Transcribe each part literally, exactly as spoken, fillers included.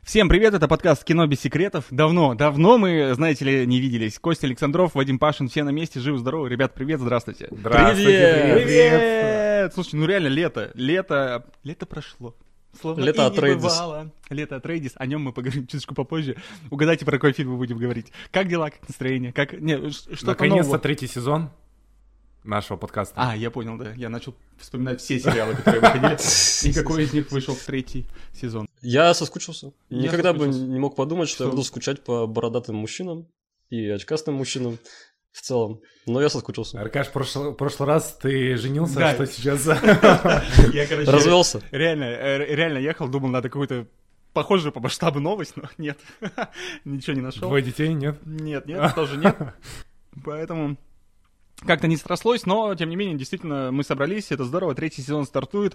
Всем привет, это подкаст «Кино без секретов». Давно, давно мы, знаете ли, не виделись. Костя Александров, Вадим Пашин, все на месте, живы-здоровы. Ребят, привет, здравствуйте. Здравствуйте, привет! Привет! Слушайте, ну реально лето, лето, лето прошло. Словно Лето от Рейдис. Лето от Рейдис, о нем мы поговорим чуточку попозже. Угадайте, про какой фильм мы будем говорить. Как дела, как настроение, как... Не, что-то Наконец-то нового. третий сезон нашего подкаста. А, я понял, да. Я начал вспоминать все сериалы, которые выходили. И какой из них вышел в третий сезон. Я соскучился. Я Никогда соскучился. бы не мог подумать, что, Что? я буду скучать по бородатым мужчинам и очкастым мужчинам в целом. Но я соскучился. Аркаш, в прошлый, прошлый раз ты женился, Да. что сейчас... Я, короче, Развелся. Реально, э, реально ехал, думал, надо какую-то похожую по масштабу новость, но нет. Ничего не нашел. Двое детей, нет? Нет, нет, тоже нет. Поэтому как-то не срослось, но, тем не менее, действительно, мы собрались, это здорово, третий сезон стартует,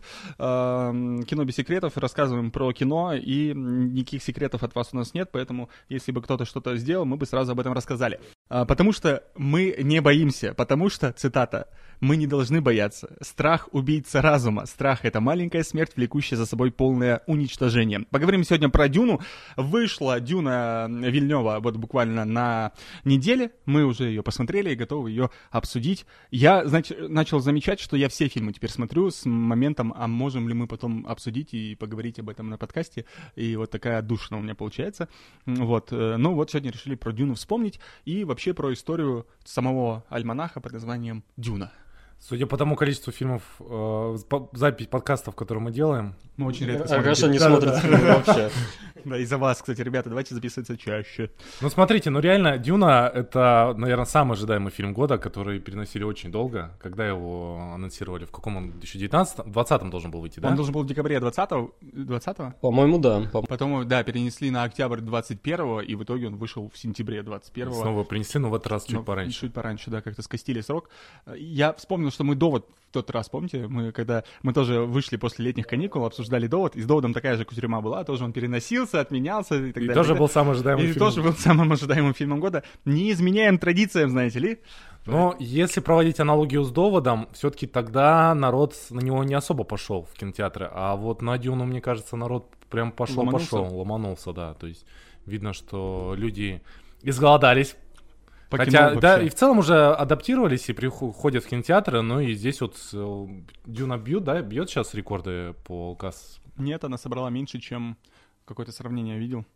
э, кино без секретов, рассказываем про кино, и никаких секретов от вас у нас нет, поэтому, если бы кто-то что-то сделал, мы бы сразу об этом рассказали. А, потому что мы не боимся, потому что, цитата, «мы не должны бояться. Страх — убийца разума. Страх — это маленькая смерть, влекущая за собой полное уничтожение». Поговорим сегодня про «Дюну». Вышла «Дюна» Вильнёва вот буквально на неделе, мы уже ее посмотрели и готовы ее обсудить. Я, значит, начал замечать, что я все фильмы теперь смотрю с моментом, а можем ли мы потом обсудить и поговорить об этом на подкасте, и вот такая отдушина у меня получается. Вот, э, ну вот сегодня решили про «Дюну» вспомнить и вообще про историю самого альманаха под названием «Дюна». Судя по тому количеству фильмов, э, по- запись подкастов, которые мы делаем, Мы очень редко смотрим. Аркаша не Да-да-да. смотрит фильмы вообще. Да, из-за вас, кстати, ребята, давайте записываться чаще. ну смотрите, ну реально, «Дюна» — это, наверное, самый ожидаемый фильм года, который переносили очень долго. Когда его анонсировали? В каком он? две тысячи девятнадцатом? двадцатом должен был выйти, да? Он должен был в декабре двадцатого, двадцатого? По-моему, да. По- Потом, да, перенесли на октябрь двадцать первого, и в итоге он вышел в сентябре двадцать первого. Снова принесли, но в этот раз чуть Ну, пораньше. Чуть пораньше, да, как-то скостили срок. Я вспомнил, что мы «Довод» в тот раз, помните, мы когда мы тоже вышли после летних каникул, обсуждали «Довод», и с «Доводом» такая же кутерьма была, тоже он переносился, отменялся и так И далее. тоже так был далее. самый ожидаемый И фильм. тоже был самым ожидаемым фильмом года. Не изменяем традициям, знаете ли. Но если проводить аналогию с «Доводом», все-таки тогда народ на него не особо пошел в кинотеатры, а вот на «Дюну», мне кажется, народ прям пошел-пошел, Ломанулся? ломанулся, да. То есть видно, что люди изголодались. По Хотя, кино да, вообще. и в целом уже адаптировались и приходят в кинотеатры, ну и здесь вот э, «Дюна» бьет, да, бьет сейчас рекорды по касс. Нет, она собрала меньше, чем какое-то сравнение я видел.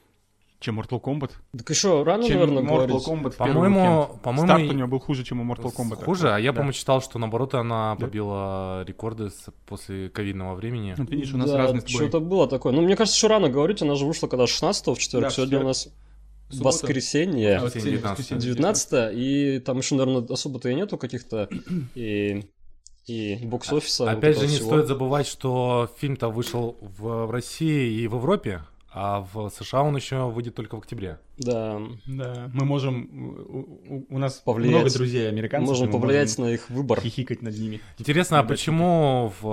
Чем Mortal Kombat. Так еще рано, Чем наверное, Mortal говорить. Kombat в первый По-моему, уикенд. по-моему, Старт и- у нее был хуже, чем у Mortal Kombat. Хуже, а я, Да. по-моему, читал, что наоборот она Да? побила рекорды с- после ковидного времени. Вот видишь, у нас Да, разный с тобой. что-то было такое. Ну, мне кажется, еще рано говорить. Она же вышла когда шестнадцатого в четверг. Да, в Сегодня у четверг. нас Суббота. воскресенье. А, воскресенье, воскресенье, девятнадцатое, и там еще, наверное, особо-то и нету каких-то и, и бокс-офиса. вот Опять этого же, не всего. стоит забывать, что фильм-то вышел в, в России и в Европе, а в США он еще выйдет только в октябре. Да, Да, мы можем... У, у- у нас Повлиять. много друзей американцев. можем и мы повлиять можем на их выбор. хихикать над ними. Интересно, а Ребятки. почему в,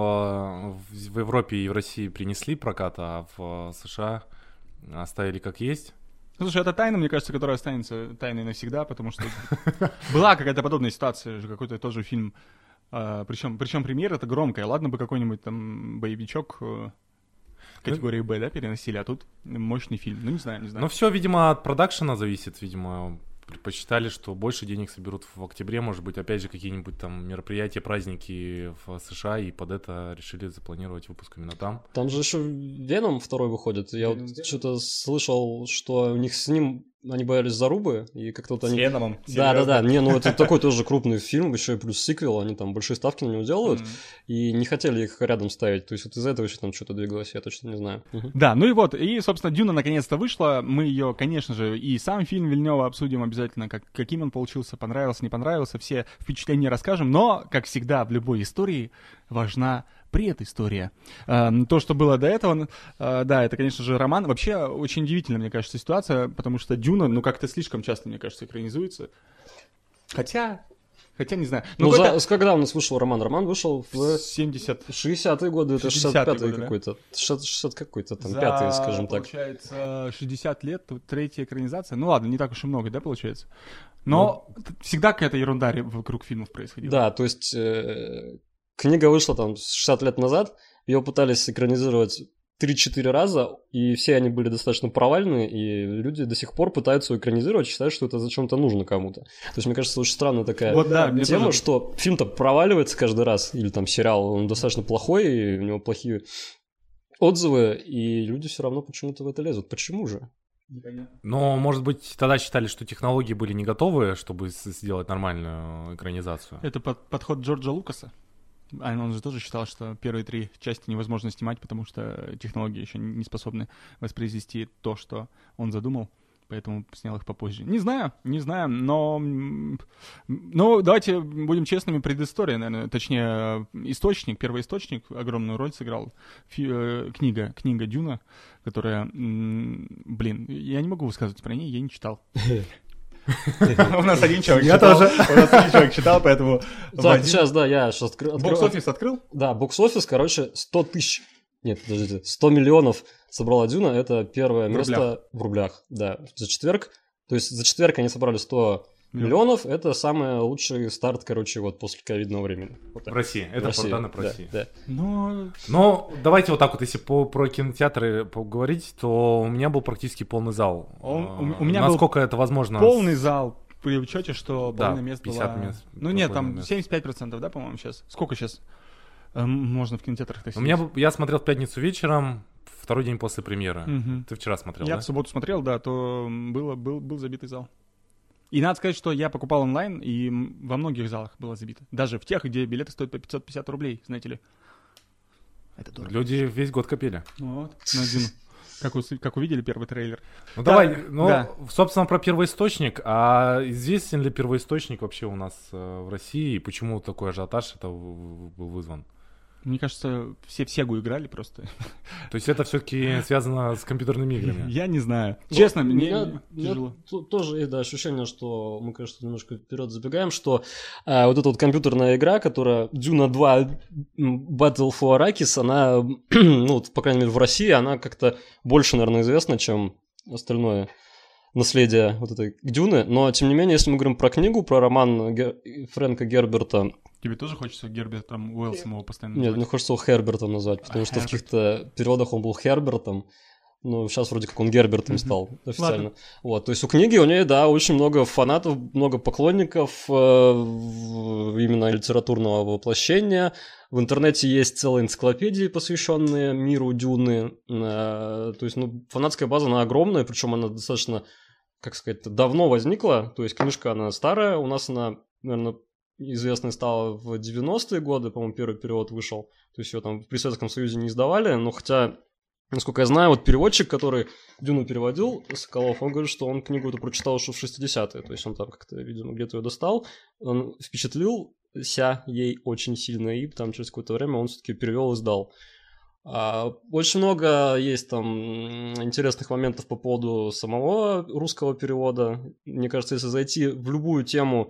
в, в Европе и в России принесли прокат, а в США оставили как есть? Ну, слушай, это тайна, мне кажется, которая останется тайной навсегда, потому что была какая-то подобная ситуация, же какой-то тоже фильм. Причем, причем премьера это громкая. Ладно бы какой-нибудь там боевичок э, категории Б, да, переносили, а тут мощный фильм. Ну, не знаю, не знаю. Ну, все, видимо, от продакшена зависит, видимо. Посчитали, что больше денег соберут в октябре, может быть, опять же, какие-нибудь там мероприятия, праздники в США, и под это решили запланировать выпуск именно там. Там же еще Веном второй выходит. Я Веном, вот да. что-то слышал, что у них с ним они боялись зарубы, и как-то вот С они... Веномом. Да, да, да. Не, ну это такой тоже крупный фильм, еще и плюс сиквел, они там большие ставки на него делают, М. и не хотели их рядом ставить. То есть вот из-за этого еще там что-то двигалось, я точно не знаю. Мгм. Да, ну и вот, и, собственно, «Дюна» наконец-то вышла. Мы ее, конечно же, и сам фильм Вильнёва обсудим обязательно, как, каким он получился, понравился, не понравился, все впечатления расскажем. Но, как всегда, в любой истории важна предыстория. Эм, То, что было до этого, э, да, это, конечно же, роман. Вообще, очень удивительная, мне кажется, ситуация, потому что «Дюна», ну, как-то слишком часто, мне кажется, экранизуется. Хотя, хотя, не знаю. Ну, какой-то за- с когда у нас вышел роман? Роман вышел в семьдесят шестидесятые годы, это шестидесятые шестьдесят пятый годы, да? какой-то. шестьдесят, шестьдесят какой-то там, За, пятый, скажем так. Получается, шестьдесят лет, тут третья экранизация. Ну ладно, не так уж и много, да, получается? Но т- всегда какая-то ерунда ре- вокруг фильмов происходила. Да, то есть э, книга вышла там шестьдесят лет назад, ее пытались экранизировать три-четыре раза, и все они были достаточно провальные, и люди до сих пор пытаются его экранизировать, считают, что это зачем-то нужно кому-то. То есть, мне кажется, очень странная такая вот, да, тема, тоже... что фильм-то проваливается каждый раз, или там сериал, он достаточно плохой, и у него плохие отзывы, и люди все равно почему-то в это лезут. Почему же? Но, может быть, тогда считали, что технологии были не готовы, чтобы сделать нормальную экранизацию. Это под, подход Джорджа Лукаса. А он же тоже считал, что первые три части невозможно снимать, потому что технологии еще не способны воспроизвести то, что он задумал, поэтому снял их попозже. Не знаю, не знаю, но... Ну, давайте будем честными, предыстория, наверное, точнее, источник, первоисточник огромную роль сыграл. Фи- книга, книга Дюна, которая... Блин, я не могу высказывать про нее, я не читал. У нас один человек я читал. тоже. У нас один человек читал, поэтому... Так, сейчас, да, я сейчас открыл. Бокс-офис открыл? Да, бокс-офис, короче, сто тысяч... Нет, подождите, сто миллионов собрала Дюна, это первое место в рублях, да, за четверг. То есть за четверг они собрали сто миллионов, это самый лучший старт, короче, вот после ковидного времени. Вот в России, это по данным да, России. Да. Но... Но давайте вот так вот, если по, про кинотеатры поговорить, то у меня был практически полный зал. Он, у, у меня Насколько был это возможно? Полный зал при учете, что Да, половина мест пятьдесят была... мест, ну нет, там мест. семьдесят пять процентов, да, по-моему, сейчас? Сколько сейчас эм, можно в кинотеатрах У меня был- я смотрел в пятницу вечером, второй день после премьеры. Мгм. Ты вчера смотрел, Я да? в субботу смотрел, да, то было, был, был забитый зал. И надо сказать, что я покупал онлайн, и м, во многих залах было забито. Даже в тех, где билеты стоят по пятьсот пятьдесят рублей, знаете ли. Это дорого. Люди весь год копили. Вот, на Дюну. Как, ус- как увидели первый трейлер. Ну Да, давай, ну, да. собственно, про первоисточник. А известен ли первоисточник вообще у нас э, в России? И почему такой ажиотаж это в- в- был вызван? Мне кажется, все в Сегу играли просто. То есть это все-таки связано с компьютерными играми? Я не знаю. Ну, Честно, у мне меня, у меня тяжело. т- тоже есть, да, ощущение, что мы, конечно, немножко вперед забегаем, что э, вот эта вот компьютерная игра, которая Дюна два м, Battle for Arrakis, она, ну, вот, по крайней мере, в России, она как-то больше, наверное, известна, чем остальное наследие вот этой Дюны. Но, тем не менее, если мы говорим про книгу, про роман Гер- Фрэнка Герберта, Тебе тоже хочется Гербертом Уэллсом его постоянно нет, называть? мне хочется его Хербертом назвать, потому А, что в Херберт. каких-то переводах он был Хербертом, ну, сейчас вроде как он Гербертом Мгм. стал официально. Ладно. Вот, то есть у книги, у нее, да, очень много фанатов, много поклонников э, в- именно литературного воплощения. В интернете есть целые энциклопедии, посвященные миру Дюны. Э, то есть, ну, фанатская база, она огромная, причем она достаточно, как сказать, давно возникла. То есть книжка, она старая, у нас она, наверное, известной стала в девяностые годы, по-моему, первый перевод вышел. То есть ее там при Советском Союзе не издавали, но хотя, насколько я знаю, вот переводчик, который Дюну переводил, Соколов, он говорит, что он книгу эту прочитал еще в шестидесятые, то есть он там как-то, видимо, где-то ее достал, он впечатлился ей очень сильно, и там через какое-то время он все-таки перевел и сдал. А, Очень много есть там м, интересных моментов по поводу самого русского перевода. Мне кажется, если зайти в любую тему,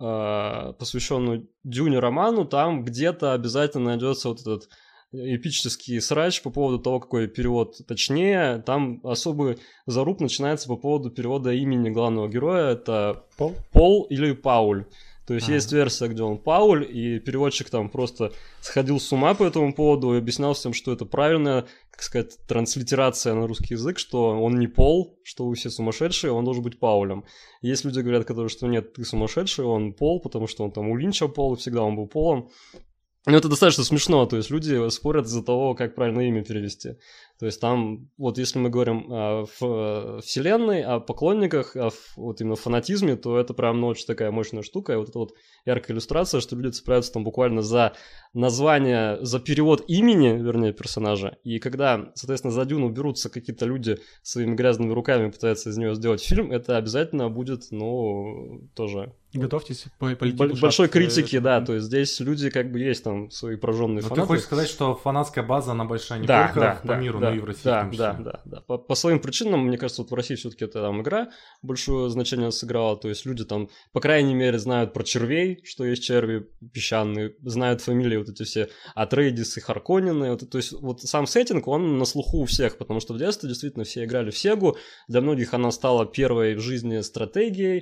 а, посвященную Дюне роману, там где-то обязательно найдется вот этот эпический срач по поводу того, какой перевод точнее. Там особый заруб начинается по поводу перевода имени главного героя. Это Пол? Пол или Пауль. То есть А. есть версия, где он Пауль, и переводчик там просто сходил с ума по этому поводу и объяснял всем, что это правильная, как сказать, транслитерация на русский язык, что он не Пол, что вы все сумасшедшие, он должен быть Паулем. Есть люди, говорят, которые, что нет, ты сумасшедший, он Пол, потому что он там у Линча Пол, и всегда он был Полом. Ну, это достаточно смешно, то есть люди спорят из-за того, как правильно имя перевести. То есть там, вот если мы говорим о ф- вселенной, о поклонниках, о ф- вот именно фанатизме, то это прям ну, очень такая мощная штука. И вот эта вот яркая иллюстрация, что люди цепляются там буквально за название, за перевод имени, вернее, персонажа. И когда, соответственно, за Дюну берутся какие-то люди своими грязными руками, пытаются из нее сделать фильм, это обязательно будет, ну, тоже... Готовьтесь по- полететь Боль- ушат, большой э, критики, да, э, то есть здесь люди как бы есть там свои прожженные Но фанаты. ты хочешь сказать, что фанатская база, она большая не Да, только да, по да, миру, да, но и в России в да, том числе? да, да, да. По, по своим причинам, мне кажется, вот в России все-таки это там игра большое значение сыграла, то есть люди там, по крайней мере, знают про червей, что есть черви песчаные, знают фамилии вот эти все Атрейдисы, Харконнены, вот, то есть вот сам сеттинг, он на слуху у всех, потому что в детстве действительно все играли в Сегу, для многих она стала первой в жизни стратегией.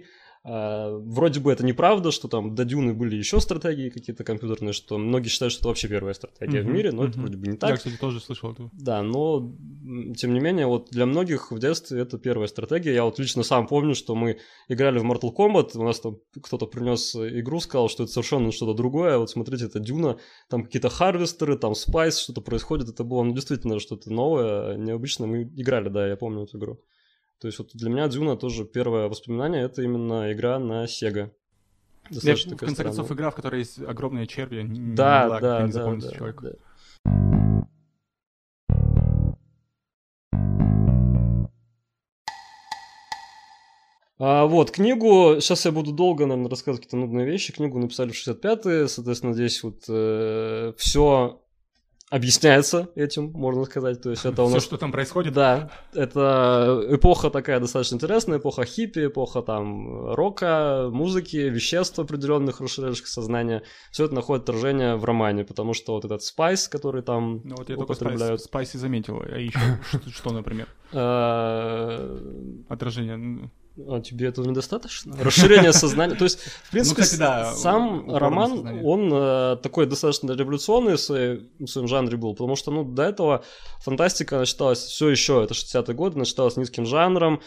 Вроде бы это неправда, что там до Дюны были еще стратегии какие-то компьютерные, что многие считают, что это вообще первая стратегия mm-hmm. в мире, но mm-hmm. это вроде бы не так. Я, кстати, тоже слышал это. Да, но тем не менее, вот для многих в детстве это первая стратегия. Я вот лично сам помню, что мы играли в Mortal Kombat, у нас там кто-то принес игру, сказал, что это совершенно что-то другое, вот смотрите, это Дюна, там какие-то харвестеры, там спайс, что-то происходит, это было ну, действительно что-то новое, необычное. Мы играли, да, я помню эту игру. То есть вот для меня Дюна тоже первое воспоминание, это именно игра на Sega. Я, в конце странная. концов, игра, в которой есть огромные черви, не да, могла да, не да, запомнить да, человека. Да. А, вот, книгу, сейчас я буду долго, наверное, рассказывать какие-то нудные вещи, книгу написали в шестьдесят пятые, соответственно, здесь вот э, все... объясняется этим, можно сказать. То есть это у нас... Все, что там происходит? Да, это эпоха такая достаточно интересная, эпоха хиппи, эпоха там рока, музыки, веществ определенных, расширяющих сознание. Все это находит отражение в романе, потому что вот этот спайс, который там ну, вот я употребляют... только спайс и заметил, а еще что, например? Отражение... А тебе этого недостаточно? Расширение сознания. То есть, в принципе, ну, кстати, да, сам роман, он э, такой достаточно революционный в, своей, в своем жанре был, потому что, ну, до этого фантастика, она считалась все еще, это шестидесятые годы, она считалась низким жанром,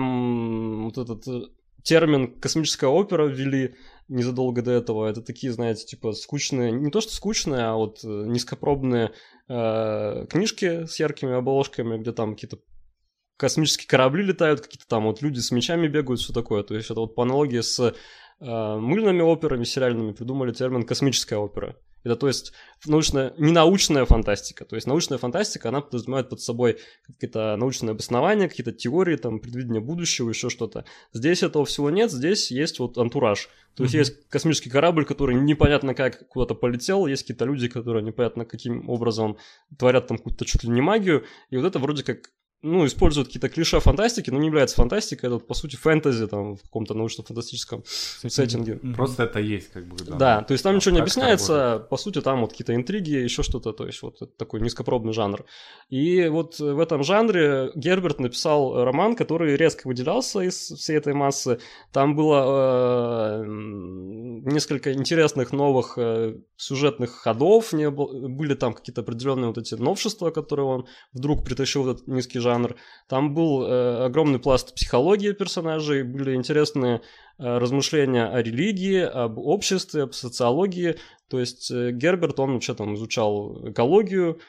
там вот этот термин «космическая опера» ввели незадолго до этого, это такие, знаете, типа скучные, не то что скучные, а вот низкопробные э, книжки с яркими обложками, где там какие-то космические корабли летают, какие-то там вот люди с мечами бегают, все такое. То есть это вот по аналогии с э, мыльными операми сериальными придумали термин «космическая опера». Это, то есть, научная, не научная фантастика. То есть научная фантастика, она подразумевает под собой какие-то научные обоснования, какие-то теории, там, предвидения будущего, еще что-то. Здесь этого всего нет, здесь есть вот антураж. То есть mm-hmm. есть космический корабль, который непонятно как куда-то полетел, есть какие-то люди, которые непонятно каким образом творят там какую-то чуть ли не магию, и вот это вроде как ну, используют какие-то клише фантастики, но не является фантастикой, это, по сути, фэнтези там в каком-то научно-фантастическом сеттинге. Просто это есть, как бы, да. Да, то есть там а ничего не объясняется, по сути, там вот какие-то интриги, еще что-то, то есть вот это такой низкопробный жанр. И вот в этом жанре Герберт написал роман, который резко выделялся из всей этой массы. Там было э, несколько интересных новых э, сюжетных ходов, не было, были там какие-то определенные вот эти новшества, которые он вдруг притащил в этот низкий жанр. Там был э, огромный пласт психологии персонажей, были интересные э, размышления о религии, об обществе, об социологии. То есть э, Герберт, он вообще там изучал экологию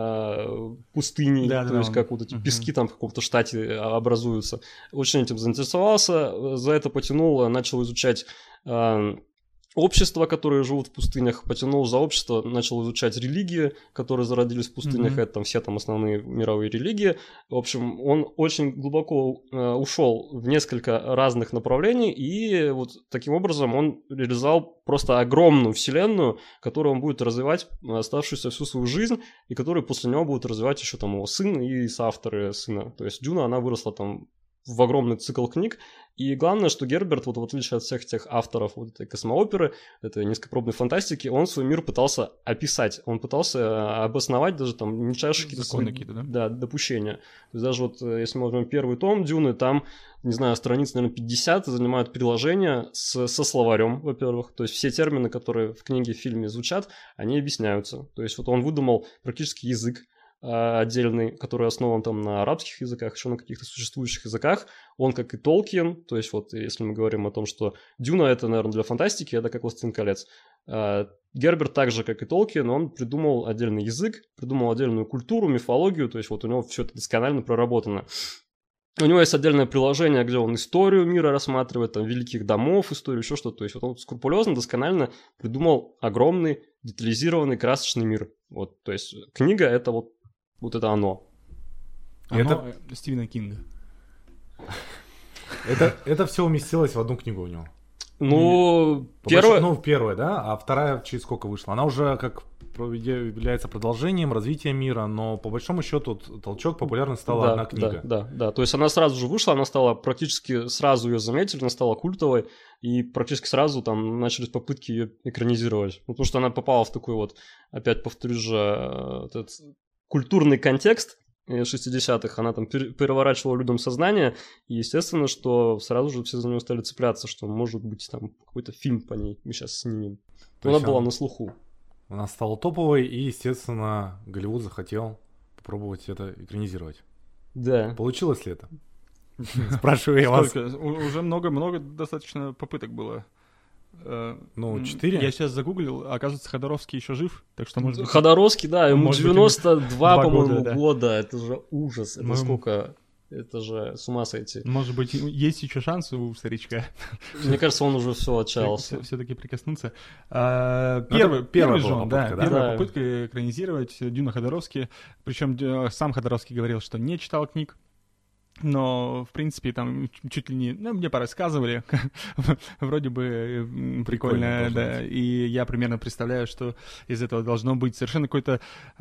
э, пустыни, да, то да, есть он... как вот эти uh-huh. пески там в каком-то штате образуются. Очень этим заинтересовался, за это потянул, начал изучать... Э, общества, которые живут в пустынях, потянул за общество, начал изучать религии, которые зародились в пустынях, mm-hmm. это там все там основные мировые религии. В общем, он очень глубоко э, ушел в несколько разных направлений, и вот таким образом он реализовал просто огромную вселенную, которую он будет развивать оставшуюся всю свою жизнь, и которую после него будут развивать еще там его сын и соавторы сына. То есть Дюна, она выросла там в огромный цикл книг, и главное, что Герберт, вот в отличие от всех тех авторов вот этой космооперы, этой низкопробной фантастики, он свой мир пытался описать, он пытался обосновать даже там мельчайшие какие-то законы свои, какие-то, да? Да, допущения. То есть даже вот, если мы возьмем первый том Дюны, там, не знаю, страниц, наверное, пятьдесят занимают приложения с, со словарем, во-первых, то есть все термины, которые в книге, в фильме звучат, они объясняются. То есть вот он выдумал практически язык отдельный, который основан там на арабских языках, еще на каких-то существующих языках. Он, как и Толкин, то есть вот если мы говорим о том, что Дюна это, наверное, для фантастики, это как «Властелин колец». Герберт, так же, как и Толкин, он придумал отдельный язык, придумал отдельную культуру, мифологию, то есть вот у него все это досконально проработано. У него есть отдельное приложение, где он историю мира рассматривает, там, великих домов, историю, еще что-то. То есть вот он скрупулезно, досконально придумал огромный, детализированный, красочный мир. Вот, то есть книга — это вот Вот это оно. Оно это... Стивена Кинга. Это, это все уместилось в одну книгу у него. Ну, первая... Ну, первая, да? А вторая через сколько вышла? Она уже как является продолжением развития мира, но по большому счету толчок популярной стала да, одна книга. Да, да, да. То есть она сразу же вышла, она стала практически сразу ее заметили, она стала культовой, и практически сразу там начались попытки ее экранизировать. Ну, потому что она попала в такой вот, опять повторюсь же, этот... культурный контекст, шестидесятых, она там переворачивала людям сознание, и естественно, что сразу же все за нее стали цепляться, что может быть там какой-то фильм по ней мы сейчас снимем. Она была он... на слуху. Она стала топовой, и, естественно, Голливуд захотел попробовать это экранизировать. Да. Получилось ли это? Спрашиваю я вас. Уже много-много достаточно попыток было. Ну, четыре. Я сейчас загуглил, оказывается, Ходоровский еще жив, так что может быть... Ходоровский, да, ему может девяносто два, быть, по-моему, года, да. года, это же ужас, это Мы... сколько, это же с ума сойти. Может быть, есть еще шанс у старичка. Мне кажется, он уже все отчаялся. Все-таки прикоснуться. А, первый, первый же он, да, да? первая да. попытка экранизировать Дюна Ходоровский, причем сам Ходоровский говорил, что не читал книг. Но, в принципе, там чуть ли не... Ну, мне порассказывали. Вроде бы прикольно, да. Быть. И я примерно представляю, что из этого должно быть совершенно какой-то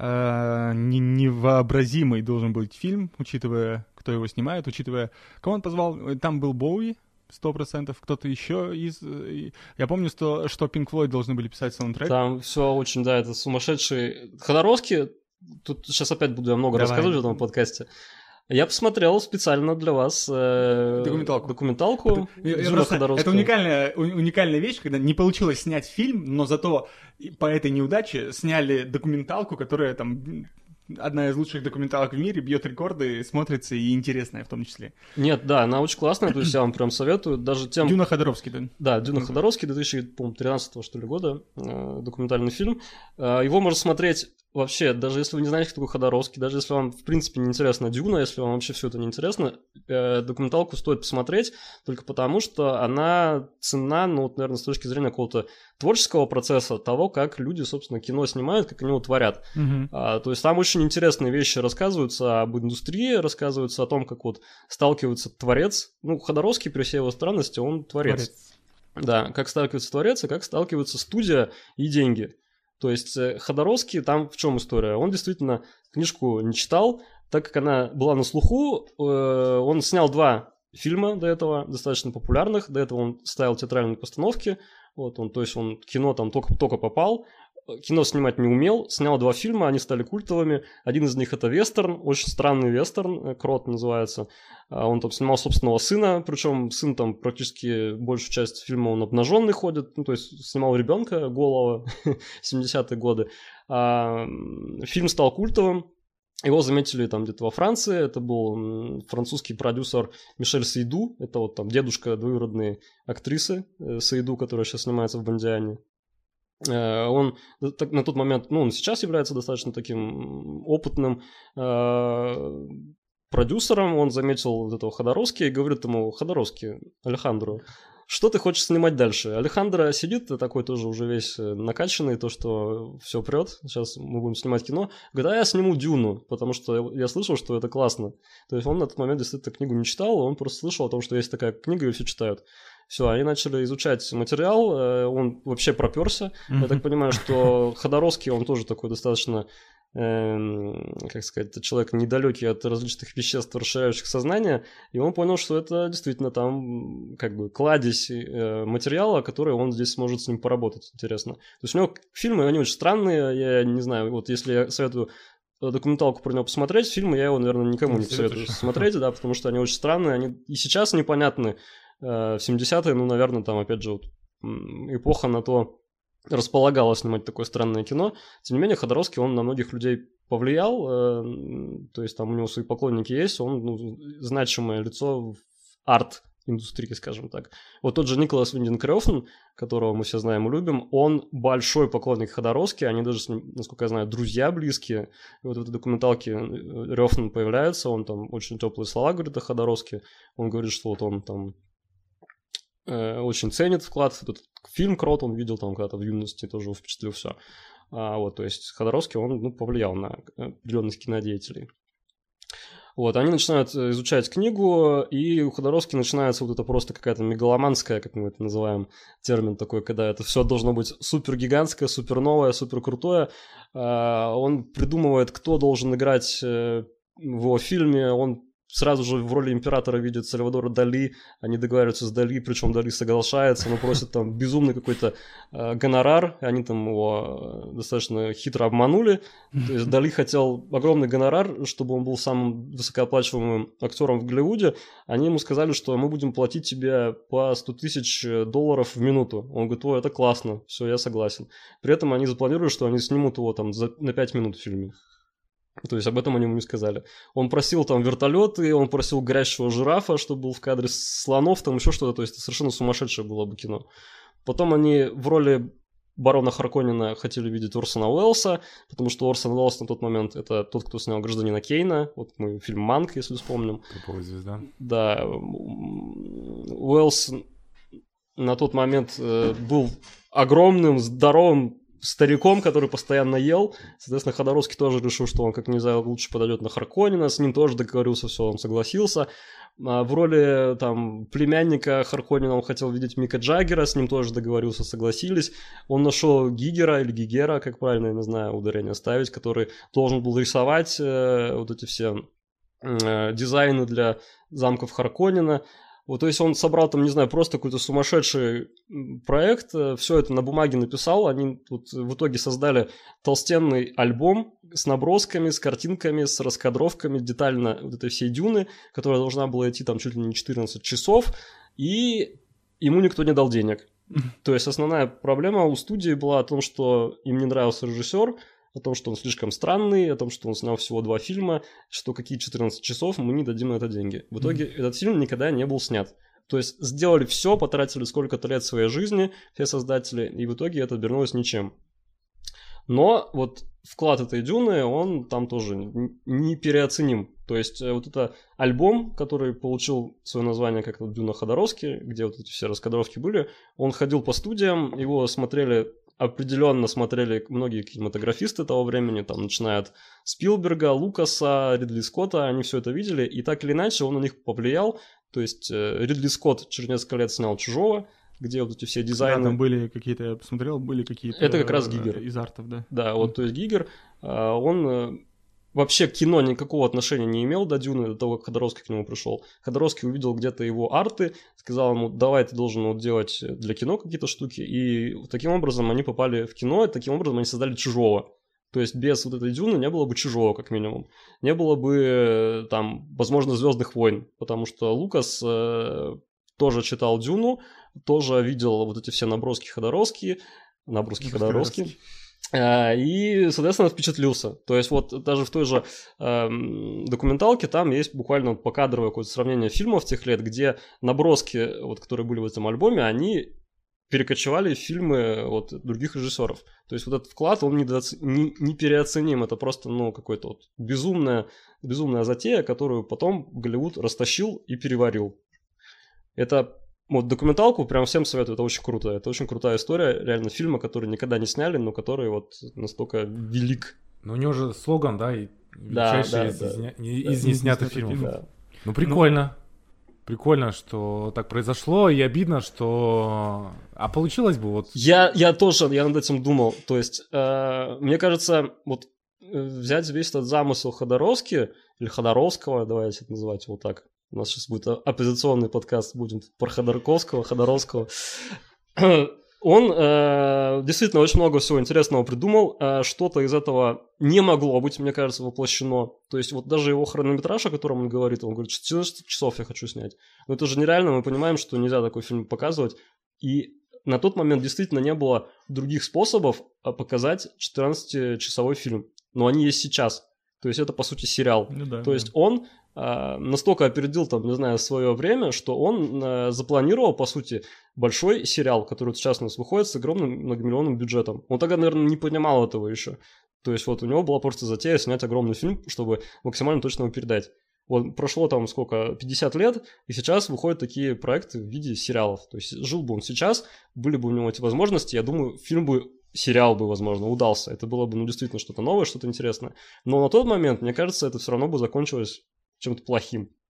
э, невообразимый должен быть фильм, учитывая, кто его снимает, учитывая... Кого он позвал? Там был Боуи, сто процентов, кто-то еще из... Я помню, что, что Pink Floyd должны были писать саундтрек. Там все очень, да, это сумасшедший... Ходоровский, тут сейчас опять буду я много Давай. рассказывать в этом подкасте. Я посмотрел специально для вас э, документалку. документалку это, просто, это уникальная, уникальная вещь, когда не получилось снять фильм, но зато по этой неудаче сняли документалку, которая там одна из лучших документалок в мире, бьет рекорды, смотрится и интересная в том числе. Нет, да, она очень классная, то есть я вам прям советую. Даже тем... Дюна Ходоровский, да? Да, Дюна Ходоровский, две тысячи тринадцатого, что ли, года, э, документальный фильм. Э, его можно смотреть вообще, даже если вы не знаете, кто такой Ходоровский, даже если вам, в принципе, не интересна Дюна, если вам вообще все это не интересно, э, документалку стоит посмотреть, только потому, что она ценна, ну, вот, наверное, с точки зрения какого-то творческого процесса, того, как люди, собственно, кино снимают, как они его творят. Uh-huh. А, то есть там очень интересные вещи рассказываются об индустрии, рассказываются о том, как вот сталкивается творец. Ну, Ходоровский, при всей его странности, он творец. творец. Да, как сталкивается творец, и как сталкивается студия и деньги. То есть Ходоровский, там в чем история? Он действительно книжку не читал, так как она была на слуху, он снял два фильма до этого, достаточно популярных, до этого он ставил театральные постановки, вот он, то есть он кино там только, только попал, кино снимать не умел, снял два фильма, они стали культовыми, один из них это вестерн, очень странный вестерн, «Крот» называется, он там снимал собственного сына, причем сын там практически большую часть фильма он обнаженный ходит, ну то есть снимал ребенка голого, семидесятые годы, а, фильм стал культовым, его заметили там где-то во Франции, это был французский продюсер Мишель Сейду, это вот там дедушка двоюродной актрисы Сейду, которая сейчас снимается в «Бондиане». Он на тот момент, ну он сейчас является достаточно таким опытным э, продюсером, он заметил вот этого Ходоровского и говорит ему: Ходоровский, Алехандро, что ты хочешь снимать дальше? Алехандро сидит такой тоже уже весь накачанный, то, что все прет, сейчас мы будем снимать кино. Говорит, а я сниму Дюну, потому что я слышал, что это классно. То есть он на тот момент действительно книгу не читал, он просто слышал о том, что есть такая книга, и все читают. Все, они начали изучать материал, он вообще проперся. Mm-hmm. Я так понимаю, что Ходоровский, он тоже такой достаточно, э, как сказать, человек недалекий от различных веществ, расширяющих сознание, и он понял, что это действительно там как бы кладезь э, материала, который он здесь сможет с ним поработать, интересно. То есть у него фильмы, они очень странные, я не знаю, вот если я советую документалку про него посмотреть, фильмы я его, наверное, никому не советую смотреть, да, потому что они очень странные, они и сейчас непонятны. В семидесятые, ну, наверное, там, опять же, вот, эпоха на то располагала снимать такое странное кино. Тем не менее, Ходоровский, он на многих людей повлиял, э, то есть там у него свои поклонники есть, он ну, значимое лицо в арт-индустрии, скажем так. Вот тот же Николас Виндинг Рёфн, которого мы все знаем и любим, он большой поклонник Ходоровский, они даже с ним, насколько я знаю, друзья близкие. И вот в этой документалке Рёфн появляется, он там очень теплые слова говорит о Ходоровске, он говорит, что вот он там очень ценит вклад в этот фильм «Крот», он видел там когда-то в юности, тоже его впечатлил все. А, вот, то есть Ходоровский, он ну, повлиял на определенных кинодеятелей. Вот, они начинают изучать книгу, и у Ходоровски начинается вот это просто какая-то мегаломанская, как мы это называем, термин такой, когда это все должно быть супер гигантское, супер новое, супер крутое. А, он придумывает, кто должен играть в его фильме, он сразу же в роли императора видят Сальвадора Дали, они договариваются с Дали, причем Дали соглашается, но просит там безумный какой-то э, гонорар, они там его достаточно хитро обманули, то есть Дали хотел огромный гонорар, чтобы он был самым высокооплачиваемым актером в Голливуде, они ему сказали, что мы будем платить тебе по сто тысяч долларов в минуту, он говорит, ой, это классно, все, я согласен, при этом они запланировали, что они снимут его там за, на пять минут в фильме. То есть об этом они ему не сказали. Он просил там вертолеты, он просил горящего жирафа, чтобы был в кадре слонов, там еще что-то. То есть это совершенно сумасшедшее было бы кино. Потом они в роли барона Харконнена хотели видеть Орсона Уэллса, потому что Орсон Уэллс на тот момент это тот, кто снял «Гражданина Кейна». Вот мы фильм «Манк», если вспомним. Топовая звезда. Да. Уэллс на тот момент был огромным, здоровым стариком, который постоянно ел. Соответственно, Ходоровский тоже решил, что он как нельзя лучше подойдет на Харконнена. С ним тоже договорился, все, он согласился. В роли там племянника Харконнена он хотел видеть Мика Джаггера, с ним тоже договорился, согласились. Он нашел Гигера или Гигера, как правильно, я не знаю, ударение ставить, который должен был рисовать э, вот эти все э, дизайны для замков Харконнена. Вот, то есть он собрал там, не знаю, просто какой-то сумасшедший проект, все это на бумаге написал, они вот в итоге создали толстенный альбом с набросками, с картинками, с раскадровками детально вот этой всей Дюны, которая должна была идти там чуть ли не четырнадцать часов, и ему никто не дал денег. То есть основная проблема у студии была о том, что им не нравился режиссер, о том, что он слишком странный, о том, что он снял всего два фильма, что какие четырнадцать часов мы не дадим на это деньги. В итоге mm-hmm. этот фильм никогда не был снят. То есть сделали все, потратили сколько-то лет своей жизни, все создатели, и в итоге это обернулось ничем. Но вот вклад этой Дюны, он там тоже не переоценим. То есть вот это альбом, который получил свое название как Дюна Ходоровский, где вот эти все раскадровки были, он ходил по студиям, его смотрели... Определенно смотрели многие кинематографисты того времени, там, начиная от Спилберга, Лукаса, Ридли Скотта, они все это видели, и так или иначе он на них повлиял. То есть Ридли Скотт через несколько лет снял «Чужого», где вот эти все дизайны... Да, там были какие-то, я посмотрел, были какие-то... Это как раз Гигер. Из артов, да. Да, вот, то есть Гигер, он... Вообще к кино никакого отношения не имел до Дюны, до того, как Ходоровский к нему пришел. Ходоровский увидел где-то его арты, сказал ему, давай, ты должен вот делать для кино какие-то штуки. И таким образом они попали в кино, и таким образом они создали «Чужого». То есть без вот этой Дюны не было бы «Чужого», как минимум. Не было бы, там, возможно, «Звездных войн», потому что Лукас э, тоже читал Дюну, тоже видел вот эти все наброски Ходоровские, наброски Ходоровские. И, соответственно, впечатлился. То есть вот даже в той же э, документалке там есть буквально покадровое какое-то сравнение фильмов тех лет, где наброски, вот, которые были в этом альбоме, они перекочевали в фильмы вот, других режиссеров. То есть вот этот вклад, он недооц... не, не переоценим. Это просто ну, какой-то вот безумная, безумная затея, которую потом Голливуд растащил и переварил. Это... Вот документалку прям всем советую, это очень круто. Это очень крутая история, реально фильма, который никогда не сняли, но который вот настолько велик. Ну у него же слоган, да, и величайший да, из, да, из, да. из, из неснятых фильмов. Да. Ну прикольно. Ну... Прикольно, что так произошло, и обидно, что... А получилось бы вот... Я, я тоже, я над этим думал. То есть, э, мне кажется, вот взять весь этот замысел Ходоровски, или Ходоровского, давайте это называть его так. У нас сейчас будет оппозиционный подкаст, будем про Ходорковского, Ходоровского. Он э, действительно очень много всего интересного придумал. Э, что-то из этого не могло быть, мне кажется, воплощено. То есть вот даже его хронометраж, о котором он говорит, он говорит, четырнадцать часов я хочу снять. Но это же нереально, мы понимаем, что нельзя такой фильм показывать. И на тот момент действительно не было других способов показать четырнадцатичасовой фильм. Но они есть сейчас. То есть это, по сути, сериал. Ну, да, То да. есть он э, настолько опередил, там, не знаю, свое время, что он э, запланировал, по сути, большой сериал, который вот сейчас у нас выходит с огромным многомиллионным бюджетом. Он тогда, наверное, не понимал этого еще. То есть вот у него была просто затея снять огромный фильм, чтобы максимально точно его передать. Вот прошло там сколько, пятьдесят лет, и сейчас выходят такие проекты в виде сериалов. То есть жил бы он сейчас, были бы у него эти возможности, я думаю, фильм бы... сериал бы, возможно, удался. Это было бы, ну, действительно что-то новое, что-то интересное. Но на тот момент, мне кажется, это все равно бы закончилось чем-то плохим.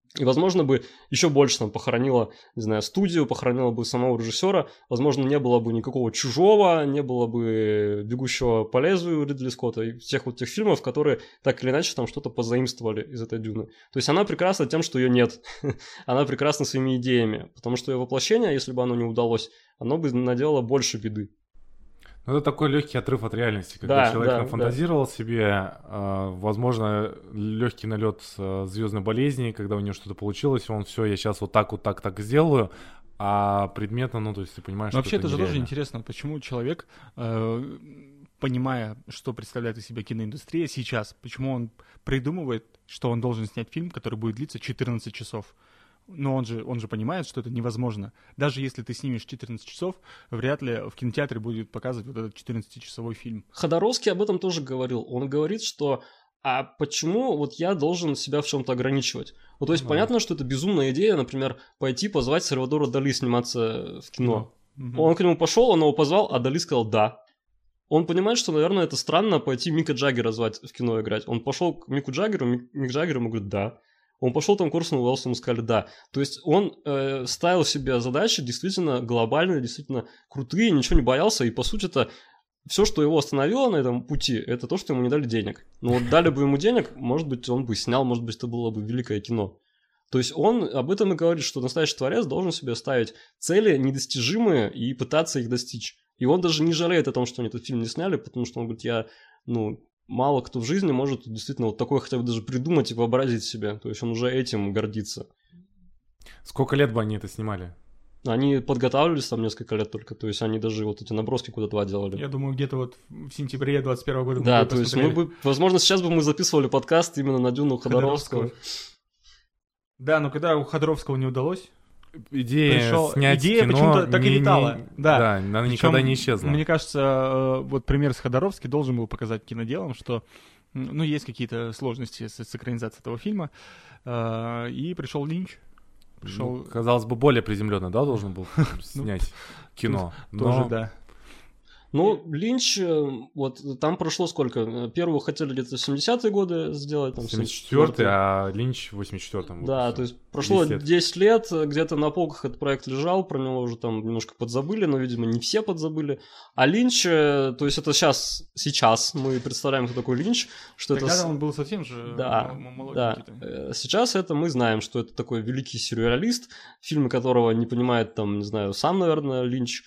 И, возможно, бы еще больше там похоронило, не знаю, студию, похоронило бы самого режиссера. Возможно, не было бы никакого «Чужого», не было бы «Бегущего по лезвию» Ридли Скотта и всех вот тех фильмов, которые так или иначе там что-то позаимствовали из этой «Дюны». То есть она прекрасна тем, что ее нет. Она прекрасна своими идеями, потому что ее воплощение, если бы оно не удалось, оно бы наделало больше беды. Ну, это такой легкий отрыв от реальности, когда Да, человек да, нафантазировал да. себе, э, возможно, легкий налет э, звездной болезни, когда у него что-то получилось, он все, я сейчас вот так, вот так, так сделаю, а предметно, ну, то есть ты понимаешь, Но что вообще это это же нереально. тоже интересно, почему человек, э, понимая, что представляет из себя киноиндустрия сейчас, почему он придумывает, что он должен снять фильм, который будет длиться четырнадцать часов. Но он же, он же понимает, что это невозможно. Даже если ты снимешь четырнадцать часов, вряд ли в кинотеатре будет показывать вот этот четырнадцатичасовой фильм. Ходоровский об этом тоже говорил. Он говорит, что а почему вот я должен себя в чем-то ограничивать? Ну, то есть mm-hmm. понятно, что это безумная идея, например, пойти позвать Сальвадора Дали сниматься в кино. Mm-hmm. Он к нему пошел, он его позвал, а Дали сказал «да». Он понимает, что, наверное, это странно пойти Мика Джаггера звать в кино играть. Он пошел к Мику Джаггеру, Мик, Мик Джаггер ему говорит «да». Он пошел там к Орсону Уэллсу, ему сказали «да». То есть он э, ставил себе задачи действительно глобальные, действительно крутые, ничего не боялся. И, по сути, это все, что его остановило на этом пути, это то, что ему не дали денег. Но вот дали бы ему денег, может быть, он бы снял, может быть, это было бы великое кино. То есть он об этом и говорит, что настоящий творец должен себе ставить цели недостижимые и пытаться их достичь. И он даже не жалеет о том, что они этот фильм не сняли, потому что он говорит, я, ну... Мало кто в жизни может действительно вот такое хотя бы даже придумать и вообразить себе. То есть он уже этим гордится. Сколько лет бы они это снимали? Они подготавливались там несколько лет только. То есть они даже вот эти наброски куда-то делали. Я думаю, где-то вот в сентябре двадцать первого года мы Да, то есть мы бы, возможно, сейчас бы мы записывали подкаст именно на Дюну Ходоровского. Да, но когда у Ходоровского не удалось, идея пришел, снять идея кино почему-то так и не, летала. Не, да, да, она Причем, никогда не исчезла. Мне кажется, вот пример с Ходоровским должен был показать киноделам, что ну, есть какие-то сложности с, с экранизацией этого фильма. И пришел Линч. Пришел... Ну, казалось бы, более приземленно, да, должен был снять кино. Тоже, да. Ну, Линч, вот там прошло сколько? Первого хотели где-то в семидесятые годы сделать. Там, семьдесят четвёртый, а Линч в восемьдесят четвёртом. Да, то есть прошло десять лет. десять лет, где-то на полках этот проект лежал, про него уже там немножко подзабыли, но, видимо, не все подзабыли. А Линч, то есть это сейчас, сейчас мы представляем, кто такой Линч. Что Тогда это... он был совсем же да, молоденький. Да. Сейчас это мы знаем, что это такой великий сюрреалист, фильмы которого не понимает, там, не знаю, сам, наверное, Линч,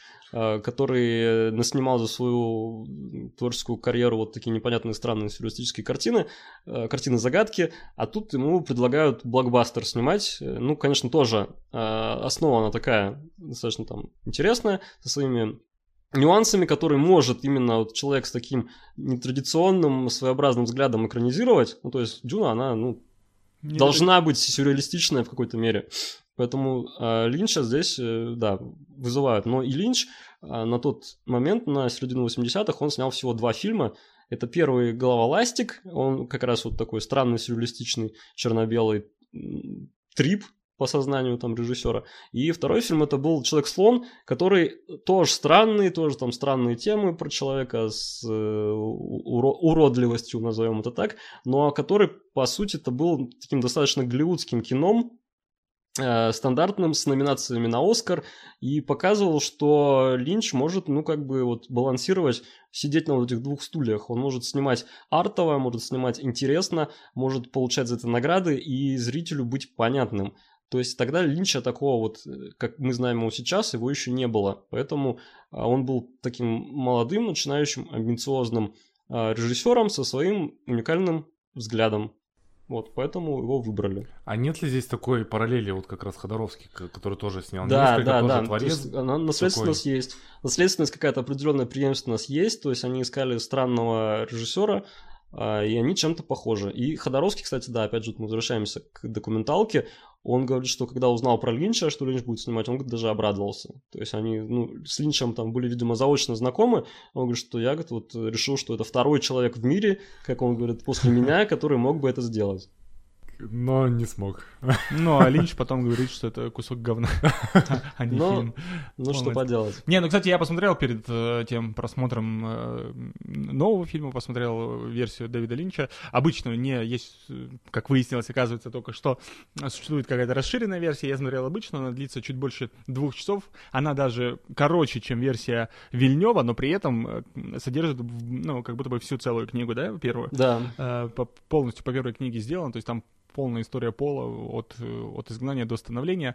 который наснимал за свою творческую карьеру вот такие непонятные странные сюрреалистические картины, картины-загадки, а тут ему предлагают блокбастер снимать. Ну, конечно, тоже основа она такая достаточно там интересная, со своими нюансами, которые может именно вот человек с таким нетрадиционным, своеобразным взглядом экранизировать. Ну, то есть Дюна, она, ну, Не должна быть сюрреалистичная в какой-то мере. Поэтому э, Линча здесь, э, да, вызывают. Но и Линч э, на тот момент, на середину восьмидесятых, он снял всего два фильма. Это первый «Голова ластик», он как раз вот такой странный, сюрреалистичный, черно-белый трип по сознанию там режиссера. И второй фильм это был «Человек-слон», который тоже странный, тоже там странные темы про человека с э, уро- уродливостью, назовем это так, но который, по сути, это был таким достаточно голливудским кином, стандартным, с номинациями на Оскар, и показывал, что Линч может, ну, как бы вот балансировать, сидеть на вот этих двух стульях. Он может снимать артово, может снимать интересно, может получать за это награды и зрителю быть понятным. То есть тогда Линча такого вот, как мы знаем его сейчас, его еще не было. Поэтому он был таким молодым, начинающим, амбициозным режиссером со своим уникальным взглядом. Вот, поэтому его выбрали. А нет ли здесь такой параллели, вот как раз Ходоровский, который тоже снял? Да, несколько, да, тоже да. Творец, то есть, она, наследственность такой... есть. Наследственность какая-то определенная, преемственность есть. То есть они искали странного режиссера, а, и они чем-то похожи. И Ходоровский, кстати, да, опять же, мы возвращаемся к документалке. Он говорит, что когда узнал про Линча, что Линч будет снимать, он говорит, даже обрадовался. То есть они, ну, с Линчем там были, видимо, заочно знакомы. Он говорит, что я, говорит, вот решил, что это второй человек в мире, как он говорит, после меня, который мог бы это сделать. Но не смог. Ну, а Линч потом говорит, что это кусок говна, а не фильм. Ну, что поделать. Не, ну, кстати, я посмотрел перед э, тем просмотром э, нового фильма, посмотрел версию Дэвида Линча. Обычную, не есть, как выяснилось, оказывается, только что существует какая-то расширенная версия. Я смотрел обычную, она длится чуть больше двух часов. Она даже короче, чем версия Вильнёва, но при этом содержит, ну, как будто бы всю целую книгу, да, первую? Да. Э, по, полностью по первой книге сделано, то есть там полная история Пола от, от изгнания до становления.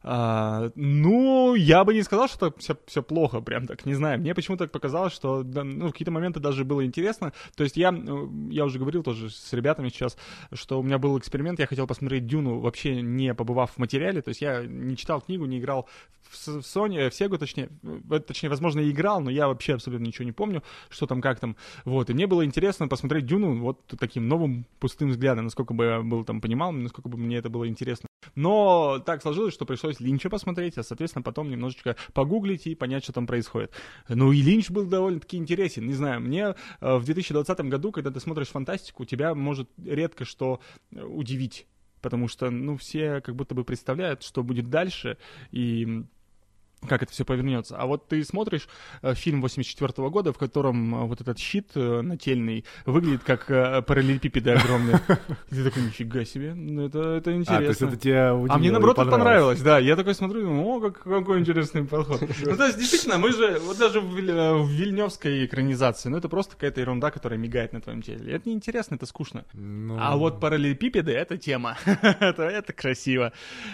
А, ну, я бы не сказал, что это все, все плохо, прям так, не знаю. Мне почему-то так показалось, что да, ну, в какие-то моменты даже было интересно. То есть я, я уже говорил тоже с ребятами сейчас, что у меня был эксперимент, я хотел посмотреть Дюну, вообще не побывав в материале. То есть я не читал книгу, не играл в Sony, в Sega, точнее, точнее, возможно, и играл, но я вообще абсолютно ничего не помню, что там, как там. Вот, и мне было интересно посмотреть Дюну вот таким новым пустым взглядом, насколько бы я был там понимал, насколько бы мне это было интересно. Но так сложилось, что пришлось Линча посмотреть, а, соответственно, потом немножечко погуглить и понять, что там происходит. Ну и Линч был довольно-таки интересен. Не знаю, мне в две тысячи двадцатом году, когда ты смотришь фантастику, тебя может редко что удивить. Потому что, ну, все как будто бы представляют, что будет дальше, и как это все повернется. А вот ты смотришь э, фильм восемьдесят четвёртого года, в котором э, вот этот щит э, нательный выглядит как э, параллелепипеды огромные. И ты такой, нифига себе, ну это, это интересно. А, то есть это тебе удивило, а мне наоборот понравилось. понравилось, да. Я такой смотрю, думаю, о, как, какой интересный подход. Ну то есть действительно, мы же, вот даже в, в вильнёвской экранизации, ну это просто какая-то ерунда, которая мигает на твоем теле. Это неинтересно, это скучно. Ну... А вот параллелепипеды — это тема. это, это красиво.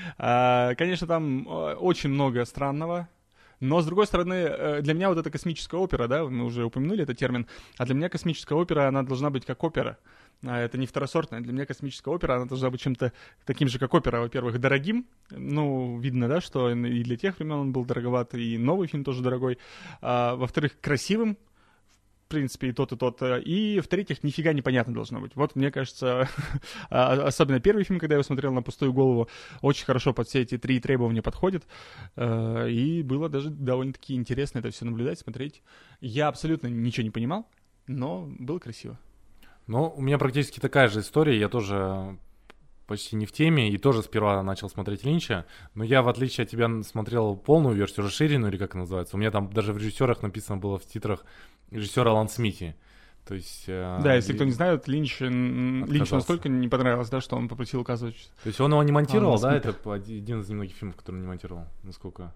А, конечно, там очень много странного. Но, с другой стороны, для меня вот эта космическая опера, да, мы уже упомянули этот термин, а для меня космическая опера, она должна быть как опера. Это не второсортная. Для меня космическая опера, она должна быть чем-то таким же, как опера. Во-первых, дорогим. Ну, видно, да, что и для тех времен он был дороговат, и новый фильм тоже дорогой. А, во-вторых, красивым. В принципе, и тот, и тот. И, в-третьих, нифига непонятно должно быть. Вот, мне кажется, особенно первый фильм, когда я его смотрел на пустую голову, очень хорошо под все эти три требования подходит. И было даже довольно-таки интересно это все наблюдать, смотреть. Я абсолютно ничего не понимал, но было красиво. Ну, у меня практически такая же история. Я тоже почти не в теме, и тоже сперва начал смотреть Линча, но я, в отличие от тебя, смотрел полную версию, расширенную, или как она называется. У меня там даже в режиссерах написано было в титрах режиссер Алан Смити. То есть, да, если и... кто не знает, Линч, Линч настолько не понравилось, да, что он попросил указывать. То есть он его не монтировал, да? Это один из немногих фильмов, который он не монтировал, насколько...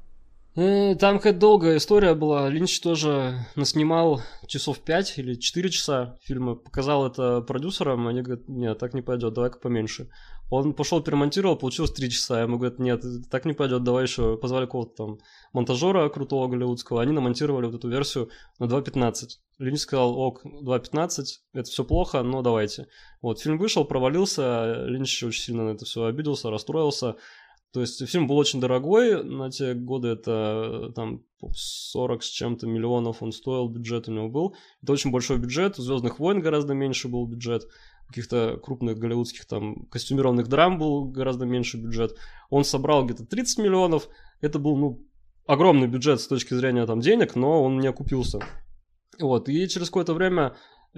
Там какая-то долгая история была. Линч тоже наснимал часов пять или четыре часа фильма. Показал это продюсерам, они говорят, нет, так не пойдет, давай-ка поменьше. Он пошел, перемонтировал, получилось три часа. Ему говорят, нет, так не пойдет, давай еще. Позвали какого-то там монтажера крутого голливудского. Они намонтировали вот эту версию на два пятнадцать. Линч сказал, ок, два пятнадцать, это все плохо, но давайте. Вот, фильм вышел, провалился. Линч очень сильно на это все обиделся, расстроился. То есть фильм был очень дорогой, на те годы это там сорок с чем-то миллионов он стоил, бюджет у него был. Это очень большой бюджет, у «Звездных войн» гораздо меньше был бюджет, каких-то крупных голливудских там костюмированных драм был гораздо меньше бюджет. Он собрал где-то тридцать миллионов, это был, ну, огромный бюджет с точки зрения там денег, но он не окупился. Вот, и через какое-то время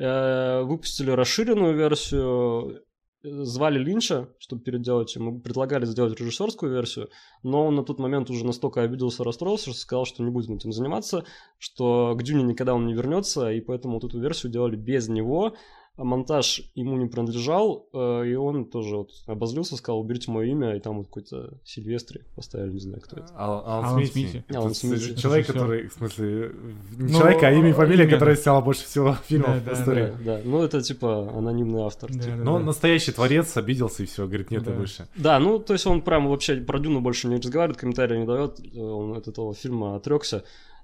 э, выпустили расширенную версию. Звали Линча, чтобы переделать, ему предлагали сделать режиссерскую версию, но он на тот момент уже настолько обиделся, расстроился, что сказал, что не будет этим заниматься, что к Дюне никогда он не вернется, и поэтому вот эту версию делали без него. А монтаж ему не принадлежал, и он тоже вот обозлился, сказал, уберите мое имя, и там вот какой-то Сильвестри поставили, не знаю, кто это. Алан Смити. Алан Смити. Человек, который, в смысле, не человек, а имя и фамилия, который снял больше всего фильмов в истории. Да, да, ну это типа анонимный автор. Но настоящий творец обиделся и все, говорит, нет, больше. Да, ну то есть он прям вообще про Дюну больше не разговаривает, комментарии не дает, он от этого фильма отрекся.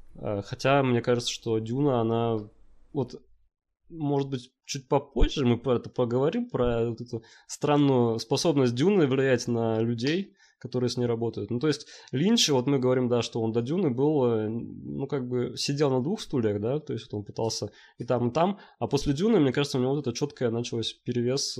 Хотя мне кажется, что Дюна, она вот... Может быть, чуть попозже мы про это поговорим, про вот эту странную способность Дюны влиять на людей, которые с ней работают. Ну, то есть Линч, вот мы говорим, да, что он до Дюны был, ну, как бы сидел на двух стульях, да, то есть вот он пытался и там, и там, а после Дюны, мне кажется, у него вот это четкое началось перевес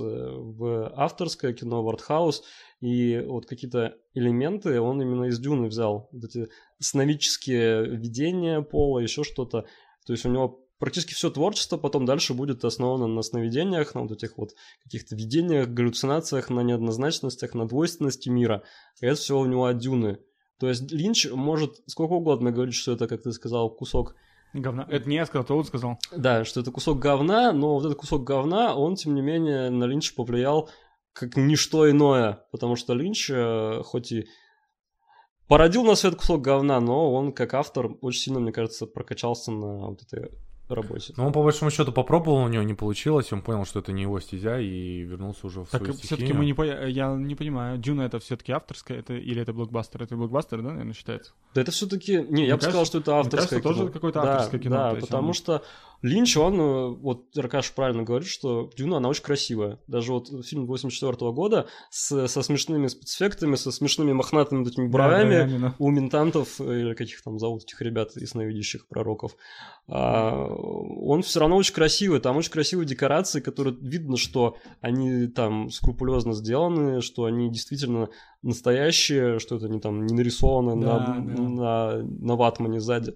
в авторское кино, в артхаус, и вот какие-то элементы он именно из Дюны взял, вот эти сновидческие видения Пола, еще что-то, то есть у него практически все творчество потом дальше будет основано на сновидениях, на вот этих вот каких-то видениях, галлюцинациях, на неоднозначностях, на двойственности мира. И это все у него от Дюны. То есть Линч может сколько угодно говорить, что это, как ты сказал, кусок... Говна. Это не я сказал, то он сказал. Да, что это кусок говна, но вот этот кусок говна, он, тем не менее, на Линча повлиял как ничто иное, потому что Линч, хоть и породил на свет кусок говна, но он, как автор, очень сильно, мне кажется, прокачался на вот этой работе. Ну, он, по большому счету, попробовал, у него не получилось, он понял, что это не его стезя, и вернулся уже в так свою стихию. Все-таки мы не по... я не понимаю, Дюна это все-таки авторская, это... или это блокбастер? Это блокбастер, да, наверное, считается? Да это все-таки... Не, мне я бы сказал, что это авторское кино. тоже какое-то авторское да, кино. Да, потому он... что Линч, он, вот Ракаш правильно говорит, что Дюна, она очень красивая. Даже вот фильм восемьдесят четвёртого года с, со смешными спецэффектами, со смешными мохнатыми такими бровями да, да, у ментантов, или каких там зовут этих ребят, ясновидящих пророков. А, он все равно очень красивый, там очень красивые декорации, которые видно, что они там скрупулезно сделаны, что они действительно настоящие, что это не там не нарисовано да, на, да. На, на ватмане сзади.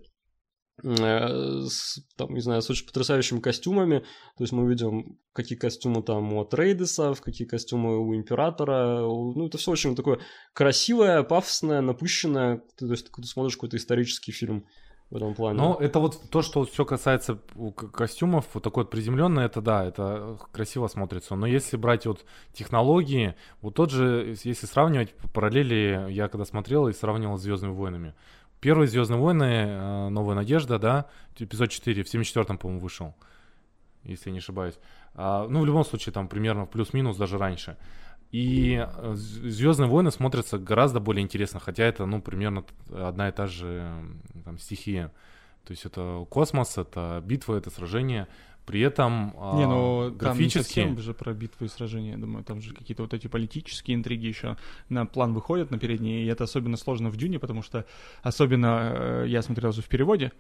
С, там, не знаю, с очень потрясающими костюмами. То есть мы видим, какие костюмы там у Атрейдесов, какие костюмы у Императора. Ну, это все очень такое красивое, пафосное, напыщенное. То есть ты смотришь какой-то исторический фильм в этом плане. Ну, это вот то, что все касается костюмов, вот такое вот приземленное, это да, это красиво смотрится. Но если брать вот технологии, вот тот же, если сравнивать параллели, я когда смотрел и сравнивал с «Звездными войнами». Первые «Звездные войны», «Новая надежда», да, эпизод четыре, в семьдесят четвёртом, по-моему, вышел, если я не ошибаюсь. А, ну, в любом случае, там примерно плюс-минус даже раньше. И «Звездные войны» смотрятся гораздо более интересно, хотя это, ну, примерно одна и та же там, стихия. То есть это космос, это битва, это сражение. При этом не, ну, графически... там не совсем же про битвы и сражения, я думаю, там же какие-то вот эти политические интриги еще на план выходят, на передние, и это особенно сложно в «Дюне», потому что особенно я смотрел же в переводе,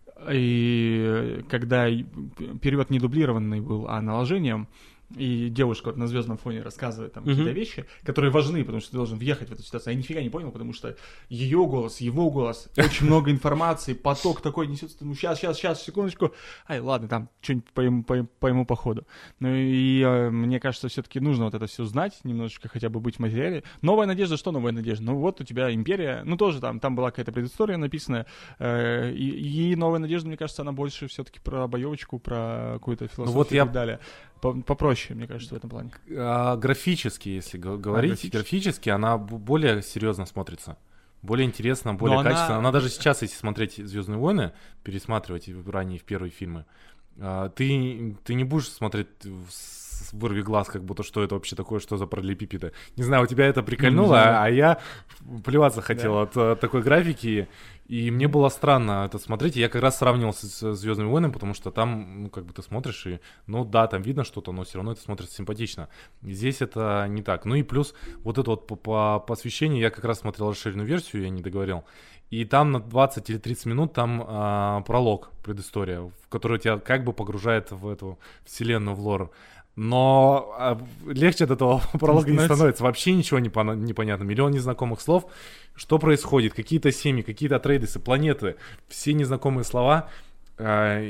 и когда перевод не дублированный был, а наложением, и девушка вот на «Звездном фоне» рассказывает там mm-hmm. какие-то вещи, которые важны, потому что ты должен въехать в эту ситуацию. Я нифига не понял, потому что ее голос, его голос, очень много информации, поток такой несется, ну сейчас, сейчас, сейчас, секундочку, ай, ладно, там что-нибудь пойму, пойму, пойму по ходу. Ну и э, мне кажется, все-таки нужно вот это все знать, немножечко хотя бы быть в материале. «Новая надежда», что «Новая надежда»? Ну вот у тебя империя, ну тоже там, там была какая-то предыстория написанная, э, и, и «Новая надежда», мне кажется, она больше все-таки про боевочку, про какую-то философию ну вот и я... так далее. Попроще, мне кажется, в этом плане. А, графически, если говорить, а, графически. графически она более серьезно смотрится. Более интересно, более Но качественно. Она... она даже сейчас, если смотреть «Звездные войны», пересматривать ранее в первые фильмы, ты, ты не будешь смотреть с вырви глаз, как будто что это вообще такое, что за параллелепипеды. Не знаю, у тебя это прикольнуло, mm-hmm. а, а я плеваться хотел yeah. от, от такой графики. И мне было странно это смотреть. Я как раз сравнивал с, с «Звездными войнами», потому что там, ну, как бы ты смотришь, и, ну, да, там видно что-то, но все равно это смотрится симпатично. Здесь это не так. Ну и плюс вот это вот по, по посвящению, я как раз смотрел расширенную версию, я не договорил. И там на двадцать или тридцать минут там а, пролог, предыстория, в которую тебя как бы погружает в эту вселенную, в лор. Но а, легче от этого пролога не становится. Вообще ничего не, пона- не понятно. Миллион незнакомых слов. Что происходит? Какие-то семьи, какие-то Атрейдесы, планеты. Все незнакомые слова. А,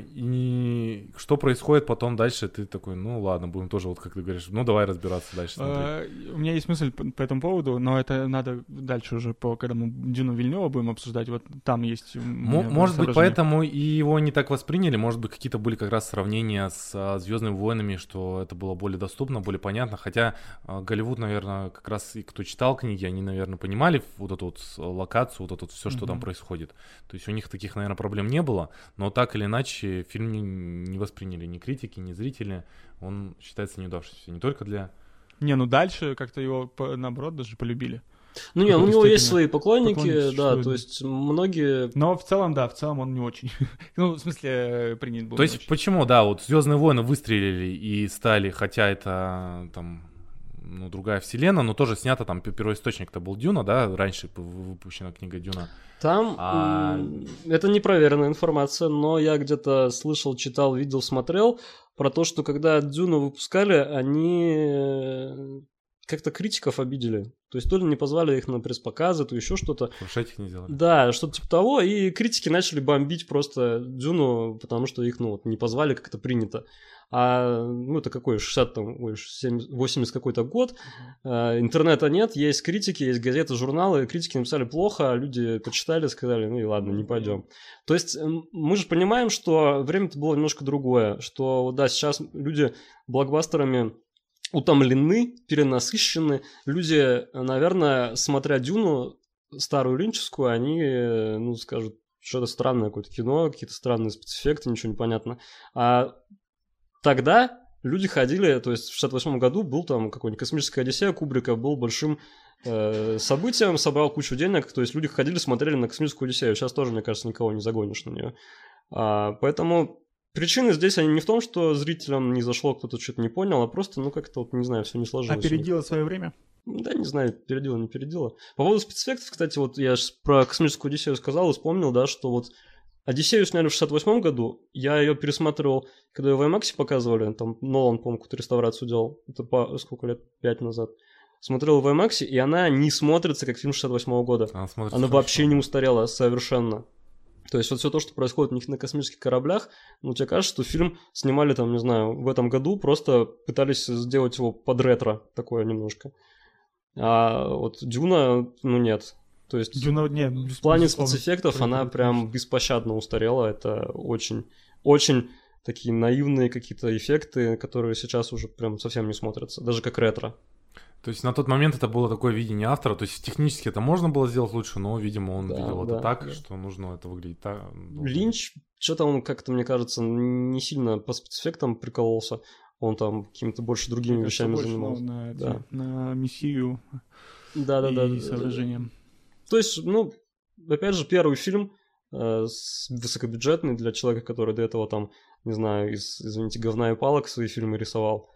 и что происходит потом дальше? Ты такой, ну ладно, будем тоже, вот как ты говоришь, ну давай разбираться дальше. А, у меня есть мысль по, по этому поводу, но это надо дальше уже, по, когда мы Дюну Вильнёва будем обсуждать, вот там есть... М- может быть, поэтому и его не так восприняли, может быть, какие-то были как раз сравнения с а, «Звездными войнами», что это было более доступно, более понятно, хотя а, Голливуд, наверное, как раз и кто читал книги, они, наверное, понимали вот эту вот локацию, вот это вот все, что mm-hmm. там происходит. То есть у них таких, наверное, проблем не было, но так или иначе фильм не, не восприняли ни критики, ни зрители. Он считается неудавшимся не только для... Не, ну дальше как-то его, по, наоборот, даже полюбили. Ну не, у него есть свои поклонники, поклонники да, то есть многие... Но в целом, да, в целом он не очень. Ну, в смысле, принят был. То есть почему, да, вот «Звездные войны» выстрелили и стали, хотя это там... ну, другая вселенная, но тоже снято, там, первоисточник-то был Дюна, да, раньше выпущена книга Дюна. Там, а... это непроверенная информация, но я где-то слышал, читал, видел, смотрел про то, что когда Дюну выпускали, они как-то критиков обидели. То есть то ли не позвали их на пресс-показы, то еще что-то. Нарушать их не делали. Да, что-то типа того. И критики начали бомбить просто Дюну, потому что их, ну, вот, не позвали, как это принято. А, ну, это какой, шестьдесят, там, ой, семьдесят, восемьдесят какой-то год, а, интернета нет, есть критики, есть газеты, журналы, критики написали плохо, а люди почитали, сказали, ну и ладно, не пойдем. То есть мы же понимаем, что время-то было немножко другое, что, да, сейчас люди блокбастерами утомлены, перенасыщены, люди, наверное, смотря Дюну, старую линческую, они, ну, скажут, что-то странное какое-то кино, какие-то странные спецэффекты, ничего не понятно. А тогда люди ходили, то есть в шестьдесят восьмом году был там какой-нибудь «Космическая Одиссея» Кубрика, был большим э, событием, собрал кучу денег, то есть люди ходили, смотрели на «Космическую Одиссею». Сейчас тоже, мне кажется, никого не загонишь на нее. А, поэтому причины здесь, они не в том, что зрителям не зашло, кто-то что-то не понял, а просто, ну, как-то, вот, не знаю, все не сложилось. Опередило свое время? Да, не знаю, передело, не передело. По поводу спецэффектов, кстати, вот я про «Космическую Одиссею» сказал и вспомнил, да, что вот «Одиссею» сняли в шестьдесят восьмом году, я ее пересматривал, когда ее в IMAX показывали, там Нолан, по-моему, какую-то реставрацию делал, это по сколько лет, пять назад. Смотрел в IMAX, и она не смотрится, как фильм шестьдесят восьмого года. Она, она вообще не устарела совершенно. То есть вот все то, что происходит у них на космических кораблях, ну, тебе кажется, что фильм снимали там, не знаю, в этом году, просто пытались сделать его под ретро такое немножко. А вот Дюна, ну, нет. То есть Дюна, нет, в плане спецэффектов она прям беспощадно устарела. Это очень, очень такие наивные какие-то эффекты, которые сейчас уже прям совсем не смотрятся, даже как ретро. То есть на тот момент это было такое видение автора, то есть технически это можно было сделать лучше, но, видимо, он да, видел да, это так, да. что нужно это выглядеть так. Линч, что-то он как-то, мне кажется, не сильно по спецэффектам прикололся, он там какими-то больше другими мне вещами кажется, занимался. На, да. на миссию да, да, и да, соображением. То есть, ну, опять же, первый фильм э, высокобюджетный для человека, который до этого там, не знаю, из, извините, говна и палок свои фильмы рисовал.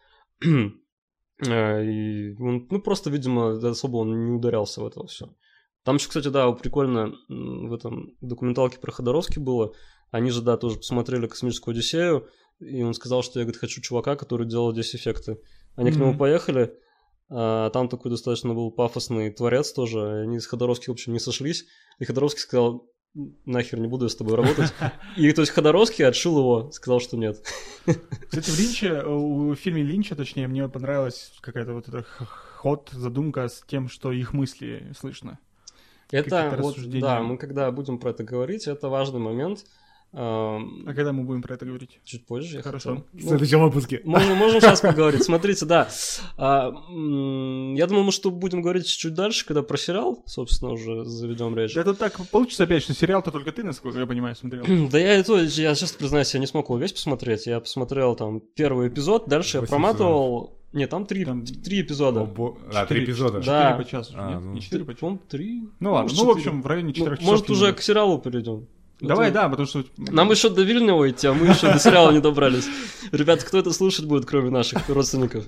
И он, ну, просто, видимо, особо он не ударялся в это все. Там еще, кстати, да, прикольно в этом документалке про Ходоровский было. Они же, да, тоже посмотрели «Космическую Одиссею», и он сказал, что я, говорит, хочу чувака, который делал здесь эффекты. Они mm-hmm. к нему поехали, а там такой достаточно был пафосный творец тоже. Они с Ходоровским, в общем, не сошлись. И Ходоровский сказал, нахер, не буду я с тобой работать. И, то есть, Ходоровский отшил его, сказал, что нет. Кстати, в Линче, в фильме Линча, точнее, мне понравилась какая-то вот эта ход, задумка с тем, что их мысли слышно. Это вот, да, мы когда будем про это говорить, это важный момент. А когда мы будем про это говорить? Чуть позже. Хорошо. В следующем выпуске. Можем, можем сейчас поговорить. Смотрите, да. А, я думал, мы что будем говорить чуть дальше, когда про сериал, собственно, уже заведем речь. Да это так получится опять, что сериал-то только ты, насколько я понимаю, смотрел. Да я это, я честно признаюсь, я не смог его весь посмотреть. Я посмотрел там первый эпизод, дальше я проматывал... Нет, там три, там... три эпизода. О, бо... А, три эпизода. Да. Четыре по часу. А, нет, ну... не четыре по часу. Три. Ну ладно, ну в общем, в районе четырех часов. Может, уже к сериалу перейдем. Давай, это... да, потому что... Нам еще до Вильнева идти, а мы еще до сериала не добрались. Ребята, кто это слушать будет, кроме наших родственников?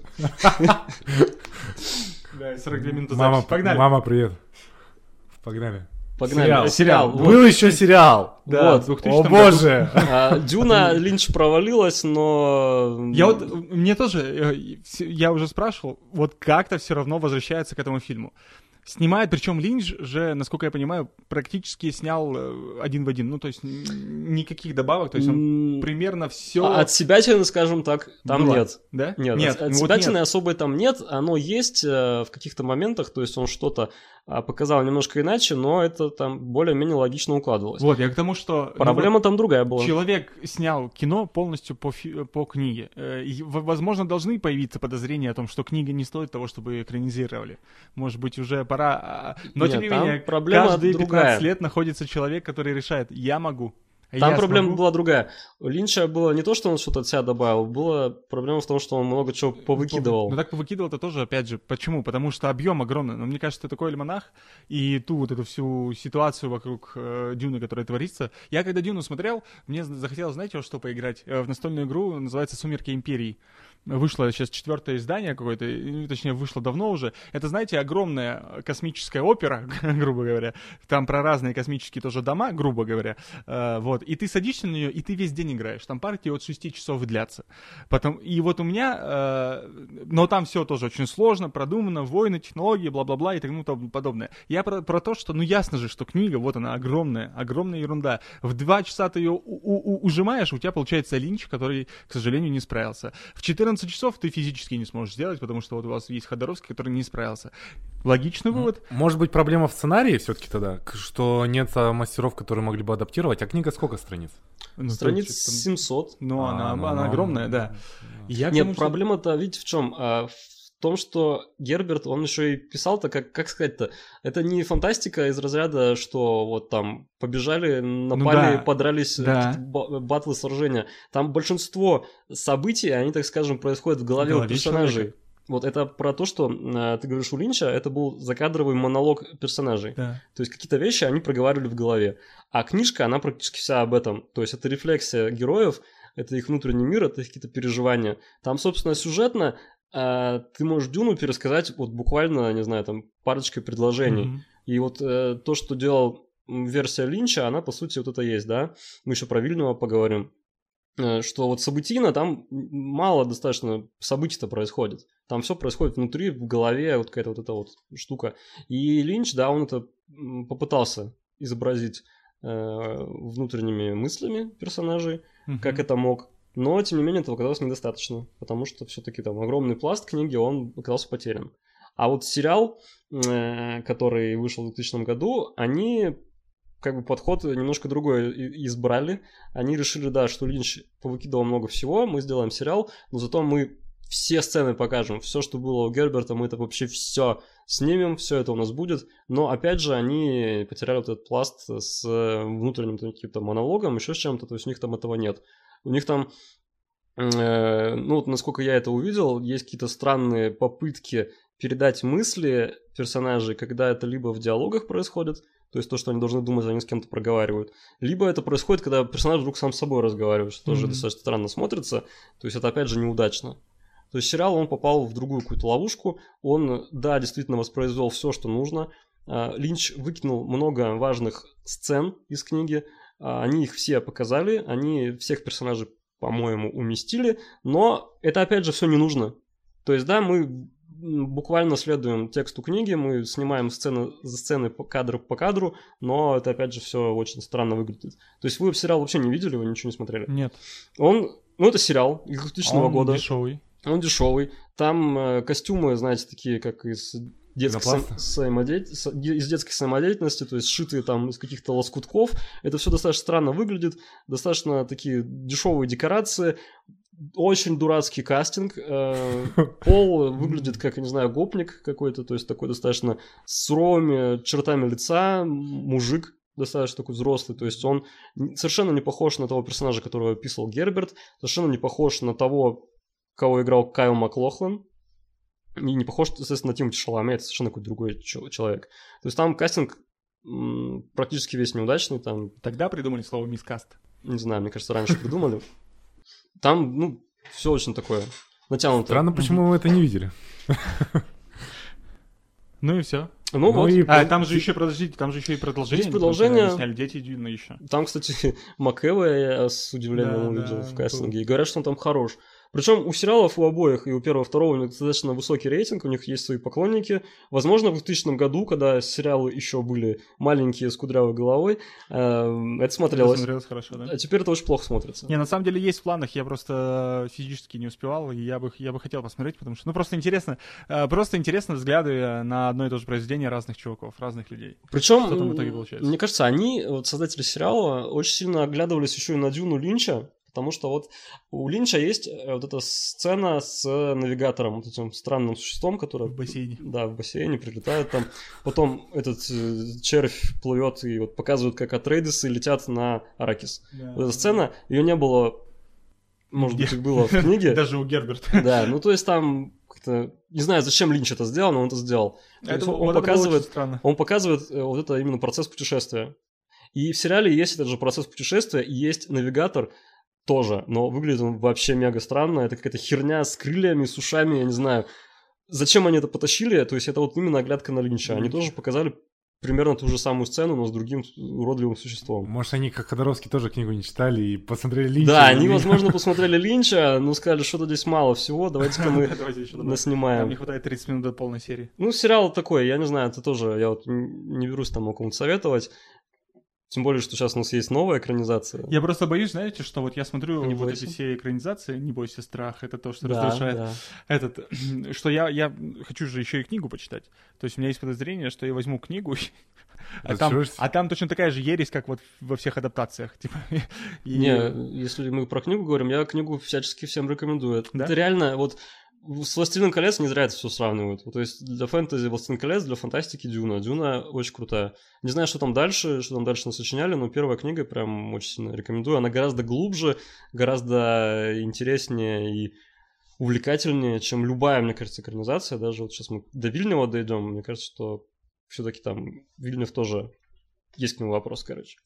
Да, сорок две минуты записи. Погнали. Мама, привет. Погнали. Погнали. Сериал. сериал. Вот. Был еще сериал. Да, вот. О боже. А, Дюна Линч провалилась, но... Я вот, мне тоже, я уже спрашивал, вот как-то все равно возвращается к этому фильму. Снимает, причем Линч же, насколько я понимаю, практически снял один в один. Ну, то есть никаких добавок, то есть он примерно все. А от себятины, скажем так, там было. Нет. Да? Нет, нет. От, от себятины особой там нет. Оно есть э, в каких-то моментах, то есть он что-то э, показал немножко иначе, но это там более-менее логично укладывалось. Вот, я к тому, что... Проблема ну, там другая была. Человек снял кино полностью по, фи- по книге. Э, и, возможно, должны появиться подозрения о том, что книга не стоит того, чтобы экранизировали. Может быть, уже пора... Но, Нет, тем не менее, проблема каждые другая. пятнадцать лет находится человек, который решает, я могу. Там я проблема смогу. была другая. У Линча было не то, что он что-то от себя добавил, была проблема в том, что он много чего повыкидывал. Ну так повыкидывал-то тоже, опять же, почему? Потому что объем огромный. Но мне кажется, ты такой альманах, и ту вот эту всю ситуацию вокруг э, Дюны, которая творится. Я когда Дюну смотрел, мне захотелось, знаете, во что поиграть? Э, в настольную игру, называется «Сумерки Империи». Вышло сейчас четвертое издание какое-то, точнее, вышло давно уже. Это, знаете, огромная космическая опера, грубо говоря. Там про разные космические тоже дома, грубо говоря. Э, вот. Вот, и ты садишься на нее, и ты весь день играешь. Там партии от шести часов длятся. Потом, и вот у меня, э, но там все тоже очень сложно, продумано, войны, технологии, бла-бла-бла и тому подобное. Я про, про то, что, ну ясно же, что книга, вот она огромная, огромная ерунда. В два часа ты ее у- у- ужимаешь, у тебя получается Линч, который, к сожалению, не справился. В четырнадцать часов ты физически не сможешь сделать, потому что вот у вас есть Ходоровский, который не справился. Логичный вывод. Может быть, проблема в сценарии все-таки тогда, к- что нет а, мастеров, которые могли бы адаптировать. А книга сколько страниц? Ну, Страниц то есть, там- семьсот. Ну, А, она, ну, она ну, огромная, ну, да. ну, И я к Нет, тому, что- проблема-то, видите, в чем? А, в том, что Герберт, он еще и писал-то, как, как сказать-то, это не фантастика из разряда, что вот там побежали, напали, да, подрались, да. какие-то ба- батлы, сражения. Там большинство событий, они, так скажем, происходят в голове В у голове персонажей. человека. Вот это про то, что э, ты говоришь у Линча, это был закадровый монолог персонажей. Да. То есть какие-то вещи они проговаривали в голове. А книжка, она практически вся об этом. То есть это рефлексия героев, это их внутренний мир, это их какие-то переживания. Там, собственно, сюжетно э, ты можешь Дюну пересказать вот буквально, не знаю, там парочкой предложений. Мгм. И вот э, то, что делал м, версия Линча, она, по сути, вот это есть, да? Мы еще про Вильнюва поговорим. Э, Что вот событийно там м, мало достаточно событий-то происходит. Там все происходит внутри, в голове, вот какая-то вот эта вот штука. И Линч, да, он это м, попытался изобразить э, внутренними мыслями персонажей, Мгм. как это мог. Но, тем не менее, этого оказалось недостаточно, потому что все-таки там огромный пласт книги, он оказался потерян. А вот сериал, э, который вышел в двухтысячном году, они как бы подход немножко другой и- избрали. Они решили, да, что Линч повыкидывал много всего, мы сделаем сериал, но зато мы все сцены покажем, все, что было у Герберта, мы это вообще все снимем, все это у нас будет. Но, опять же, они потеряли вот этот пласт с внутренним каким-то монологом, еще с чем-то, то есть у них там этого нет. У них там, э, ну вот насколько я это увидел, есть какие-то странные попытки передать мысли персонажей, когда это либо в диалогах происходит, то есть то, что они должны думать, они с кем-то проговаривают, либо это происходит, когда персонаж вдруг сам с собой разговаривает, что тоже Мгм. достаточно странно смотрится, то есть это опять же неудачно. То есть сериал, он попал в другую какую-то ловушку, он, да, действительно воспроизвел все, что нужно. А, Линч выкинул много важных сцен из книги, а, они их все показали, они всех персонажей, по-моему, уместили, но это опять же все не нужно. То есть, да, мы м, буквально следуем тексту книги, мы снимаем сцены за сценой по кадру по кадру, но это опять же все очень странно выглядит. То есть вы сериал вообще не видели, вы ничего не смотрели? Нет. Он, ну это сериал двухтысячного Он года. дешевый. Он дешевый. Там э, костюмы, знаете, такие, как из детской, Пенопласта? сам- самодеятель- с- де- из детской самодеятельности, то есть сшитые там из каких-то лоскутков. Это все достаточно странно выглядит, достаточно такие дешевые декорации, очень дурацкий кастинг. э, Пол выглядит как, я не знаю, гопник какой-то, то есть такой достаточно с суровыми чертами лица, м, мужик достаточно такой взрослый, то есть он н- совершенно не похож на того персонажа, которого описывал Герберт, совершенно не похож на того, кого играл Кайл Маклохлан, и не похож, естественно, на Тимоти Шаламе, это совершенно какой-то другой чел- человек. То есть там кастинг м, практически весь неудачный, там, Тогда придумали слово мискаст. не знаю, мне кажется, раньше придумали. Там, ну, все очень такое натянуто. Странно, почему мы это не видели. Ну и все. Ну, Ну вот. и- А там же еще, подождите, там же еще и продолжение. Есть продолжение. Они сняли Дети Дюна еще. Там, кстати, МакЭва я с удивлением Да, увидел да, в кастинге. И говорят, что он там хорош. Причем у сериалов, у обоих, и у первого, и второго, у них достаточно высокий рейтинг, у них есть свои поклонники. Возможно, в двухтысячном году, когда сериалы еще были маленькие, с кудрявой головой, э, это смотрелось. Смотрелось хорошо, да? А теперь это очень плохо смотрится. Не, на самом деле есть в планах, я просто физически не успевал, и я бы, я бы хотел посмотреть, потому что, ну, просто интересно, э, просто интересно взгляды на одно и то же произведение разных чуваков, разных людей. Причем, Что там в итоге получается? мне кажется, они, вот создатели сериала, очень сильно оглядывались еще и на Дюну Линча, потому что вот у Линча есть э, вот эта сцена с навигатором, вот этим странным существом, которое... В бассейне. Да, в бассейне прилетает там. Потом этот э, червь плывет и вот показывают, как Атрейдесы летят на Аракис. Да. Вот эта сцена, ее не было, может быть, Нигде. и было в книге. Даже у Герберта. Да, ну то есть там как-то... Не знаю, зачем Линч это сделал, но он это сделал. То есть Это, он вот это было показывает, очень странно. он показывает э, вот это именно процесс путешествия. И в сериале есть этот же процесс путешествия, и есть навигатор тоже, но выглядит он вообще мега странно. Это какая-то херня с крыльями, с ушами, я не знаю. Зачем они это потащили? То есть это вот именно оглядка на Линча. Они Линч. тоже показали примерно ту же самую сцену, но с другим уродливым существом. Может, они, как Ходоровский, тоже книгу не читали и посмотрели Линча? Да, они, возможно, посмотрели Линча, но сказали, что-то здесь мало всего, давайте-ка мы наснимаем. Нам не хватает тридцать минут до полной серии. Ну, сериал такой, я не знаю, это тоже, я вот не берусь там кому-то советовать. Тем более, что сейчас у нас есть новая экранизация. Я просто боюсь, знаете, что вот я смотрю Не вот бойся. эти все экранизации, «Не бойся, страх», это то, что Да, раздражает. да. Этот, что я, я хочу же еще и книгу почитать. То есть у меня есть подозрение, что я возьму книгу, а там, а там точно такая же ересь, как вот во всех адаптациях. Типа, и... Не, если мы про книгу говорим, я книгу всячески всем рекомендую. Это, Да? это реально, вот с «Властелином колец» не зря это все сравнивают. То есть для фэнтези «Властелин колец», для фантастики «Дюна». «Дюна» очень крутая. Не знаю, что там дальше, что там дальше насочиняли, но первая книга прям очень сильно рекомендую. Она гораздо глубже, гораздо интереснее и увлекательнее, чем любая, мне кажется, экранизация. Даже вот сейчас мы до Вильнева дойдем, мне кажется, что все-таки там Вильнев тоже есть к нему вопрос, короче.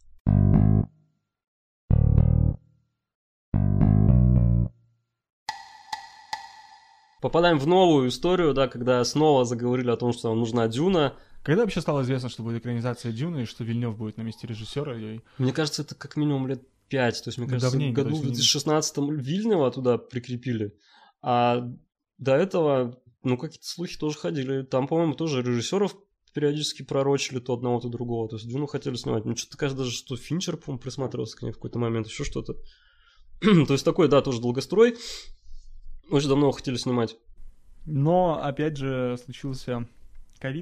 Попадаем в новую историю, да, когда снова заговорили о том, что нам нужна Дюна. Когда вообще стало известно, что будет экранизация Дюны, и что Вильнёв будет на месте режиссера? И... Мне кажется, это как минимум лет пять. То есть, мне Ну, кажется, давненько, в году то есть в две они- тысячи шестнадцатом Вильнева туда прикрепили. А до этого, ну, какие-то слухи тоже ходили. Там, по-моему, тоже режиссеров периодически пророчили то одного, то другого. То есть Дюну хотели снимать. Ну, что-то кажется даже, что Финчер, по-моему, присматривался к ней в какой-то момент, еще что-то. То есть такой, да, тоже долгострой. Очень давно хотели снимать. Но, опять же, случился ковид.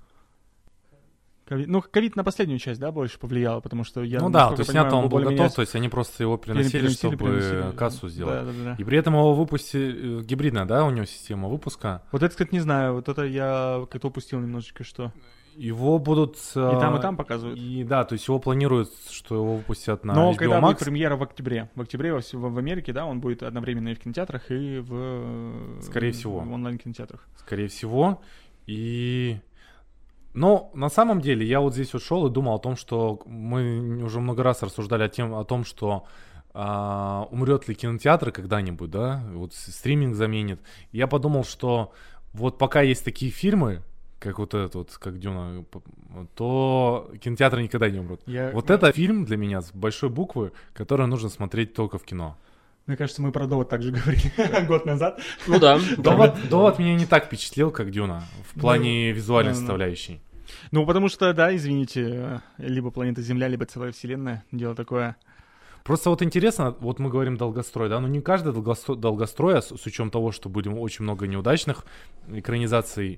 Ковид. Ну, ковид на последнюю часть, да, больше повлиял, потому что я... Ну да, насколько то есть понимаю, снято он был более-менее готов, то есть они просто его переносили, переносили, чтобы переносили. кассу сделать. Да, да, да. И при этом его выпустили, гибридная, да, у него система выпуска. Вот это, кстати, не знаю, вот это я как-то упустил немножечко, что... Его будут... И там, и там показывают. И да, то есть его планируют, что его выпустят на Но эйч би о когда будет Max. премьера в октябре? В октябре во вс- в, в Америке, да, он будет одновременно и в кинотеатрах, и в... Скорее всего. В онлайн-кинотеатрах. Скорее всего. И... Но на самом деле я вот здесь вот шел и думал о том, что мы уже много раз рассуждали о, тем, о том, что а, умрет ли кинотеатр когда-нибудь, да, вот с- стриминг заменит. И я подумал, что вот пока есть такие фильмы, как вот этот вот, как Дюна, п- то кинотеатры никогда не умрут. Я... Вот это фильм для меня с большой буквы, который нужно смотреть только в кино. Мне кажется, мы про довод также говорили год назад. Ну да. Довод, довод меня не так впечатлил, как Дюна, в плане Ну, визуальной да, да. составляющей. Ну, потому что, да, извините, либо планета Земля, либо целая вселенная. Дело такое. Просто вот интересно, вот мы говорим долгострой, да, но не каждый долгострой, долгострой, а с, с учетом того, что будем очень много неудачных экранизаций,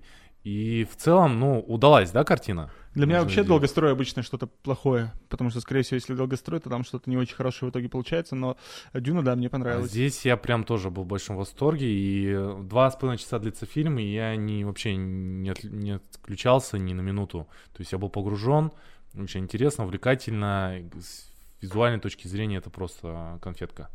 и в целом, ну, удалась, да, картина? Для меня Можно вообще сделать. долгострой обычно что-то плохое, потому что, скорее всего, если долгострой, то там что-то не очень хорошее в итоге получается, но Дюна, да, мне А понравилось. здесь я прям тоже был в большом восторге, и э, два с половиной часа длится фильм, и я не, вообще не, от- не отключался ни на минуту. То есть я был погружен, очень интересно, увлекательно, и с визуальной точки зрения это просто конфетка.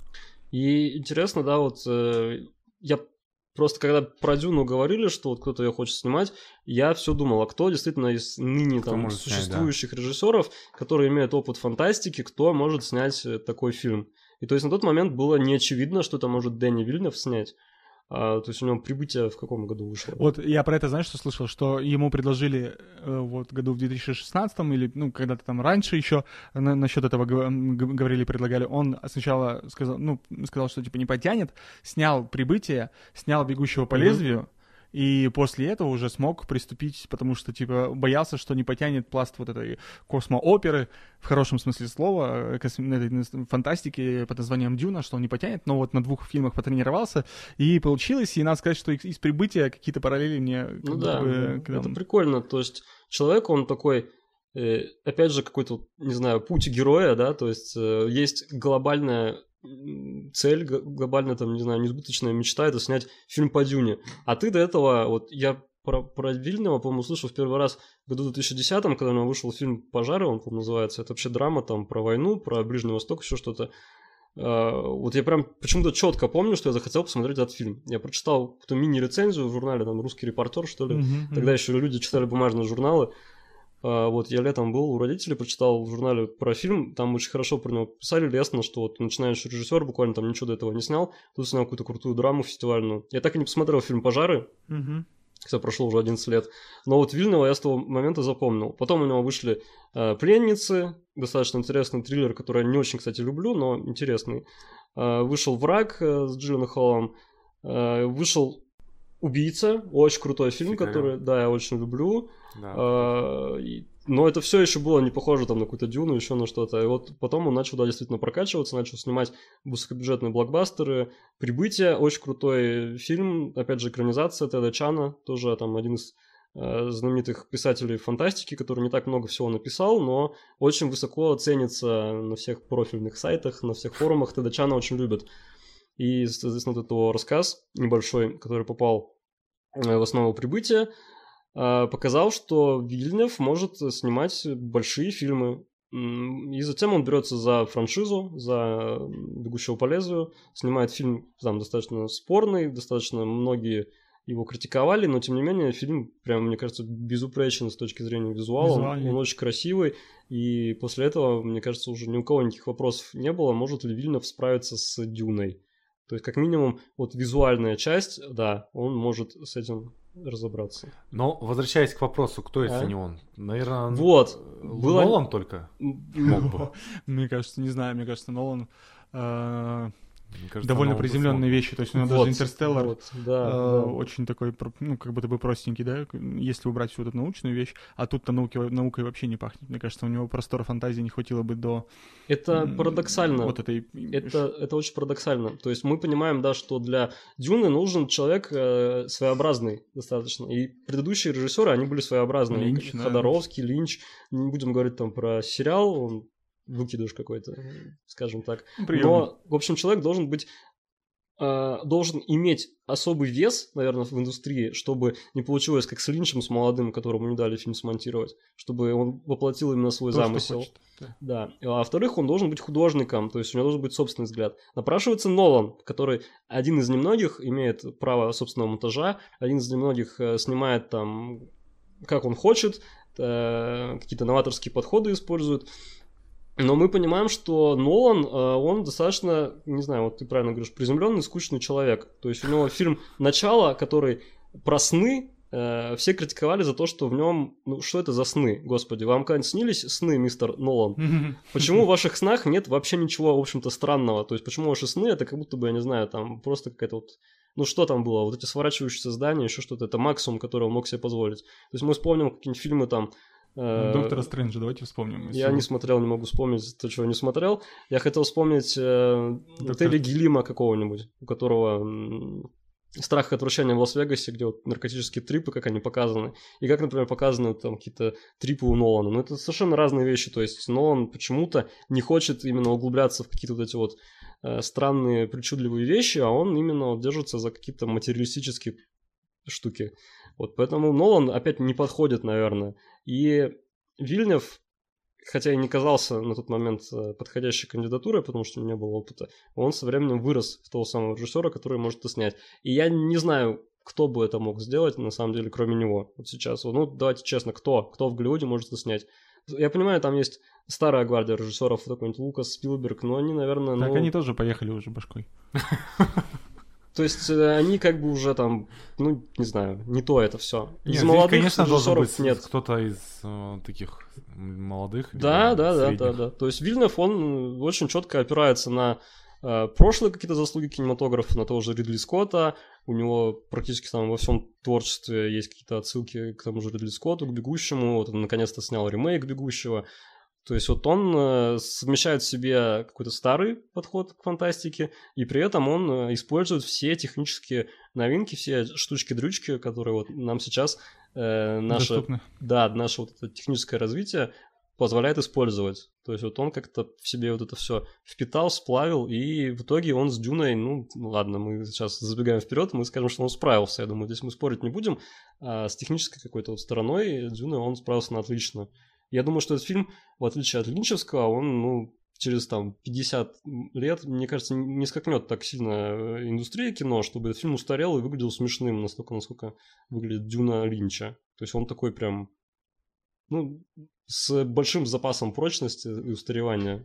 И интересно, да, вот э, я просто когда про Дюну говорили, что вот кто-то ее хочет снимать, я все думал, а кто действительно из ныне Кто там может снять, существующих режиссеров, которые имеют опыт фантастики, кто может снять э, такой фильм. И то есть на тот момент было не очевидно, что это может Дэнни Вильнев снять. А, то есть у него «Прибытие» в каком году вышло? Вот я про это, знаешь, что слышал, что ему предложили э, вот году в две тысячи шестнадцатом или, ну, когда-то там раньше еще на, насчет этого г- г- говорили, предлагали. Он сначала сказал, ну, сказал, что типа не потянет, снял «Прибытие», снял «Бегущего по Мгм. лезвию», и после этого уже смог приступить, потому что, типа, боялся, что не потянет пласт вот этой космооперы, в хорошем смысле слова, э, косм- этой фантастики под названием «Дюна», что он не потянет, но вот на двух фильмах потренировался, и получилось, и надо сказать, что из, из «Прибытия» какие-то параллели мне... как Ну будто да, бы, когда это он- прикольно. То есть человек, он такой, э, опять же, какой-то, не знаю, путь героя, да, то есть э, есть глобальная м, цель, г- глобальная, там, не знаю, несбыточная мечта, это снять фильм по Дюне. А ты до этого, вот я про, про Вильнева, по-моему, услышал в первый раз в году две тысячи десятом, когда у него вышел фильм «Пожары», он, по-моему, называется. Это вообще драма там про войну, про Ближний Восток, еще что-то. А, вот я прям почему-то четко помню, что я захотел посмотреть этот фильм. Я прочитал какую-то мини-рецензию в журнале, там, «Русский репортер», что ли. Мгм, мгм. Тогда еще люди читали бумажные журналы. А, вот я летом был у родителей, прочитал в журнале про фильм, там очень хорошо про него писали, лестно, что вот начинающий режиссер буквально там ничего до этого не снял, тут снял какую-то крутую драму фестивальную. Я так и не посмотрел фильм «Пожары», Мгм. хотя прошло уже одиннадцать лет. Но вот Вильнева я с того момента запомнил. Потом у него вышли э, «Пленницы», достаточно интересный триллер, который я не очень, кстати, люблю, но интересный. Э, вышел «Враг» э, с Джилленхолом. Э, вышел «Убийца», очень крутой фильм, Сикарев. который, да, я очень люблю. Да. Э, и, но это все еще было не похоже там на какую-то Дюну, еще на что-то. И вот потом он начал, да, действительно прокачиваться, начал снимать высокобюджетные блокбастеры. «Прибытие», очень крутой фильм, опять же, экранизация Теда Чана, тоже там один из э, знаменитых писателей фантастики, который не так много всего написал, но очень высоко ценится на всех профильных сайтах, на всех форумах. Теда Чана очень любят. И, соответственно, вот этот его рассказ небольшой, который попал в основу «Прибытия», показал, что Вильнев может снимать большие фильмы. И затем он берется за франшизу, за «Бегущего по лезвию», снимает фильм там достаточно спорный, достаточно многие его критиковали, но тем не менее фильм, прям, мне кажется, безупречен с точки зрения визуала, он, он очень красивый, и после этого, мне кажется, уже ни у кого никаких вопросов не было, может ли Вильнев справиться с «Дюной». То есть, как минимум, вот визуальная часть, да, он может с этим разобраться. Но, возвращаясь к вопросу, кто, если а? не он? Наверное, вот, было... Нолан только мог бы. Мне кажется, не знаю, мне кажется, Нолан... Кажется, довольно приземленные вещи, то есть у него вот, даже «Интерстеллар» вот, да, э, да. очень такой, ну, как будто бы простенький, да, если убрать всю эту научную вещь, а тут-то науки, наукой вообще не пахнет. Мне кажется, у него простора фантазии не хватило бы до... Это парадоксально. Вот этой... это, это очень парадоксально. То есть мы понимаем, да, что для Дюны нужен человек э, своеобразный достаточно. И предыдущие режиссеры, они были своеобразные. Линч, Ходоровский, да. Линч. Не будем говорить там про сериал, он выкидыш какой-то, скажем так. Приемный. Но, в общем, человек должен быть, э, должен иметь особый вес, наверное, в индустрии, чтобы не получилось как с Линчем, с молодым, которому не дали фильм смонтировать, чтобы он воплотил именно свой То, замысел. Хочет, да. да. А во-вторых, он должен быть художником, то есть у него должен быть собственный взгляд. Напрашивается Нолан, который один из немногих имеет право собственного монтажа, один из немногих э, снимает там, как он хочет, э, какие-то новаторские подходы использует. Но мы понимаем, что Нолан, он достаточно, не знаю, вот ты правильно говоришь, приземленный, скучный человек. То есть у него фильм «Начало», который про сны, все критиковали за то, что в нем, ну что это за сны, господи, вам когда-нибудь снились сны, мистер Нолан? Почему в ваших снах нет вообще ничего, в общем-то, странного? То есть почему ваши сны, это как будто бы, я не знаю, там просто какая-то вот... Ну что там было? Вот эти сворачивающиеся здания, еще что-то, это максимум, который он мог себе позволить. То есть мы вспомним какие-нибудь фильмы там, Доктора Стрэнджа, давайте вспомним. Я не смотрел, не могу вспомнить то, чего не смотрел. Я хотел вспомнить э, Доктор... Телли Гиллима какого-нибудь, у которого м- «Страх и отвращение в Лас-Вегасе», где вот наркотические трипы, как они показаны, и как, например, показаны там какие-то трипы у Нолана. Но это совершенно разные вещи. То есть Нолан почему-то не хочет именно углубляться в какие-то вот эти вот э, странные, причудливые вещи, а он именно вот держится за какие-то материалистические штуки. Вот поэтому Нолан опять не подходит, наверное. И Вильнев, хотя и не казался на тот момент подходящей кандидатурой, потому что у него не было опыта, он со временем вырос в того самого режиссера, который может это снять. И я не знаю, кто бы это мог сделать, на самом деле, кроме него. Вот сейчас. Ну, давайте честно, кто? Кто в Голливуде может это снять? Я понимаю, там есть старая гвардия режиссеров, какой-нибудь Лукас, Спилберг, но они, наверное... Так ну... они тоже поехали уже башкой. То есть они как бы уже там, ну, не знаю, не то это все. Из нет, молодых здесь, конечно, режиссеров быть нет. Кто-то из э, таких молодых. Да, да, да, да, да. То есть Вильнев, он очень четко опирается на э, прошлые какие-то заслуги кинематографа, на того же Ридли Скотта. У него практически там во всем творчестве есть какие-то отсылки к тому же Ридли Скотту, к «Бегущему». Вот он наконец-то снял ремейк «Бегущего». То есть вот он э, совмещает в себе какой-то старый подход к фантастике, и при этом он э, использует все технические новинки, все штучки-дрючки, которые вот нам сейчас э, наше, да, наше вот это техническое развитие позволяет использовать. То есть вот он как-то в себе вот это все впитал, сплавил, и в итоге он с Дюной, ну, ну ладно, мы сейчас забегаем вперед, мы скажем, что он справился. Я думаю, здесь мы спорить не будем. А с технической какой-то вот стороной Дюной он справился на отлично. Я думаю, что этот фильм, в отличие от Линчевского, он, ну, через там пятьдесят лет, мне кажется, не скакнет так сильно индустрия кино, чтобы этот фильм устарел и выглядел смешным настолько, насколько выглядит Дюна Линча. То есть он такой прям, ну, с большим запасом прочности и устаревания.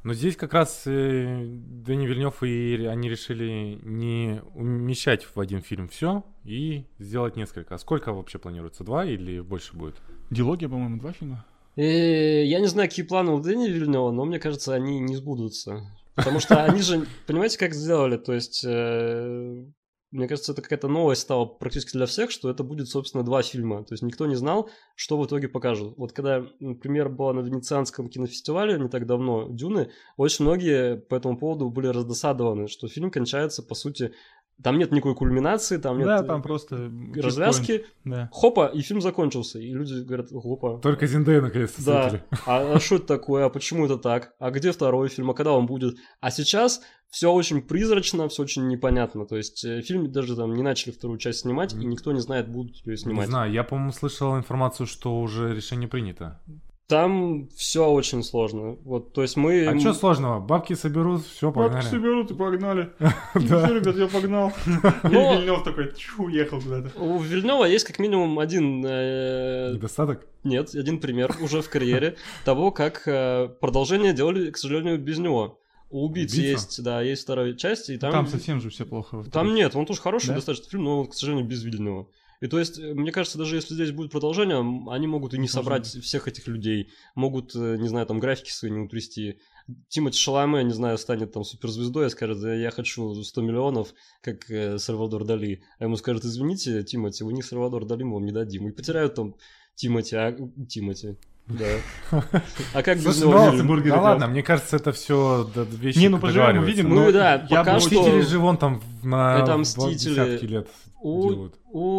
Но здесь как раз э, Дени Вильнёв и они решили не умещать в один фильм все и сделать несколько. А сколько вообще планируется? Два или больше будет? Дилогия, по-моему, два фильма. И я не знаю, какие планы у Дэни Вильнёва, но мне кажется, они не сбудутся. Потому что они же, понимаете, как сделали? То есть, э, мне кажется, это какая-то новость стала практически для всех, что это будет, собственно, два фильма. То есть никто не знал, что в итоге покажут. Вот когда, например, была на Венецианском кинофестивале не так давно «Дюны», очень многие по этому поводу были раздосадованы, что фильм кончается, по сути... Там нет никакой кульминации, там нет Да, там просто развязки. Да. Хопа, и фильм закончился. И люди говорят, хопа. Только Зендея наконец-то Да. встретили. А, а что это такое? А почему это так? А где второй фильм? А когда он будет? А сейчас все очень призрачно, все очень непонятно. То есть э, фильм даже там не начали вторую часть снимать, и никто не знает, будут ее снимать. Не знаю, я, по-моему, слышал информацию, что уже решение принято. Там все очень сложно. Вот, то есть мы... А что сложного? Бабки соберут, все, погнали. Бабки соберут и погнали. Да. Все, ребят, я погнал. И Но- Вильнёв такой, чу, уехал куда-то. У Вильнёва есть как минимум один... э, Недостаток? Нет, один пример уже в карьере того, как э, продолжение делали, к сожалению, без него. У «Убийц» «Убийца»? есть, да, есть вторая часть, и там... Там совсем же все плохо. Там нет, он тоже хороший Да? достаточно фильм, но, к сожалению, без Вильнёва. И то есть, э, мне кажется, даже если здесь будет продолжение, м, они могут и не Возможно. собрать всех этих людей, могут, э, не знаю, там графики свои не утрясти. Тимоти Шаламе, не знаю, станет там суперзвездой и скажет, да, я хочу сто миллионов, как э, Сальвадор Дали. А ему скажут, извините, Тимоти, вы не Сальвадор Дали, мы вам не дадим. И потеряют там Тимоти, а... Тимоти. Да. А как без Слушай, него? ну, Вильнёв? бургеры да делал. ладно, мне кажется, это все вещи Не, ну поживем, договариваются. увидим. Ну но да, я пока бы что- Мстители же вон там на Это в «Мстители». десятки лет У... делают.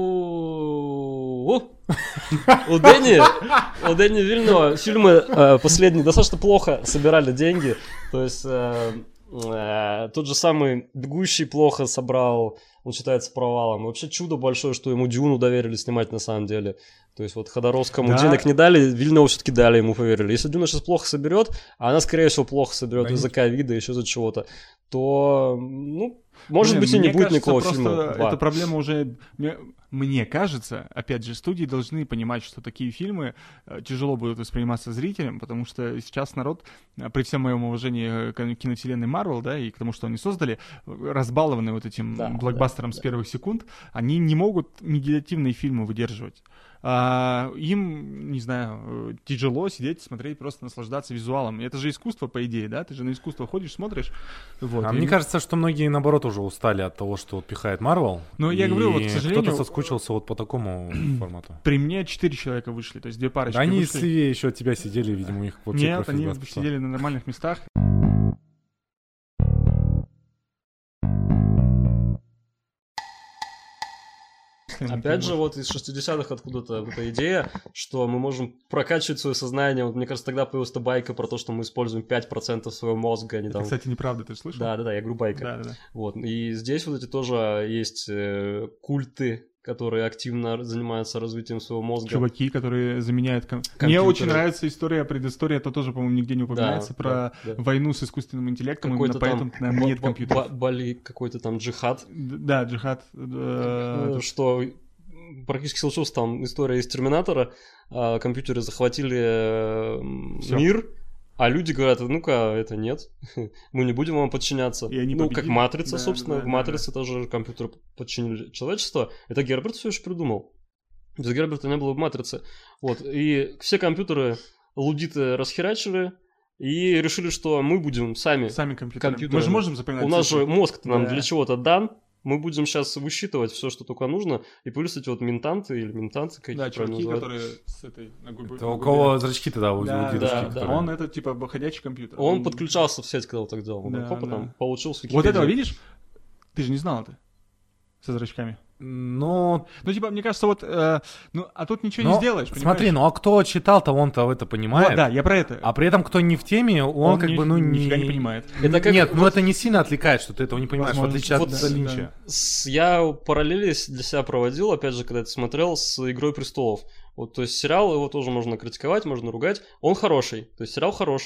У... У у Дэни, у Дэни Вильнёва фильмы э, последние достаточно плохо собирали деньги. То есть э, э, тот же самый «Бегущий» плохо собрал, он считается провалом. Вообще чудо большое, что ему «Дюну» доверили снимать на самом деле. То есть вот Ходоровскому Да. денег не дали, Вильнёву все-таки дали, ему поверили. Если «Дюна» сейчас плохо соберет, а она, скорее всего, плохо соберет Да из-за не- ковида, еще из-за чего-то, то, ну, может Блин, быть, и не мне будет кажется, никакого просто фильма. два. эта проблема уже... Мне, мне кажется, опять же, студии должны понимать, что такие фильмы э, тяжело будут восприниматься зрителям, потому что сейчас народ, э, при всем моем уважении к киновселенной Марвел, да, и к тому, что они создали, э, разбалованные вот этим Да, блокбастером да, с первых секунд, они не могут медиативные фильмы выдерживать. А, им, не знаю, э, тяжело сидеть, смотреть, просто наслаждаться визуалом. Это же искусство, по идее, да? Ты же на искусство ходишь, смотришь. Вот. А И- мне кажется, что многие, наоборот, уже устали от того, что вот пихает Марвел. Ну, я и говорю, вот, к сожалению- кто-то соскучился вот по такому формату. При мне четыре человека вышли, то есть две парочки Да они вышли. слевее еще от тебя сидели, видимо, у них вообще Нет, кровь из они глаз пошла. сидели на нормальных местах. Опять же, вот из шестидесятых откуда-то вот эта идея, что мы можем прокачивать свое сознание. Вот мне кажется, тогда появилась эта байка про то, что мы используем пять процентов своего мозга. Они Это, там... кстати, неправда, ты слышал? Да, да, да, я говорю байка. Да, да, да. Вот. И здесь вот эти тоже есть э, культы, которые активно занимаются развитием своего мозга. Чуваки, которые заменяют... ком- Мне Компьютеры. очень нравится история, предыстория, это тоже, по-моему, нигде не упоминается, Да, про да, да. войну с искусственным интеллектом, Какой-то именно там поэтому нам нет ба- ба- компьютеров. ба- Бали какой-то там джихад, Д- Да, джихад. э, э, что практически случилась там история из Терминатора. а, Компьютеры захватили э, м, Всё. мир, а люди говорят, ну-ка, это нет, мы не будем вам подчиняться. И они Ну, как победили. Матрица, Да, собственно, да, в да, Матрице тоже компьютеры подчинили человечество. Это Герберт все еще придумал. Без Герберта не было бы Матрицы. Вот, и все компьютеры лудиты расхерачили и решили, что мы будем сами. Сами компьютеры. компьютеры. Мы же можем запоминать У нас цифры. же мозг-то нам Да. для чего-то дан. Мы будем сейчас высчитывать все, что только нужно. И плюс эти вот ментанты или ментанты, как Да, их правильно чуваки, называют. которые с этой... на губе- Это на у губе- кого зрачки тогда у Да, у да, дедушки, да. которые- Он это, типа, ходячий компьютер. Он подключался в сеть, когда вот так делал. Он Да, так, хопа, да. там получил с Вот Википедии. этого, видишь? Ты же не знал это. Со зрачками. Ну, Ну, типа, мне кажется, вот... э, ну, а тут ничего ну, не сделаешь, смотри, понимаешь? ну а кто читал-то, он-то это понимает. Вот, да, я про это. А при этом, кто не в теме, он, Он как ни- бы, ну, нифига не понимает. Это как Нет, ну вот- это не сильно отвлекает, что ты этого не понимаешь, Возможно. в отличие Вот от да, Линча. С- Я параллели с- для себя проводил, опять же, когда это смотрел, с «Игрой престолов». Вот, то есть сериал, его тоже можно критиковать, можно ругать. Он хороший, то есть сериал хороший.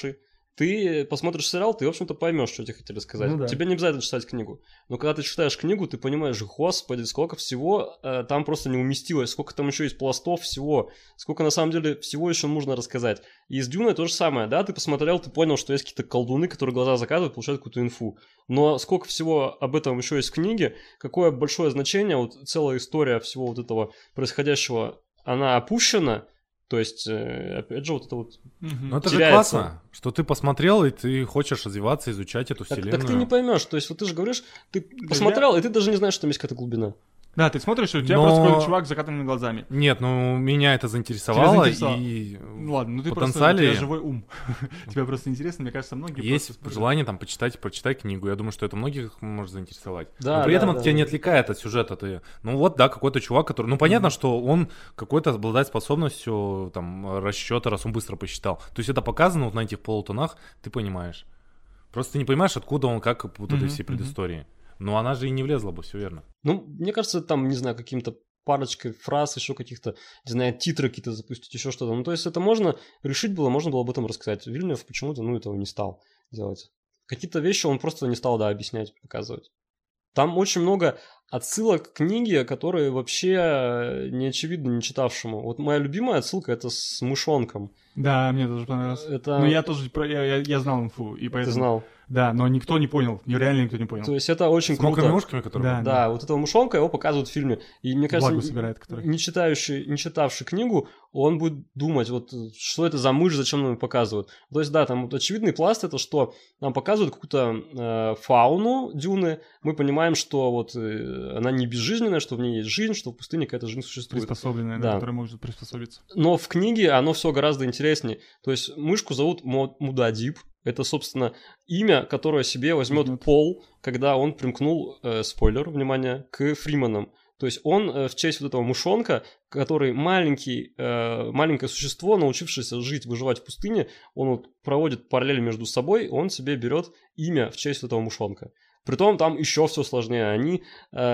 ты посмотришь сериал, ты, в общем-то, поймешь, что тебе хотели сказать. Ну да. Тебе не обязательно читать книгу. Но когда ты читаешь книгу, ты понимаешь, господи, сколько всего э, там просто не уместилось, сколько там еще есть пластов всего, сколько на самом деле всего еще нужно рассказать. И с Дюной то же самое, да, ты посмотрел, ты понял, что есть какие-то колдуны, которые глаза закатывают, получают какую-то инфу. Но сколько всего об этом еще есть в книге, какое большое значение, вот целая история всего вот этого происходящего, она опущена. То есть, опять же, вот это вот Ну это теряется. же классно, что ты посмотрел, и ты хочешь развиваться, изучать эту Так, вселенную. так ты не поймешь. То есть, вот ты же говоришь, ты посмотрел, я... и ты даже не знаешь, что там есть какая-то глубина. Да, ты смотришь, и у тебя Но... просто какой-то чувак с закатанными глазами. Нет, ну меня это заинтересовало, заинтересовало. и Ну ладно, ну ты потенциале... просто, у тебя живой ум. Тебе просто интересно, мне кажется, многие есть просто... желание там почитать, прочитать книгу. Я думаю, что это многих может заинтересовать. Да, Но при да, этом да, это да. тебя не отвлекает от сюжета. Ты... Ну вот, да, какой-то чувак, который... Ну понятно, mm-hmm. что он какой-то обладает способностью там расчета, раз он быстро посчитал. То есть это показано вот на этих полутонах, ты понимаешь. Просто ты не понимаешь, откуда он, как вот mm-hmm. этой всей предыстории. Mm-hmm. Но она же и не влезла бы, все верно. Ну, мне кажется, там, не знаю, каким-то парочкой фраз, еще каких-то, не знаю, титры какие-то запустить, еще что-то. Ну, то есть это можно решить было, можно было об этом рассказать. Вильнев почему-то, ну, этого не стал делать. Какие-то вещи он просто не стал, да, объяснять, показывать. Там очень много отсылок к книге, которые вообще не очевидны не читавшему. Вот моя любимая отсылка — это с мышонком. Да, мне тоже понравилось. Это... Но я тоже, я, я, я знал инфу, и поэтому... Ты знал? Да, но никто не понял, реально никто не понял. То есть это очень с круто. С ушками, которые... Да, Да, да, вот этого мышонка его показывают в фильме. И мне кажется, собирает, который... не, читающий, не читавший книгу, он будет думать, вот что это за мышь, зачем нам ее показывают. То есть, да, там вот очевидный пласт — это что нам показывают какую-то э, фауну Дюны. Мы понимаем, что вот э, она не безжизненная, что в ней есть жизнь, что в пустыне какая-то жизнь существует. Приспособленная, да, да, которая может приспособиться. Но в книге оно все гораздо интереснее. То есть мышку зовут Мудадиб. Это, собственно, имя, которое себе возьмет mm-hmm. Пол, когда он примкнул, э, спойлер, внимание, к Фриманам. То есть он э, в честь вот этого мышонка, который маленький, э, маленькое существо, научившееся жить, выживать в пустыне, он вот проводит параллели между собой, он себе берет имя в честь вот этого мышонка. Притом там еще все сложнее. Они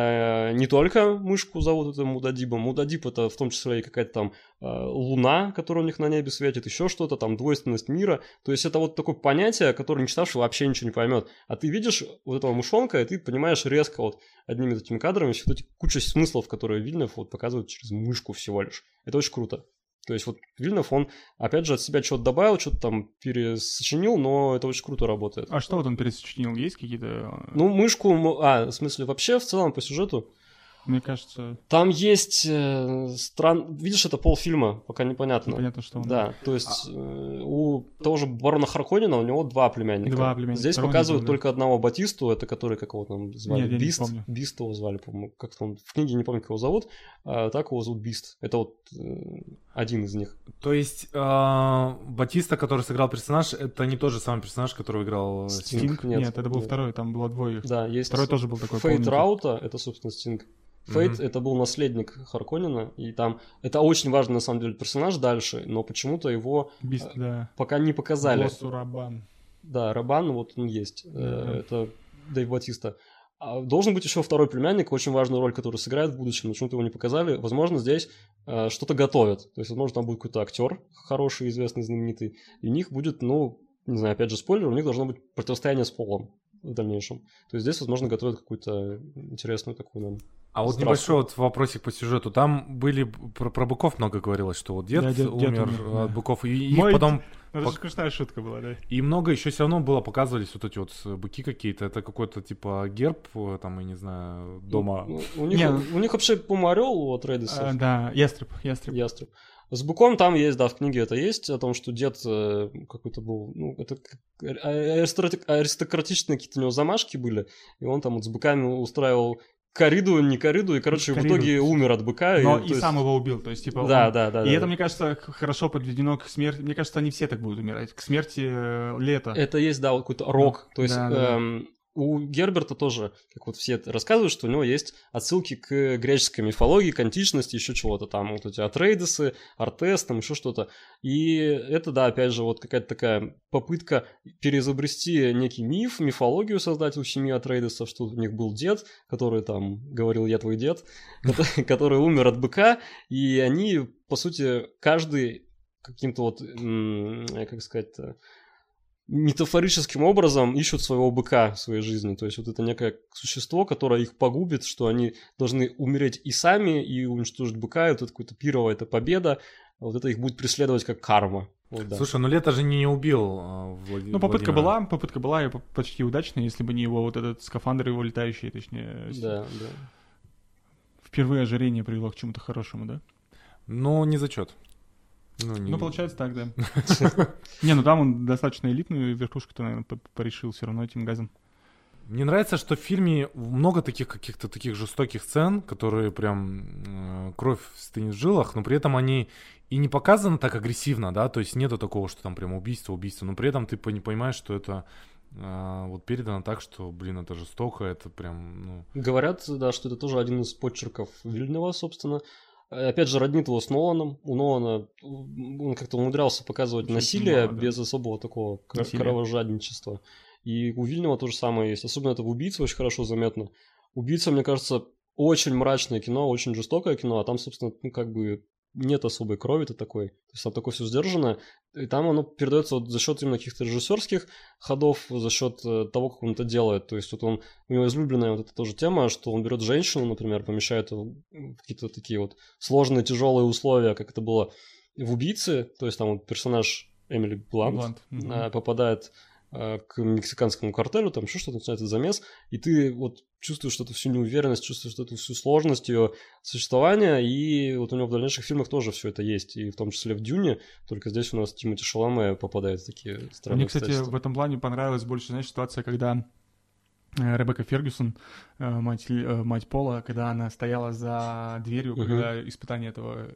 э, не только мышку зовут это Мудадибом. Мудадиб — это в том числе и какая-то там э, луна, которая у них на небе светит, еще что-то, там двойственность мира. То есть это вот такое понятие, которое не читавший вообще ничего не поймет. А ты видишь вот этого мышонка, и ты понимаешь резко вот одними этими кадрами все эти куча смыслов, которые Вильнев вот показывает через мышку всего лишь. Это очень круто. То есть вот Вильнев, он, опять же, от себя что-то добавил, что-то там пересочинил, но это очень круто работает. А что вот он пересочинил? Есть какие-то... Ну, мышку... А, в смысле, вообще, в целом, по сюжету? Мне кажется... Там есть э, стран... Видишь, это полфильма, пока непонятно. Непонятно, что он... Да, то есть а... э, у того же барона Харконнена у него два племянника. Два племянника. Здесь Второго показывают не помню, только одного Батисту, это который, как его там звали? Нет, я Бист. не помню. Бист его звали, по-моему. Как-то он... В книге не помню, как его зовут. А так его зовут Бист. Это вот э, один из них. То есть э, Батиста, который сыграл персонаж, это не тот же самый персонаж, который играл Стинг? Стинг? Нет, Нет, это был нет. второй, там было двое. Да, есть... Второй тоже был такой Фейт полненький. Раута, это, собственно, Стинг. Фейт Mm-hmm. это был наследник Харконнена, и там это очень важный на самом деле персонаж дальше, но почему-то его Бист, да. пока не показали. Боссу Рабан. Да, Рабан, вот он есть. Mm-hmm. Это Дэйв Батиста. А должен быть еще второй племянник, очень важную роль, который сыграет в будущем, но почему-то его не показали. Возможно, здесь э, что-то готовят. То есть, возможно, там будет какой-то актер хороший, известный, знаменитый. И у них будет, ну, не знаю, опять же, спойлер, у них должно быть противостояние с Полом в дальнейшем. То есть здесь, возможно, готовят какую-то интересную такую нам. А вот Здравствуй. небольшой вот вопросик по сюжету. Там были про, про быков много говорилось, что вот дед, да, дед умер дед умер, от да. быков, и Мой... их потом... Ну, это же смешная шутка была, да. И много еще все равно было, показывались вот эти вот быки какие-то. Это какой-то типа герб, там, я не знаю, дома. Ну, у, них, Не, у них вообще, по-моему, орел у Атрейдесов. А, да, ястреб, ястреб. Ястреб. С быком там есть, да, в книге это есть, о том, что дед э, какой-то был, ну, это аристократи- аристократичные какие-то у него замашки были, и он там вот с быками устраивал кориду, не кориду, и, короче, Кориду. в итоге умер от быка. Но и, и есть... сам его убил, то есть, типа... Да, он... да, да. И да, это, да. мне кажется, хорошо подведено к смерти. Мне кажется, они все так будут умирать. К смерти э, лета. Это есть, да, вот какой-то рок, то есть... Да, да, эм, у Герберта тоже, как вот все это рассказывают, что у него есть отсылки к греческой мифологии, к античности, еще чего-то там, вот эти Атрейдесы, Артес, там еще что-то. И это, да, опять же, вот какая-то такая попытка переизобрести некий миф, мифологию создать у семьи Атрейдесов, что у них был дед, который там говорил «я твой дед», который умер от быка, и они, по сути, каждый каким-то вот, как сказать-то, метафорическим образом ищут своего быка в своей жизни. То есть вот это некое существо, которое их погубит, что они должны умереть и сами, и уничтожить быка, и вот это какое-то пирово, это победа. Вот это их будет преследовать как карма. Вот, да. Слушай, ну Лето же не убил Влади... Ну, попытка Владимира. была, попытка была и почти удачная, если бы не его вот этот скафандр его летающий, точнее. Да, да. Впервые ожирение привело к чему-то хорошему, да? Ну, не зачет. Ну, не... ну, получается так, да. Не, ну там он достаточно элитную верхушку-то, наверное, порешил все равно этим газом. Мне нравится, что в фильме много таких каких-то таких жестоких сцен, которые прям э, кровь стынет в жилах, но при этом они и не показаны так агрессивно, да, то есть нету такого, что там прям убийство, убийство, но при этом ты понимаешь, что это э, вот передано так, что, блин, это жестоко, это прям, ну... Говорят, да, что это тоже один из подчерков Вильнева, собственно. Опять же, роднит его с Ноланом. У Нолана он как-то умудрялся показывать очень насилие мало, да. без особого такого насилие. Кровожадничества. И у Вильнева то же самое есть. Особенно это в «Убийце» очень хорошо заметно. «Убийца», мне кажется, очень мрачное кино, очень жестокое кино, а там, собственно, ну, как бы нет особой крови-то такой. То есть там такое все сдержанное. И там оно передается вот за счет именно каких-то режиссерских ходов, за счет того, как он это делает. То есть вот он, у него излюбленная вот эта тоже тема, что он берет женщину, например, помещает в какие-то такие вот сложные, тяжелые условия, как это было в «Убийце». То есть там вот персонаж Эмили Блант, Блант. Mm-hmm. попадает к мексиканскому картелю, там еще что-то, начинается замес, и ты вот чувствуешь эту всю неуверенность, чувствуешь эту всю сложность ее существования, и вот у него в дальнейших фильмах тоже все это есть, и в том числе в «Дюне», только здесь у нас Тимоти Шаламе попадает в такие странные Мне, кстати, в этом плане понравилась больше, знаешь, ситуация, когда Ребекка Фергюсон, мать, мать Пола, когда она стояла за дверью, uh-huh. когда испытание этого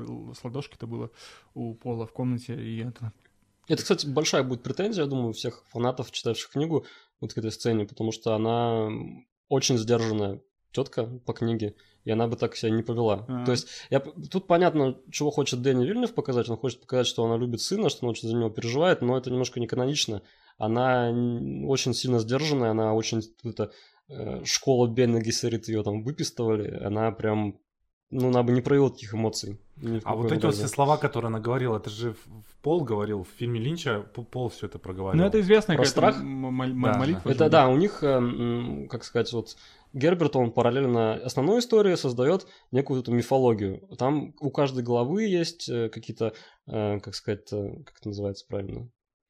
с ладошки-то было у Пола в комнате, и это... Это, кстати, большая будет претензия, я думаю, у всех фанатов, читавших книгу, вот к этой сцене, потому что она очень сдержанная тетка по книге, и она бы так себя не повела. А-а-а. То есть я, тут понятно, чего хочет Дэни Вильнев показать. Он хочет показать, что она любит сына, что она очень за него переживает, но это немножко не канонично. Она очень сильно сдержанная, она очень... Это, э, школа Бена Гессерит ее там выпистывали, она прям... Ну, она бы не проявила таких эмоций. А вот эти вот все слова, которые она говорила, это же Пол говорил в фильме Линча, Пол все это проговаривал. Ну, это известная про страх. М- м- да, молитва. Это, да, у них, как сказать, вот Герберт, он параллельно основной истории создает некую эту мифологию. Там у каждой главы есть какие-то, как сказать, как это называется правильно?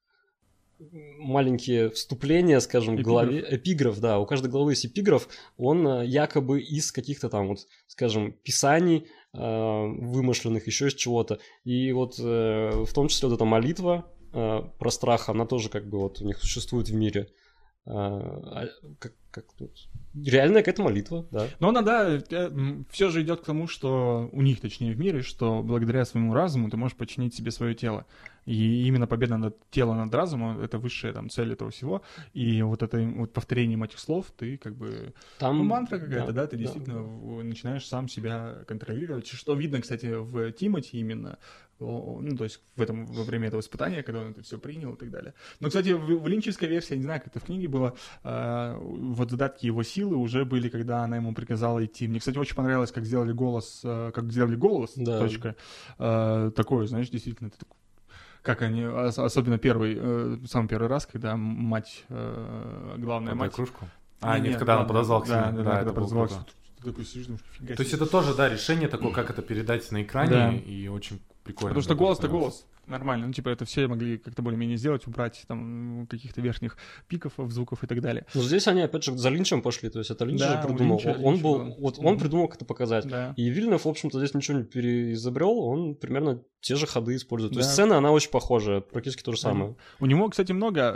Маленькие вступления, скажем, к главе, эпиграф, да, у каждой главы есть эпиграф, он якобы из каких-то там, вот, скажем, писаний, э, вымышленных, еще из чего-то, и вот э, в том числе вот эта молитва э, про страх, она тоже как бы вот у них существует в мире. А, как, как тут? Реальная какая-то молитва, да. Но она, да, все же идет к тому, что у них, точнее, в мире, что благодаря своему разуму ты можешь подчинить себе свое тело. И именно победа над телом над разумом — это высшая там цель этого всего. И вот это вот повторением этих слов ты как бы... Там... Ну, мантра какая-то, да, да ты да, действительно да. начинаешь сам себя контролировать. Что видно, кстати, в Тимоти именно. Ну, то есть в этом, во время этого испытания, когда он это все принял и так далее. Но, кстати, в, в линчевской версии, я не знаю, как это в книге было, э, вот задатки его силы уже были, когда она ему приказала идти. Мне, кстати, очень понравилось, как сделали голос, э, как сделали голос, да. точка. Э, такое, знаешь, действительно, это как они, особенно первый, э, самый первый раз, когда мать, э, главная мать... кружку? А, нет, нет, когда она подозвала к себе. Да, да, да, да, когда подозвала к себе. Такой сидишь, думаешь, нифига. То есть это тоже, да, решение такое, как это передать на экране, да. И очень прикольно. Потому что голос-то голос. Нормально. Ну, типа, это все могли как-то более-менее сделать, убрать там каких-то верхних пиков, звуков и так далее. Ну, здесь они, опять же, за Линчем пошли. То есть это Линч да, же придумал. Линча, он Линч был, был. Вот он mm-hmm. придумал, как это показать. Да. И Вильнев, в общем-то, здесь ничего не переизобрел. Он примерно те же ходы использует. Да. То есть сцена, она очень похожа. Практически то же самое. Mm-hmm. У него, кстати, много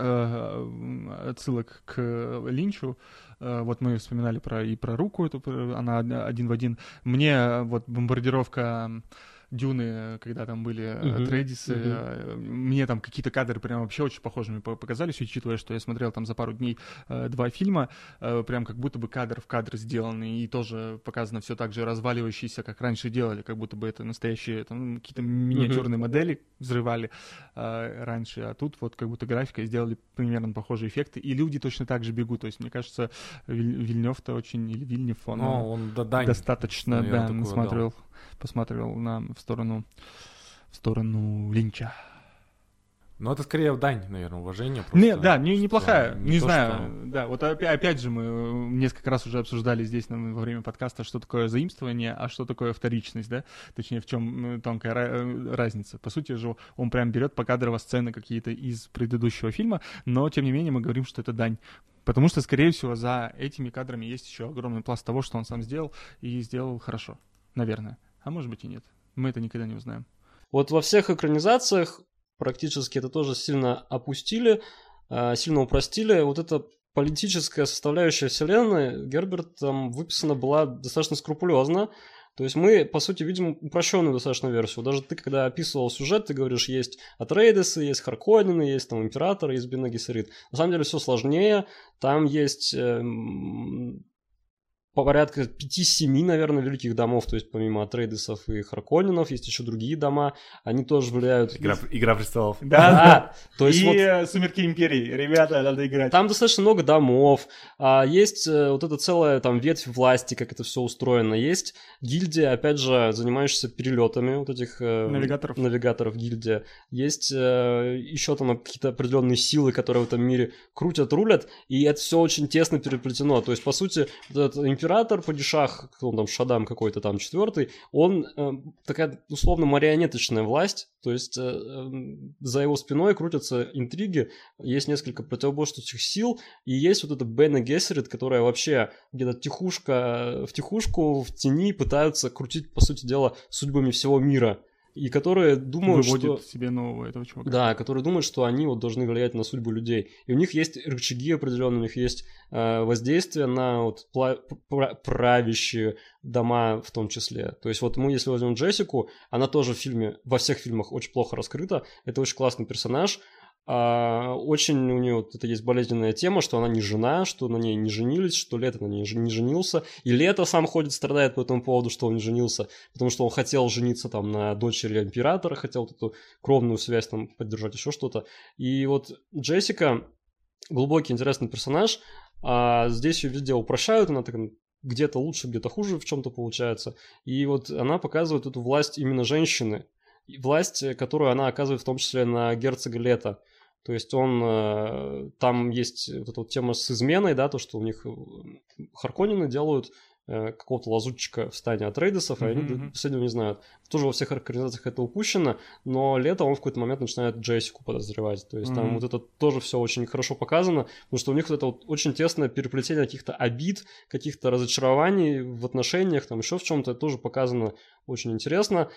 э, отсылок к Линчу. Вот мы вспоминали про и про руку эту, она один в один. Мне вот бомбардировка Дюны, когда там были uh-huh. Тредисы, uh-huh. мне там какие-то кадры прям вообще очень похожими показались, учитывая, что я смотрел там за пару дней э, два фильма, э, прям как будто бы кадр в кадр сделанный, и тоже показано все так же разваливающиеся, как раньше делали, как будто бы это настоящие там, какие-то миниатюрные uh-huh. модели взрывали э, раньше, а тут вот как будто графика сделали примерно похожие эффекты, и люди точно так же бегут, то есть мне кажется, Виль, Вильнев-то очень, или Вильнев, он, Но он додань, достаточно, да, смотрел. Посмотрел на, в сторону в сторону Линча. Ну, это скорее дань, наверное, уважения. Не, да, не, неплохая, не не то, знаю, что... да, вот опять, опять же мы несколько раз уже обсуждали здесь на, во время подкаста, что такое заимствование, а что такое вторичность, да, точнее, в чем тонкая ra- разница. По сути же, он прям берет покадрово сцены какие-то из предыдущего фильма, но, тем не менее, мы говорим, что это дань. Потому что, скорее всего, за этими кадрами есть еще огромный пласт того, что он сам сделал, и сделал хорошо, наверное. А может быть и нет. Мы это никогда не узнаем. Вот во всех экранизациях практически это тоже сильно опустили, сильно упростили. Вот эта политическая составляющая вселенной Гербертом выписана была достаточно скрупулезно. То есть мы, по сути, видим упрощенную достаточно версию. Даже ты, когда описывал сюжет, ты говоришь, есть Атрейдесы, есть Харконнены, есть там Император, есть Бене Гессерит. На самом деле все сложнее. Там есть... Эм... порядка пяти-семи, наверное, великих домов, то есть помимо Атрейдесов и Харконненов, есть еще другие дома, они тоже влияют... Игра, Игра престолов. Да, да. То есть и вот... Сумерки Империи, ребята, надо играть. Там достаточно много домов, а есть вот эта целая там ветвь власти, как это все устроено, есть гильдия, опять же, занимающаяся перелетами вот этих... Навигаторов. Навигаторов гильдия. Есть еще там какие-то определенные силы, которые в этом мире крутят, рулят, и это все очень тесно переплетено. То есть, по сути, вот этот император Император, падишах, он там Шадам какой-то там четвертый, он э, такая условно марионеточная власть, то есть э, э, за его спиной крутятся интриги, есть несколько противоборствующих сил, и есть вот эта Бене Гессерит, которая вообще где-то тихушка, в тихушку, в тени пытаются крутить, по сути дела, судьбами всего мира. И которые думают, выводят что... себе нового этого чувака. Да, которые думают, что они вот должны влиять на судьбу людей. И у них есть рычаги определенные, у них есть э, воздействие на вот пла- правящие дома в том числе. То есть вот мы, если возьмем Джессику, она тоже в фильме, во всех фильмах очень плохо раскрыта. Это очень классный персонаж. А, очень у нее вот это есть болезненная тема, что она не жена, что на ней не женились, что Лето на ней не женился. И Лето сам ходит, страдает по этому поводу, что он не женился, потому что он хотел жениться там на дочери императора, хотел вот эту кровную связь там поддержать, еще что-то. И вот Джессика, глубокий, интересный персонаж, а здесь ее везде упрощают, она так где-то лучше, где-то хуже в чем-то получается. И вот она показывает эту власть именно женщины, власть, которую она оказывает в том числе на герцога Лето. То есть он, там есть вот эта вот тема с изменой, да, то, что у них Харконнены делают какого-то лазутчика в стане Атрейдесов, mm-hmm. и они до последнего не знают. Тоже во всех организациях это упущено, но Лето он в какой-то момент начинает Джессику подозревать. То есть mm-hmm. там вот это тоже все очень хорошо показано, потому что у них вот это вот очень тесное переплетение каких-то обид, каких-то разочарований в отношениях, там еще в чем-то, это тоже показано очень интересно.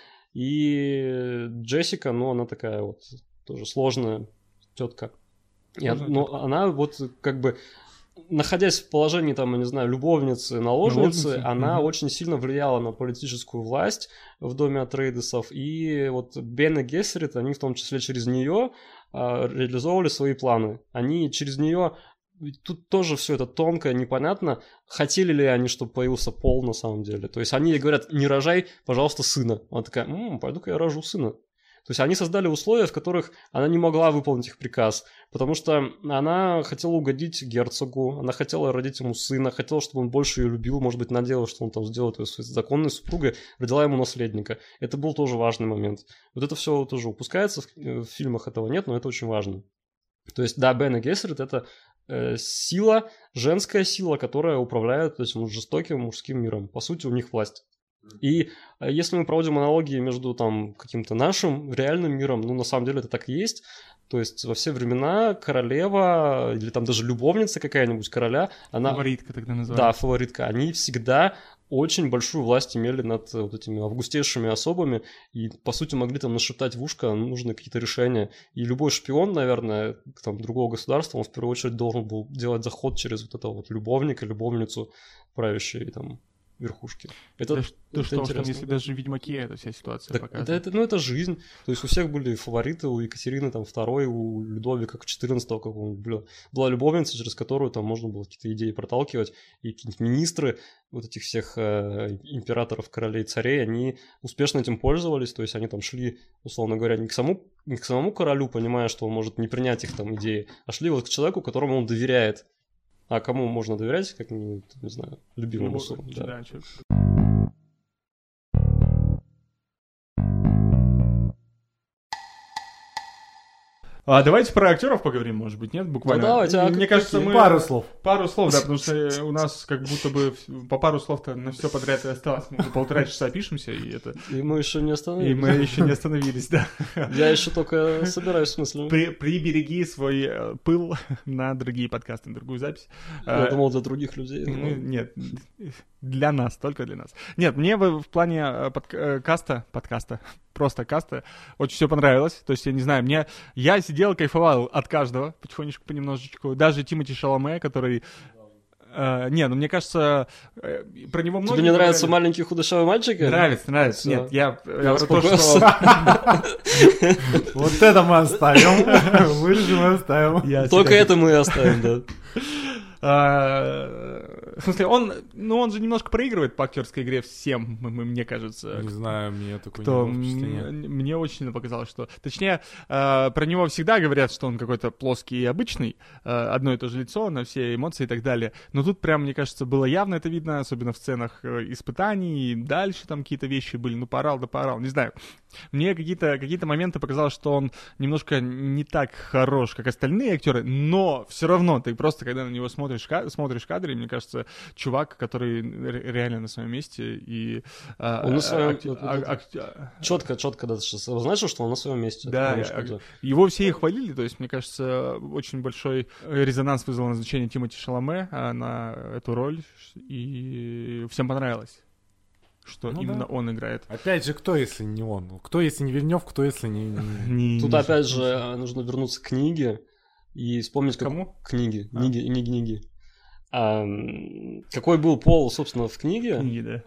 И Джессика, ну, она такая вот тоже сложная тетка. И, но она вот как бы, находясь в положении, там, я не знаю, любовницы, наложницы, наложницы? она угу. очень сильно влияла на политическую власть в доме Атрейдесов. И вот Бене Гессерит, они в том числе через нее а, реализовывали свои планы. Они через нее... Тут тоже все это тонко, непонятно, хотели ли они, чтобы появился Пол на самом деле. То есть они ей говорят, не рожай, пожалуйста, сына. Она такая, м-м, пойду-ка я рожу сына. То есть они создали условия, в которых она не могла выполнить их приказ, потому что она хотела угодить герцогу, она хотела родить ему сына, хотела, чтобы он больше ее любил, может быть, надеялась, что он там сделает ее своей законной супругой, родила ему наследника. Это был тоже важный момент. Вот это все тоже упускается, в фильмах этого нет, но это очень важно. То есть, да, Бене Гессерит — это э, сила, женская сила, которая управляет этим жестоким мужским миром. По сути, у них власть. И э, если мы проводим аналогии между там каким-то нашим реальным миром, ну, на самом деле это так и есть. То есть во все времена королева или там даже любовница какая-нибудь короля, она... Фаворитка тогда называется. Да, фаворитка. Они всегда очень большую власть имели над вот этими августейшими особами и, по сути, могли там нашептать в ушко нужные какие-то решения. И любой шпион, наверное, там, другого государства, он в первую очередь должен был делать заход через вот этого вот любовника, любовницу правящей там верхушки. Это, да, это то, что, что если даже в Ведьмаке эта вся ситуация так, показывает. Это, это, ну, это жизнь. То есть у всех были фавориты, у Екатерины там второй, у Людовика четырнадцатого какого-нибудь была, была любовница, через которую там можно было какие-то идеи проталкивать, и какие-нибудь министры вот этих всех э, императоров, королей, царей, они успешно этим пользовались, то есть они там шли, условно говоря, не к самому, не к самому королю, понимая, что он может не принять их там идеи, а шли вот к человеку, которому он доверяет. А кому можно доверять, как, не, не знаю, любимому сыну. Да. Да, А давайте про актеров поговорим, может быть, нет? Буквально. Ну, давайте, а Мне как- кажется, какие? мы... Пару слов. Пару слов, да, потому что у нас как будто бы по пару слов-то на все подряд и осталось. Мы уже полтора часа пишемся, и это... И мы еще не И остановились. мы еще не остановились, да. Я еще только собираюсь с мыслями. При, прибереги свой э, пыл на другие подкасты, на другую запись. Я Э, думал, для других людей. ну, но- нет, для нас, только для нас. Нет, мне в, в плане э, подка- э, каста, подкаста, просто каста, очень все понравилось. То есть, я не знаю, мне... Я сидел, кайфовал от каждого, потихонечку, понемножечку. Даже Тимоти Шаломе, который... э, не, ну, мне кажется, э, про него многие... Тебе не нравятся говорили. маленькие худощавые мальчики? Нравится, нравится. Всё. Нет, я, я, Я про то, успокоился. что... Вот это мы оставим. Вырежем и оставим. я Только себя- это мы и оставим, да. А, в смысле, он, ну, он же немножко проигрывает по актерской игре всем, м- м- мне кажется. Не знаю, мне такое не Кто, было впечатления. м- мне очень сильно показалось, что... Точнее, а, про него всегда говорят, что он какой-то плоский и обычный, а, одно и то же лицо, на все эмоции и так далее. Но тут прям, мне кажется, было явно это видно, особенно в сценах э, испытаний, и дальше там какие-то вещи были, ну, поорал да поорал, не знаю. Мне какие-то, какие-то моменты показалось, что он немножко не так хорош, как остальные актеры, но все равно ты просто, когда на него смотришь, ка- смотришь кадры, мне кажется, чувак, который ре- реально на своем месте и... а, Он на своем- акте- вот- а- вот- акте- Четко, четко, да, ты сейчас обозначил, что он на своем месте. Да, Это, я- конечно, да. Его все и хвалили, то есть, мне кажется, очень большой резонанс вызвало назначение Тимоти Шаломе а, на эту роль, и всем понравилось, что Ну именно да. он играет. Опять же, кто, если не он? Кто, если не Вильнёв, кто, если не... не- Не- Тут не- опять же э, нужно вернуться к книге и вспомнить... как- Кому? Книги, А. книги, не книги. А, м, какой был Пол, собственно, в книге, Книги, да.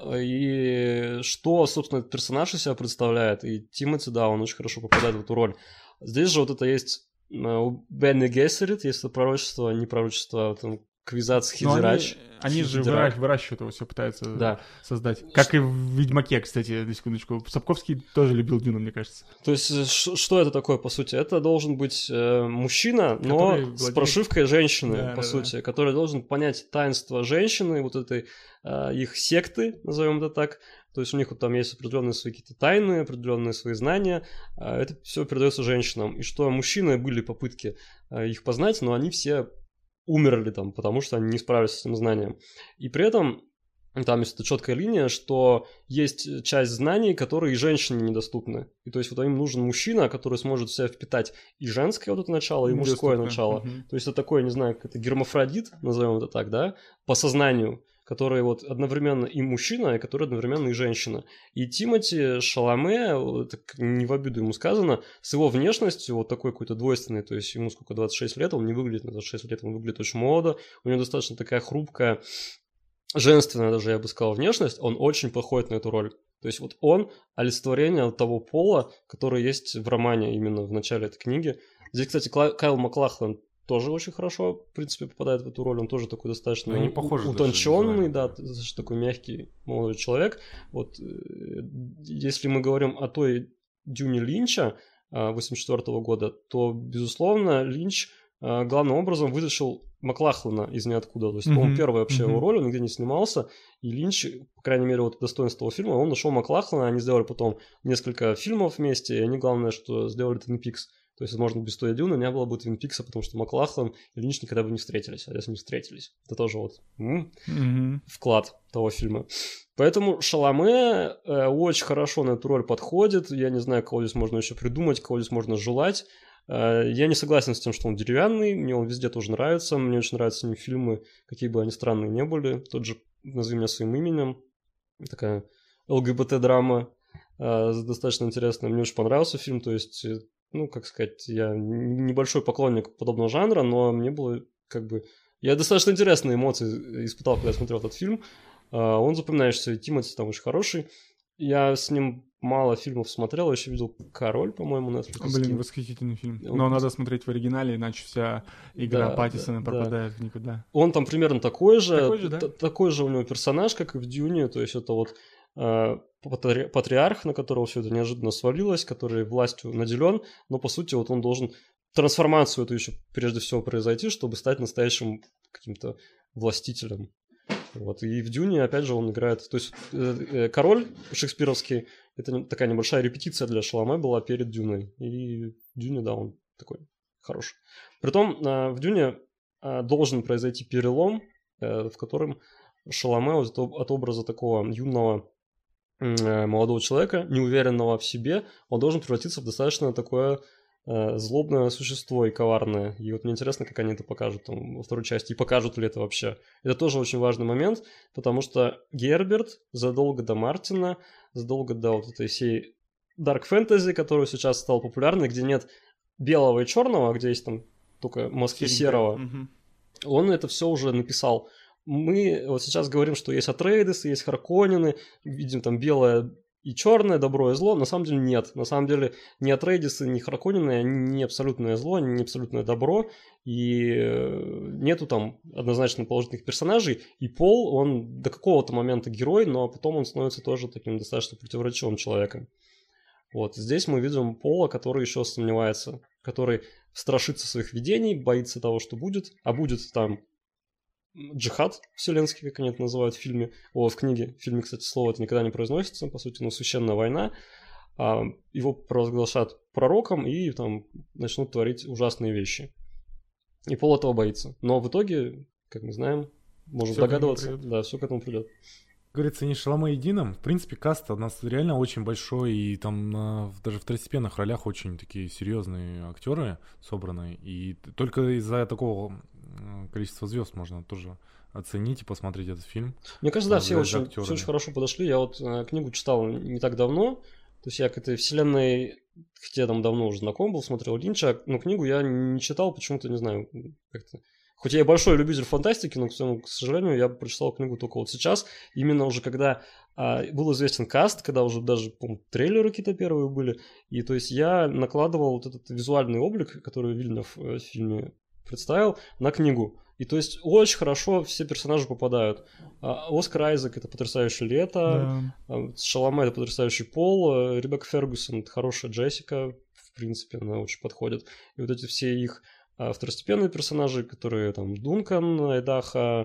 и что, собственно, этот персонаж из себя представляет. И Тимоти, да, он очень хорошо попадает в эту роль. Здесь же вот это есть э, у Бенни Гессерит, есть это пророчество, не пророчество, там, Квизац Но они, Хидирач. они же Хидирак. выра- выращивают его, все пытаются Да. создать. Как и в Ведьмаке, кстати, на секундочку. Сапковский тоже любил Дюну, мне кажется. То есть, э, ш- что это такое, по сути? Это должен быть э, мужчина, но Который с владеет- прошивкой женщины, Да, по да, сути, который должен понять таинство женщины, вот этой э, их секты, назовем это так. То есть у них вот там есть определенные свои какие-то тайны, определенные свои знания. а Это все передается женщинам. И что мужчины были попытки э, их познать, но они все умерли там, потому что они не справились с этим знанием. И при этом там есть эта четкая линия, что есть часть знаний, которые и женщине недоступны. И то есть вот им нужен мужчина, который сможет в себя впитать и женское вот это начало, и мужское Недоступно. начало. Мгм. То есть это такой, не знаю, как это гермафродит, назовем это так, да, по сознанию, который вот одновременно и мужчина, и который одновременно и женщина. И Тимоти Шаломе, это не в обиду ему сказано, с его внешностью вот такой какой-то двойственный, то есть ему сколько, двадцать шесть лет, он не выглядит на двадцать шесть лет, он выглядит очень молодо, у него достаточно такая хрупкая, женственная даже, я бы сказал, внешность, он очень подходит на эту роль. То есть вот он олицетворение того пола, который есть в романе именно в начале этой книги. Здесь, кстати, Кла- Кайл Маклахлан тоже очень хорошо, в принципе, попадает в эту роль. Он тоже такой достаточно Ну, они похожи даже утонченный, визуально, да, да. достаточно такой мягкий молодой человек. Вот э, если мы говорим о той Дюне Линча восемьдесят четвёртого года, то, безусловно, Линч э, главным образом вытащил Маклахлана из ниоткуда. То есть, Мгм, по-моему, первая вообще его мгм. роль, он нигде не снимался. И Линч, по крайней мере, вот достоинство фильма, он нашел Маклахлана, они сделали потом несколько фильмов вместе, и они, главное, что сделали Twin Peaks. То есть, возможно, без той Дюны не было бы Twin Peaks, потому что Маклахлан и Линч никогда бы не встретились. А если не встретились, это тоже вот м, Мгм. вклад того фильма. Поэтому Шаломе э, очень хорошо на эту роль подходит. Я не знаю, кого здесь можно еще придумать, кого здесь можно желать. Э, я не согласен с тем, что он деревянный. Мне он везде тоже нравится. Мне очень нравятся с ним фильмы, какие бы они странные не были. Тот же «Назови меня своим именем». Такая ЛГБТ-драма. э, достаточно интересная. Мне очень понравился фильм. То есть, э, ну, как сказать, я н- небольшой поклонник подобного жанра, но мне было как бы... Я достаточно интересные эмоции испытал, когда смотрел этот фильм. Uh, он запоминающийся, Тимоти там очень хороший. Я с ним мало фильмов смотрел, я еще видел «Король», по-моему, на Netflix. Блин, восхитительный фильм. Он- Но надо смотреть в оригинале, иначе вся игра Да, Паттисона да, пропадает в никуда. Он там примерно такой же, Такой же, да? т- такой же у него персонаж, как и в «Дюне», то есть это вот э, патри- патриарх, на которого все это неожиданно свалилось, который властью наделен, но по сути вот он должен трансформацию эту еще прежде всего произойти, чтобы стать настоящим каким-то властителем. Вот. И в «Дюне», опять же, он играет... То есть э, э, король шекспировский, это не- такая небольшая репетиция для Шаломе была перед «Дюной». И в «Дюне», да, он такой хорош. Притом в «Дюне» должен произойти перелом, в котором Шаломе от образа такого юного молодого человека, неуверенного в себе, он должен превратиться в достаточно такое злобное существо и коварное. И вот мне интересно, как они это покажут там, во второй части, и покажут ли это вообще. Это тоже очень важный момент, потому что Герберт задолго до Мартина, задолго до вот этой всей дарк фэнтези, которая сейчас стала популярной, где нет белого и черного, а где есть там только мазки серого, угу. Он это все уже написал. Мы вот сейчас говорим, что есть Атрейдесы, есть Харконнены, видим там белое и черное, добро и зло. На самом деле нет. На самом деле ни Атрейдесы, ни Харконнены, они не абсолютное зло, они не абсолютное добро. И нету там однозначно положительных персонажей. И Пол, он до какого-то момента герой, но потом он становится тоже таким достаточно противоречивым человеком. Вот здесь мы видим Пола, который еще сомневается, который страшится своих видений, боится того, что будет, а будет там джихад вселенский, как они это называют в фильме, о, в книге, в фильме, кстати, слово это никогда не произносится, по сути, но священная война, а, его провозглашат пророком и там начнут творить ужасные вещи. И Пол этого боится. Но в итоге, как мы знаем, можем все догадываться, да, все к этому придет. Говорится, не Шаломе единым. В принципе, каст у нас реально очень большой, и там а, даже в второстепенных ролях очень такие серьезные актеры собраны. И только из-за такого количества звезд можно тоже оценить и посмотреть этот фильм. Мне кажется, да, все очень, все очень хорошо подошли. Я вот э, книгу читал не так давно. То есть я к этой вселенной, хотя я там давно уже знаком был, смотрел Линча, но книгу я не читал, почему-то, не знаю, как-то... Хоть я и большой любитель фантастики, но, к своему, к сожалению, я прочитал книгу только вот сейчас. Именно уже когда а, был известен каст, когда уже даже, по-моему, трейлеры какие-то первые были. И то есть я накладывал вот этот визуальный облик, который Вильнев в фильме представил, на книгу. И то есть очень хорошо все персонажи попадают. А, Оскар Айзек — это потрясающее лето, да. а, Шаломе — это потрясающий Пол, Ребекка Фергюсон — это хорошая Джессика, в принципе, она очень подходит. И вот эти все их а второстепенные персонажи, которые там Дункан, Айдаха,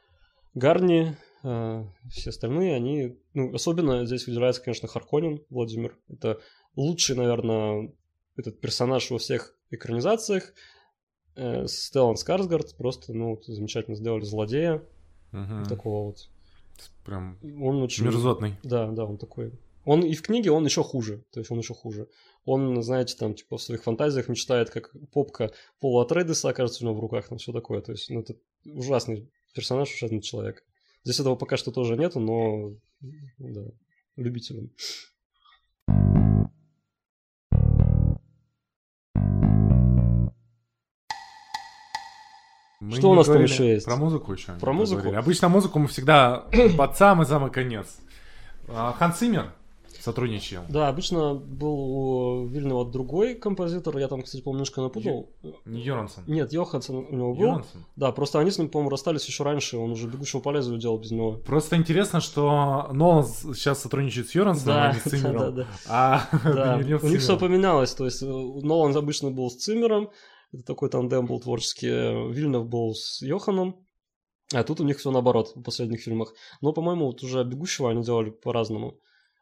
Гарни, э, все остальные, они... Ну, особенно здесь выделяется, конечно, Харконнен Владимир. Это лучший, наверное, этот персонаж во всех экранизациях. Э, Стеллан Скарсгард просто, ну, вот, замечательно сделали злодея. Угу. Такого вот. Прям он очень... мерзотный. Да, да, он такой... Он и в книге он еще хуже, то есть он еще хуже. Он, знаете, там, типа, в своих фантазиях мечтает, как попка Пола Атрейдеса окажется у него в руках, там, все такое. То есть, ну, это ужасный персонаж, ужасный человек. Здесь этого пока что тоже нету, но, да, любителям. Мы что у нас там еще есть? Про музыку еще. Про музыку? Поговорили. Обычно музыку мы всегда под самый-самый конец. Ханс Циммер сотрудничал. Да, обычно был у Вильнева другой композитор, я там, кстати, по-моему, немножко напутал. Ю... Не Йорансон. Нет, Йоханссон у него был. Йорансон? Да, просто они с ним, по-моему, расстались еще раньше, он уже «Бегущего по лезвию» делал без него. Просто интересно, что Нолан сейчас сотрудничает с Йоранссоном, да, а не с Циммером. Да, да, да. А да. У них все поменялось, то есть Нолан обычно был с Циммером, это такой тандем был творческий, Вильнев был с Йоханом, а тут у них все наоборот в последних фильмах. Но, по-моему, вот уже «Бегущего» они делали по-разному.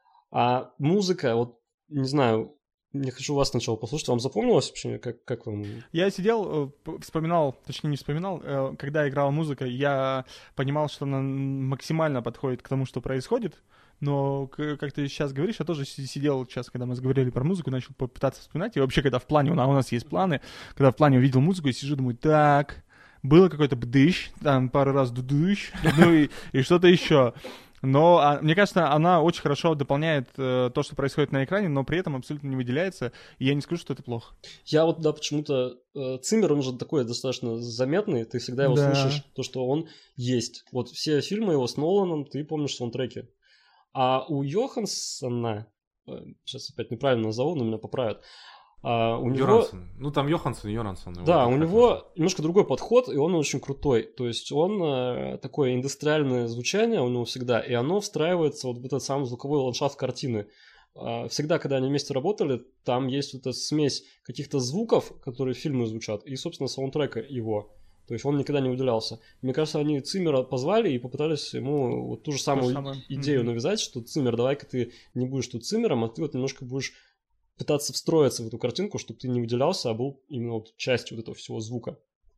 А музыка, вот, не знаю, не хочу вас сначала послушать, вам запомнилось вообще, как, как вам? Я сидел, вспоминал, точнее не вспоминал, когда играла музыка, я понимал, что она максимально подходит к тому, что происходит, но, как ты сейчас говоришь, я тоже сидел сейчас, когда мы заговорили про музыку, начал попытаться вспоминать, и вообще, когда в плане, у нас есть планы, когда в плане увидел музыку, и сижу, думаю, так, было какой-то бдыщ, там пару раз дудыщ, ну и, и что-то еще. Но а, мне кажется, она очень хорошо дополняет э, то, что происходит на экране, но при этом абсолютно не выделяется, и я не скажу, что это плохо. Я вот, да, почему-то... Э, Циммер, он же такой достаточно заметный, ты всегда его да. слышишь, то, что он есть. Вот все фильмы его с Ноланом, ты помнишь саундтреки. А у Йоханссона, э, сейчас опять неправильно назову, но меня поправят, А у него... Ну, там Йоханссон и Йорансон. Да, у него называют. Немножко другой подход, и он очень крутой. То есть он э, такое индустриальное звучание у него всегда, и оно встраивается вот в этот самый звуковой ландшафт картины. Э, всегда, когда они вместе работали, там есть вот эта смесь каких-то звуков, которые в фильме звучат, и, собственно, саундтрека его. То есть он никогда не выделялся. Мне кажется, они Циммера позвали и попытались ему вот ту же самую идею mm-hmm. навязать, что Циммер, давай-ка ты не будешь тут Циммером, а ты вот немножко будешь пытаться встроиться в эту картинку, чтобы ты не выделялся, а был именно вот частью вот этого всего звука.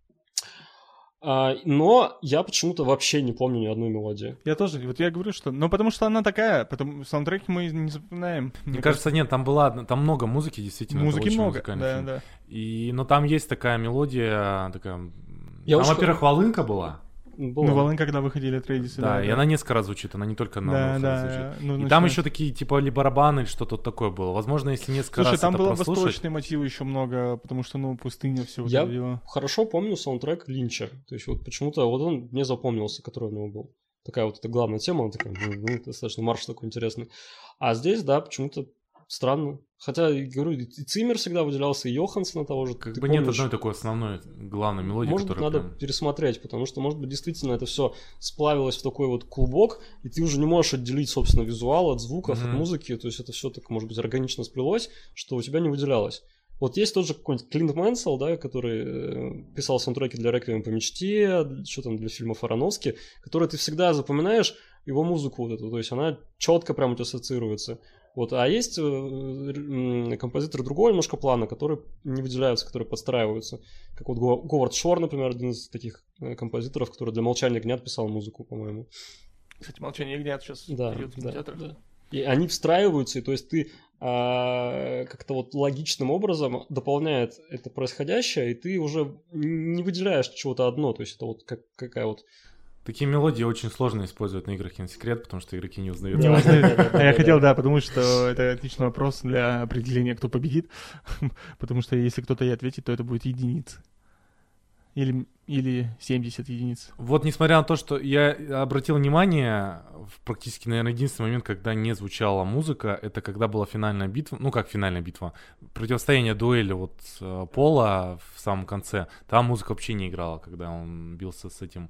А, но я почему-то вообще не помню ни одной мелодии. Я тоже, вот я говорю, что... Ну, потому что она такая, потому саундтреки мы не запоминаем. Мне, Мне кажется, нет, там была... Там много музыки, действительно. Музыки много, да, фильм. да. И, но там есть такая мелодия, такая... Я там, уж... во-первых, волынка была. Была. Ну, волынка, когда выходили от Рейдиса. Да, да, и да. она несколько раз звучит, она не только на да, одном да, звучит. ну, и начинает... там еще такие, типа, ли барабаны, или что-то такое было. Возможно, если несколько Слушай, раз там это было прослушать... восточные мотивы еще много, потому что, ну, пустыня, все вот Я это дело. хорошо помню саундтрек Линча. То есть вот почему-то вот он мне запомнился, который у него был. Такая вот эта главная тема, он такая, ну, достаточно марш такой интересный. А здесь, да, почему-то странно. Хотя, говорю, и Циммер всегда выделялся, и Йоханссон того же. Как Ты бы помнишь? нет одной такой основной главной мелодии, Может быть, которая надо прям... пересмотреть, потому что, может быть, действительно это все сплавилось в такой вот клубок, и ты уже не можешь отделить, собственно, визуал от звуков, Mm-hmm. от музыки, то есть это все так, может быть, органично сплелось, что у тебя не выделялось. Вот есть тот же какой-нибудь Клинт Мэнсел, да, который писал саундтреки для «Реквием по мечте», что там для фильмов Аронофски, который ты всегда запоминаешь его музыку вот эту, то есть она четко прям у тебя ассоциируется. Вот, а есть э, композиторы другого немножко плана, которые не выделяются, которые подстраиваются. Как вот Говард Шор, например, один из таких э, композиторов, который для «Молчания ягнят» писал музыку, по-моему. Кстати, «Молчание ягнят» сейчас да, идет в да, кинотеатрах. Да. И они встраиваются, и то есть ты а, как-то вот логичным образом дополняет это происходящее, и ты уже не выделяешь чего-то одно, то есть это вот как, какая вот... Такие мелодии очень сложно использовать на играх «Киносекрет», потому что игроки не узнают. Не узнают. А я хотел, да, потому что это отличный вопрос для определения, кто победит. Потому что если кто-то и ответит, то это будет единица. Или, или семьдесят единиц. Вот, несмотря на то, что я обратил внимание, в практически, наверное, единственный момент, когда не звучала музыка, это когда была финальная битва, ну как финальная битва, противостояние дуэли вот Пола в самом конце, там музыка вообще не играла, когда он бился с этим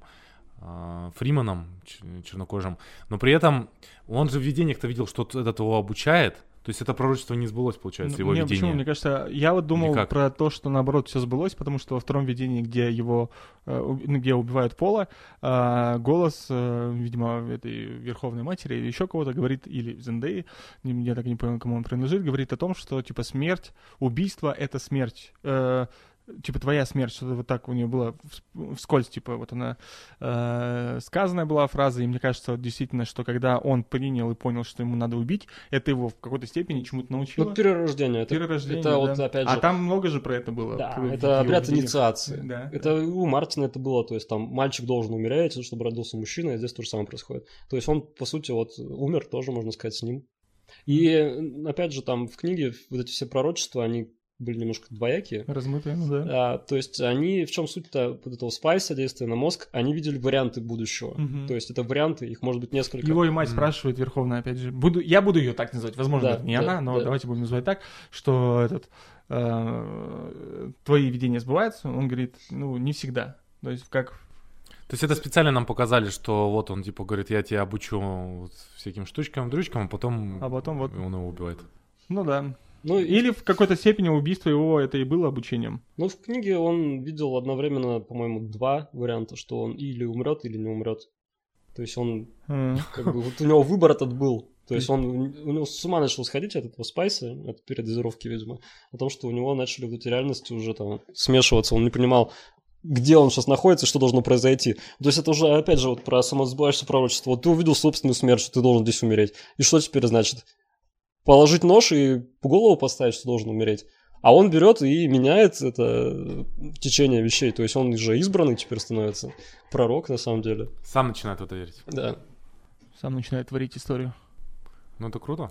Фриманом чернокожим, но при этом он же в видениях-то видел, что этот его обучает, то есть это пророчество не сбылось, получается, его Мне, видение. Почему? Мне кажется, я вот думал про то, что наоборот все сбылось, потому что во втором видении, где его, где убивают Пола, голос, видимо, этой Верховной Матери или еще кого-то говорит, или Зендеи, я так и не понял, кому он принадлежит, говорит о том, что типа смерть, убийство — это смерть. Типа твоя смерть, что-то вот так у нее было вскользь, типа вот она э, сказанная была фраза, и мне кажется вот, действительно, что когда он принял и понял, что ему надо убить, это его в какой-то степени чему-то научило. Ну, перерождение. Это, перерождение, это да. вот опять же... А там много же про это было. Да, в, это в обряд видениях. инициации. Да, это да. У Мартина это было, то есть там мальчик должен умереть, чтобы родился мужчина, и здесь то же самое происходит. То есть он, по сути, вот умер, тоже, можно сказать, с ним. И опять же, там в книге вот эти все пророчества, они были немножко двоякие. Размытые, ну да. А, то есть они, в чем суть-то вот этого спайса, действия на мозг, они видели варианты будущего. Угу. То есть это варианты, их может быть несколько. Его и мать mm. спрашивает, Верховная, опять же, буду, я буду ее так называть, возможно, да, это не да, она, но да. давайте будем называть так, что этот, э, твои видения сбываются, он говорит, ну, не всегда. То есть как... То есть это специально нам показали, что вот он типа говорит, я тебя обучу вот всяким штучкам, дрючкам, а потом, а потом вот... он его убивает. Ну да. Ну, Или в какой-то степени убийство его это и было обучением. Ну, в книге он видел одновременно, по-моему, два варианта, что он или умрет, или не умрет. То есть он, mm. как бы, вот у него выбор этот был. То есть он, у него с ума начал сходить от этого спайса, от передозировки, видимо, о том, что у него начали вот эти реальности уже там смешиваться, он не понимал, где он сейчас находится, что должно произойти. То есть это уже, опять же, вот про самосбывающееся пророчество. Вот ты увидел собственную смерть, что ты должен здесь умереть. И что теперь значит? Положить нож и по голову поставить, что должен умереть. А он берет и меняет это течение вещей. То есть он уже избранный теперь становится. Пророк, на самом деле. Сам начинает в это верить. Да. Сам начинает творить историю. Ну это круто.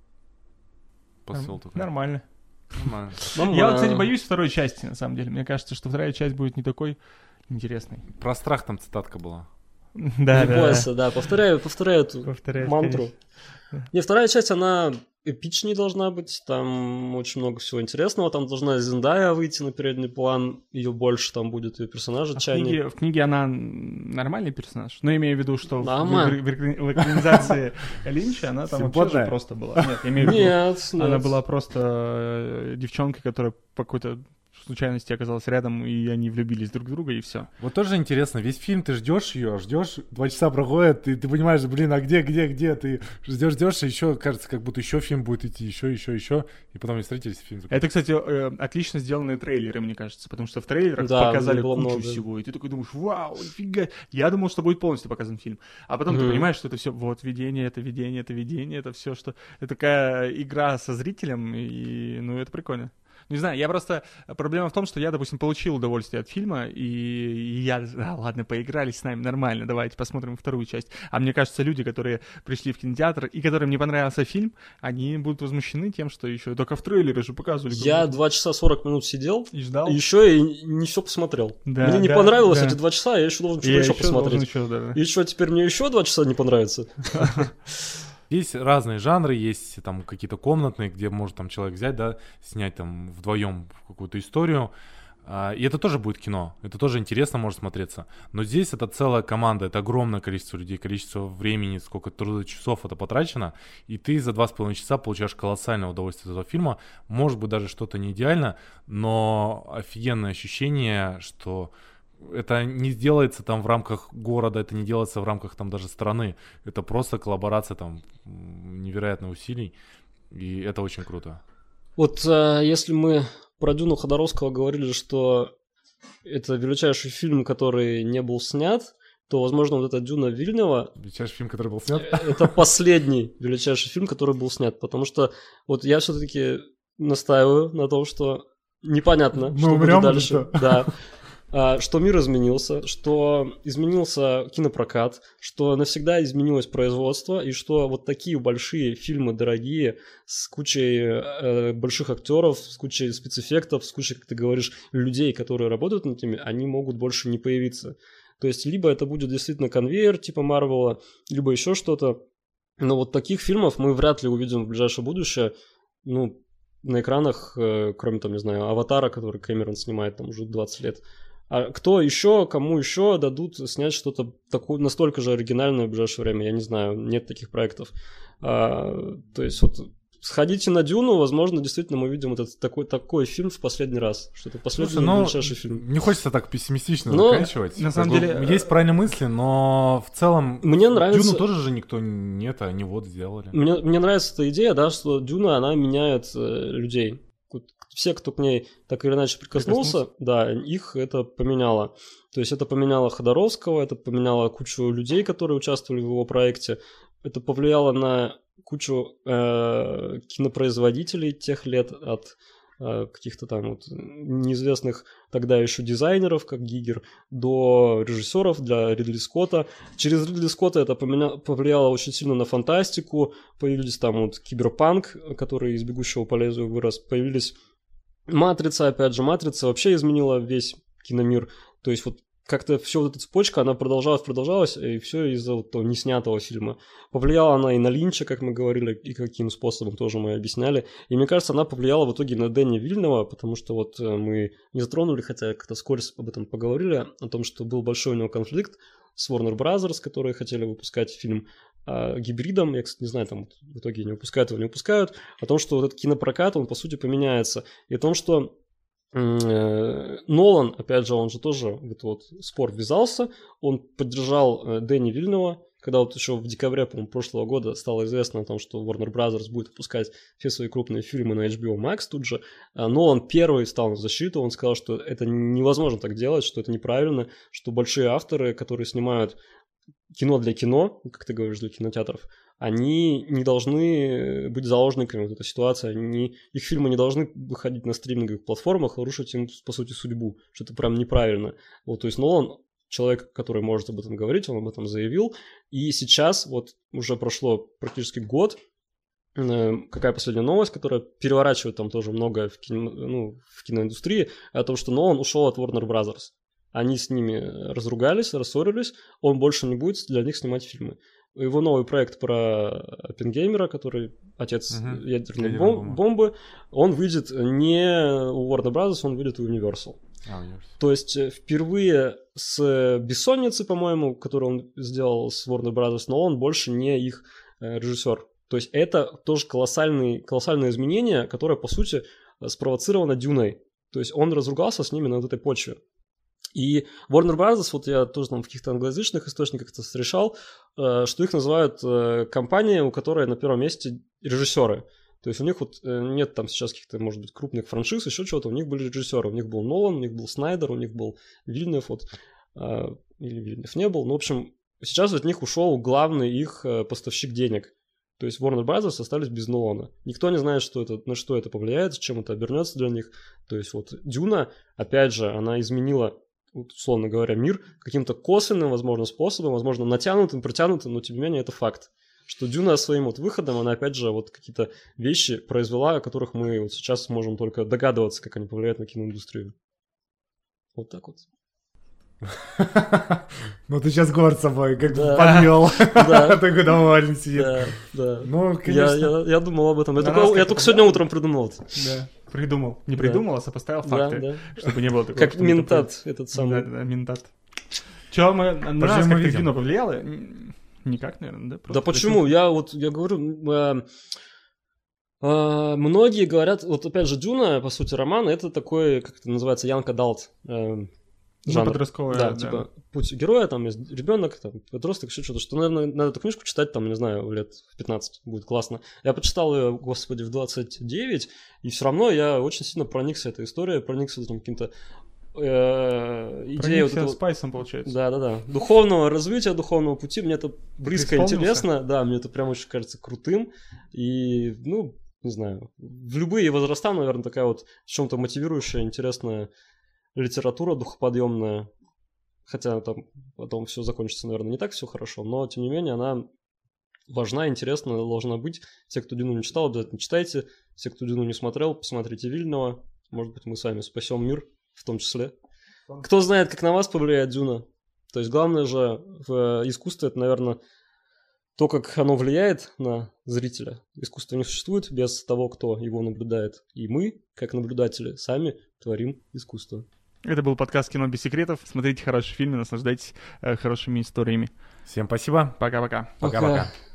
Посыл такой. Нормально. Нормально. Я вот, кстати, боюсь второй части, на самом деле. Мне кажется, что вторая часть будет не такой интересной. Про страх там цитатка была. Да, не да. бойся, да. Повторяю, повторяю эту Повторяю, мантру. Конечно. Не, вторая часть, она эпичнее должна быть, там очень много всего интересного, там должна Зендая выйти на передний план, ее больше там будет, ее персонажа а Чайни. В книге, в книге она нормальный персонаж, но имею в виду, что в, в, в, в экранизации Линча она там вообще же просто была. Нет, я имею в виду, нет, она нет. была просто девчонкой, которая по какой-то случайности оказалась рядом, и они влюбились друг в друга, и все. Вот тоже интересно, весь фильм ты ждешь ее, ждешь, два часа проходят, и ты понимаешь, блин, а где, где, где, ты ждешь, ждешь, и еще кажется, как будто еще фильм будет идти, еще, еще, еще, и потом не встретились, фильм закончился. Это, кстати, э, отлично сделанные трейлеры, мне кажется, потому что в трейлерах да, показали кучу много. всего, и ты такой думаешь, вау, нифига, я думал, что будет полностью показан фильм, а потом mm-hmm. ты понимаешь, что это все, вот, видение, это видение, это видение, это все, что, это такая игра со зрителем, и, ну, это прикольно. Не знаю, я просто... Проблема в том, что я, допустим, получил удовольствие от фильма, и, и я... А, ладно, поигрались с нами, нормально, давайте посмотрим вторую часть. А мне кажется, люди, которые пришли в кинотеатр, и которым не понравился фильм, они будут возмущены тем, что еще только в трейлере же показывали. Я два часа сорок минут сидел, и ждал. Еще и не все посмотрел. Да, мне не да, понравилось да. эти два часа, я еще должен что-то я еще еще посмотреть. Еще, да, да. И что, теперь мне еще два часа не понравится? Есть разные жанры, есть там какие-то комнатные, где может там человек взять, да, снять там вдвоем какую-то историю. И это тоже будет кино, это тоже интересно может смотреться. Но здесь это целая команда, это огромное количество людей, количество времени, сколько труда часов это потрачено. И ты за два с половиной часа получаешь колоссальное удовольствие от этого фильма. Может быть, даже что-то не идеально, но офигенное ощущение, что... Это не делается там в рамках города, это не делается в рамках там даже страны. Это просто коллаборация там невероятных усилий, и это очень круто. Вот а, если мы про Дюну Ходоровского говорили, что это величайший фильм, который не был снят, то, возможно, вот эта Дюна Вильнева... Величайший фильм, который был снят? Это последний величайший фильм, который был снят, потому что вот я все-таки настаиваю на том, что непонятно, мы что умрем, будет дальше. Что? Да. Что мир изменился, что изменился кинопрокат, что навсегда изменилось производство, и что вот такие большие фильмы дорогие, с кучей э, больших актеров, с кучей спецэффектов, с кучей, как ты говоришь, людей, которые работают над ними, они могут больше не появиться. То есть либо это будет действительно конвейер типа Марвела, либо еще что-то. Но вот таких фильмов мы вряд ли увидим в ближайшее будущее, ну, на экранах, э, кроме, там, не знаю, «Аватара», который Кэмерон снимает там уже двадцать лет. А кто еще, кому еще дадут снять что-то такое, настолько же оригинальное в ближайшее время? Я не знаю, нет таких проектов. А, то есть вот сходите на Дюну, возможно, действительно мы видим вот этот такой, такой фильм в последний раз. Что это последний Слушай, величайший фильм. Не хочется так пессимистично но, заканчивать. На самом деле... Есть правильные мысли, но в целом... Мне нравится... Дюну тоже же никто нет, а они вот сделали. Мне, мне нравится эта идея, да, что Дюна, она меняет э, людей. Все, кто к ней так или иначе прикоснулся, прикоснулся, да, их это поменяло. То есть это поменяло Ходоровского, это поменяло кучу людей, которые участвовали в его проекте. Это повлияло на кучу э, кинопроизводителей тех лет, от э, каких-то там вот неизвестных тогда еще дизайнеров, как Гигер, до режиссеров, для Ридли Скотта. Через Ридли Скотта это поменя... повлияло очень сильно на фантастику. Появились там вот киберпанк, который из «Бегущего по лезвию» вырос. Появились «Матрица», опять же, «Матрица» вообще изменила весь киномир. То есть вот как-то все вот эта цепочка, она продолжалась, продолжалась, и все из-за вот того неснятого фильма. Повлияла она и на Линча, как мы говорили, и каким способом тоже мы объясняли. И мне кажется, она повлияла в итоге на Дэни Вильнева, потому что вот мы не затронули, хотя как-то вскользь об этом поговорили, о том, что был большой у него конфликт с Warner Brothers, которые хотели выпускать фильм а, гибридом. Я, кстати, не знаю, там вот, в итоге не выпускают его, не выпускают. О том, что вот этот кинопрокат, он по сути поменяется. И о том, что Нолан, опять же, он же тоже в этот вот спор ввязался, он поддержал Дэни Вильнева, когда вот еще в декабре, по-моему, прошлого года стало известно о том, что Warner Brothers будет выпускать все свои крупные фильмы на эйч би о Max тут же. Нолан первый стал на защиту, он сказал, что это невозможно так делать, что это неправильно, что большие авторы, которые снимают кино для кино, как ты говоришь, для кинотеатров, они не должны быть заложниками вот этой ситуации, они, их фильмы не должны выходить на стриминговых платформах и рушить им, по сути, судьбу, что это прям неправильно. Вот, то есть Нолан, человек, который может об этом говорить, он об этом заявил, и сейчас, вот уже прошло практически год, э, какая последняя новость, которая переворачивает там тоже многое в, кино, ну, в киноиндустрии, о том, что Нолан ушел от Warner Brothers. Они с ними разругались, рассорились, он больше не будет для них снимать фильмы. Его новый проект про Оппенгеймера, который отец uh-huh. ядерной бом- бомбы, он выйдет не у Warner Brothers, он выйдет у Universal. Ah, yes. То есть впервые с «Бессонницы», по-моему, которую он сделал с Warner Brothers, но он больше не их режиссер. То есть это тоже колоссальные, колоссальное изменение, которое, по сути, спровоцировано Дюной. То есть он разругался с ними на вот этой почве. И Warner Bros., вот я тоже там в каких-то англоязычных источниках это встречал, что их называют компанией, у которой на первом месте режиссеры. То есть у них вот нет там сейчас каких-то, может быть, крупных франшиз, еще чего-то, у них были режиссеры. У них был Нолан, у них был Снайдер, у них был Вильнев, вот, или Вильнев не был. Ну, в общем, сейчас от них ушел главный их поставщик денег. То есть Warner Bros. Остались без Нолана. Никто не знает, что это, на что это повлияет, чем это обернется для них. То есть вот Дюна, опять же, она изменила, условно говоря, мир каким-то косвенным, возможно, способом, возможно, натянутым, протянутым, но тем не менее это факт. Что Дюна своим вот выходом, она опять же вот какие-то вещи произвела, о которых мы вот сейчас можем только догадываться, как они повлияют на киноиндустрию. Вот так вот. Ну ты сейчас горд собой, как подвел. Такой довольный сидит. Да, да. Ну, конечно. Я думал об этом. Я только сегодня утром придумал. Да, придумал. Не придумал, а сопоставил факты, чтобы не было такого. Как ментат этот самый. Да, да, ментат. Че, мы на нас как-то Дюна повлияла? Никак, наверное, да? Да почему? Я вот, я говорю, многие говорят, вот опять же, Дюна, по сути, роман, это такой, как это называется, young adult жанр. Подростковая, да, да. Типа путь героя, там есть ребенок, там, подросток, еще что-то, что, наверное, надо эту книжку читать, там, не знаю, лет в пятнадцать, будет классно. Я почитал ее, господи, в двадцать девять, и все равно я очень сильно проникся этой историей, проникся там каким-то э, идеей вот этого... спайсом, получается. Да-да-да. Духовного развития, духовного пути, мне это близко интересно, да, мне это прям очень кажется крутым, и, ну, не знаю, в любые возраста, наверное, такая вот в чем-то мотивирующая, интересная литература духоподъемная, хотя там потом все закончится, наверное, не так все хорошо, но, тем не менее, она важна, интересна, должна быть. Те, кто Дюну не читал, обязательно читайте. Те, кто Дюну не смотрел, посмотрите Вильнева. Может быть, мы сами спасем мир, в том числе. Кто знает, как на вас повлияет Дюна. То есть, главное же в искусстве, это, наверное, то, как оно влияет на зрителя. Искусство не существует без того, кто его наблюдает. И мы, как наблюдатели, сами творим искусство. Это был подкаст «Кино без секретов». Смотрите хорошие фильмы, наслаждайтесь э, хорошими историями. Всем спасибо. Пока-пока. Пока-пока.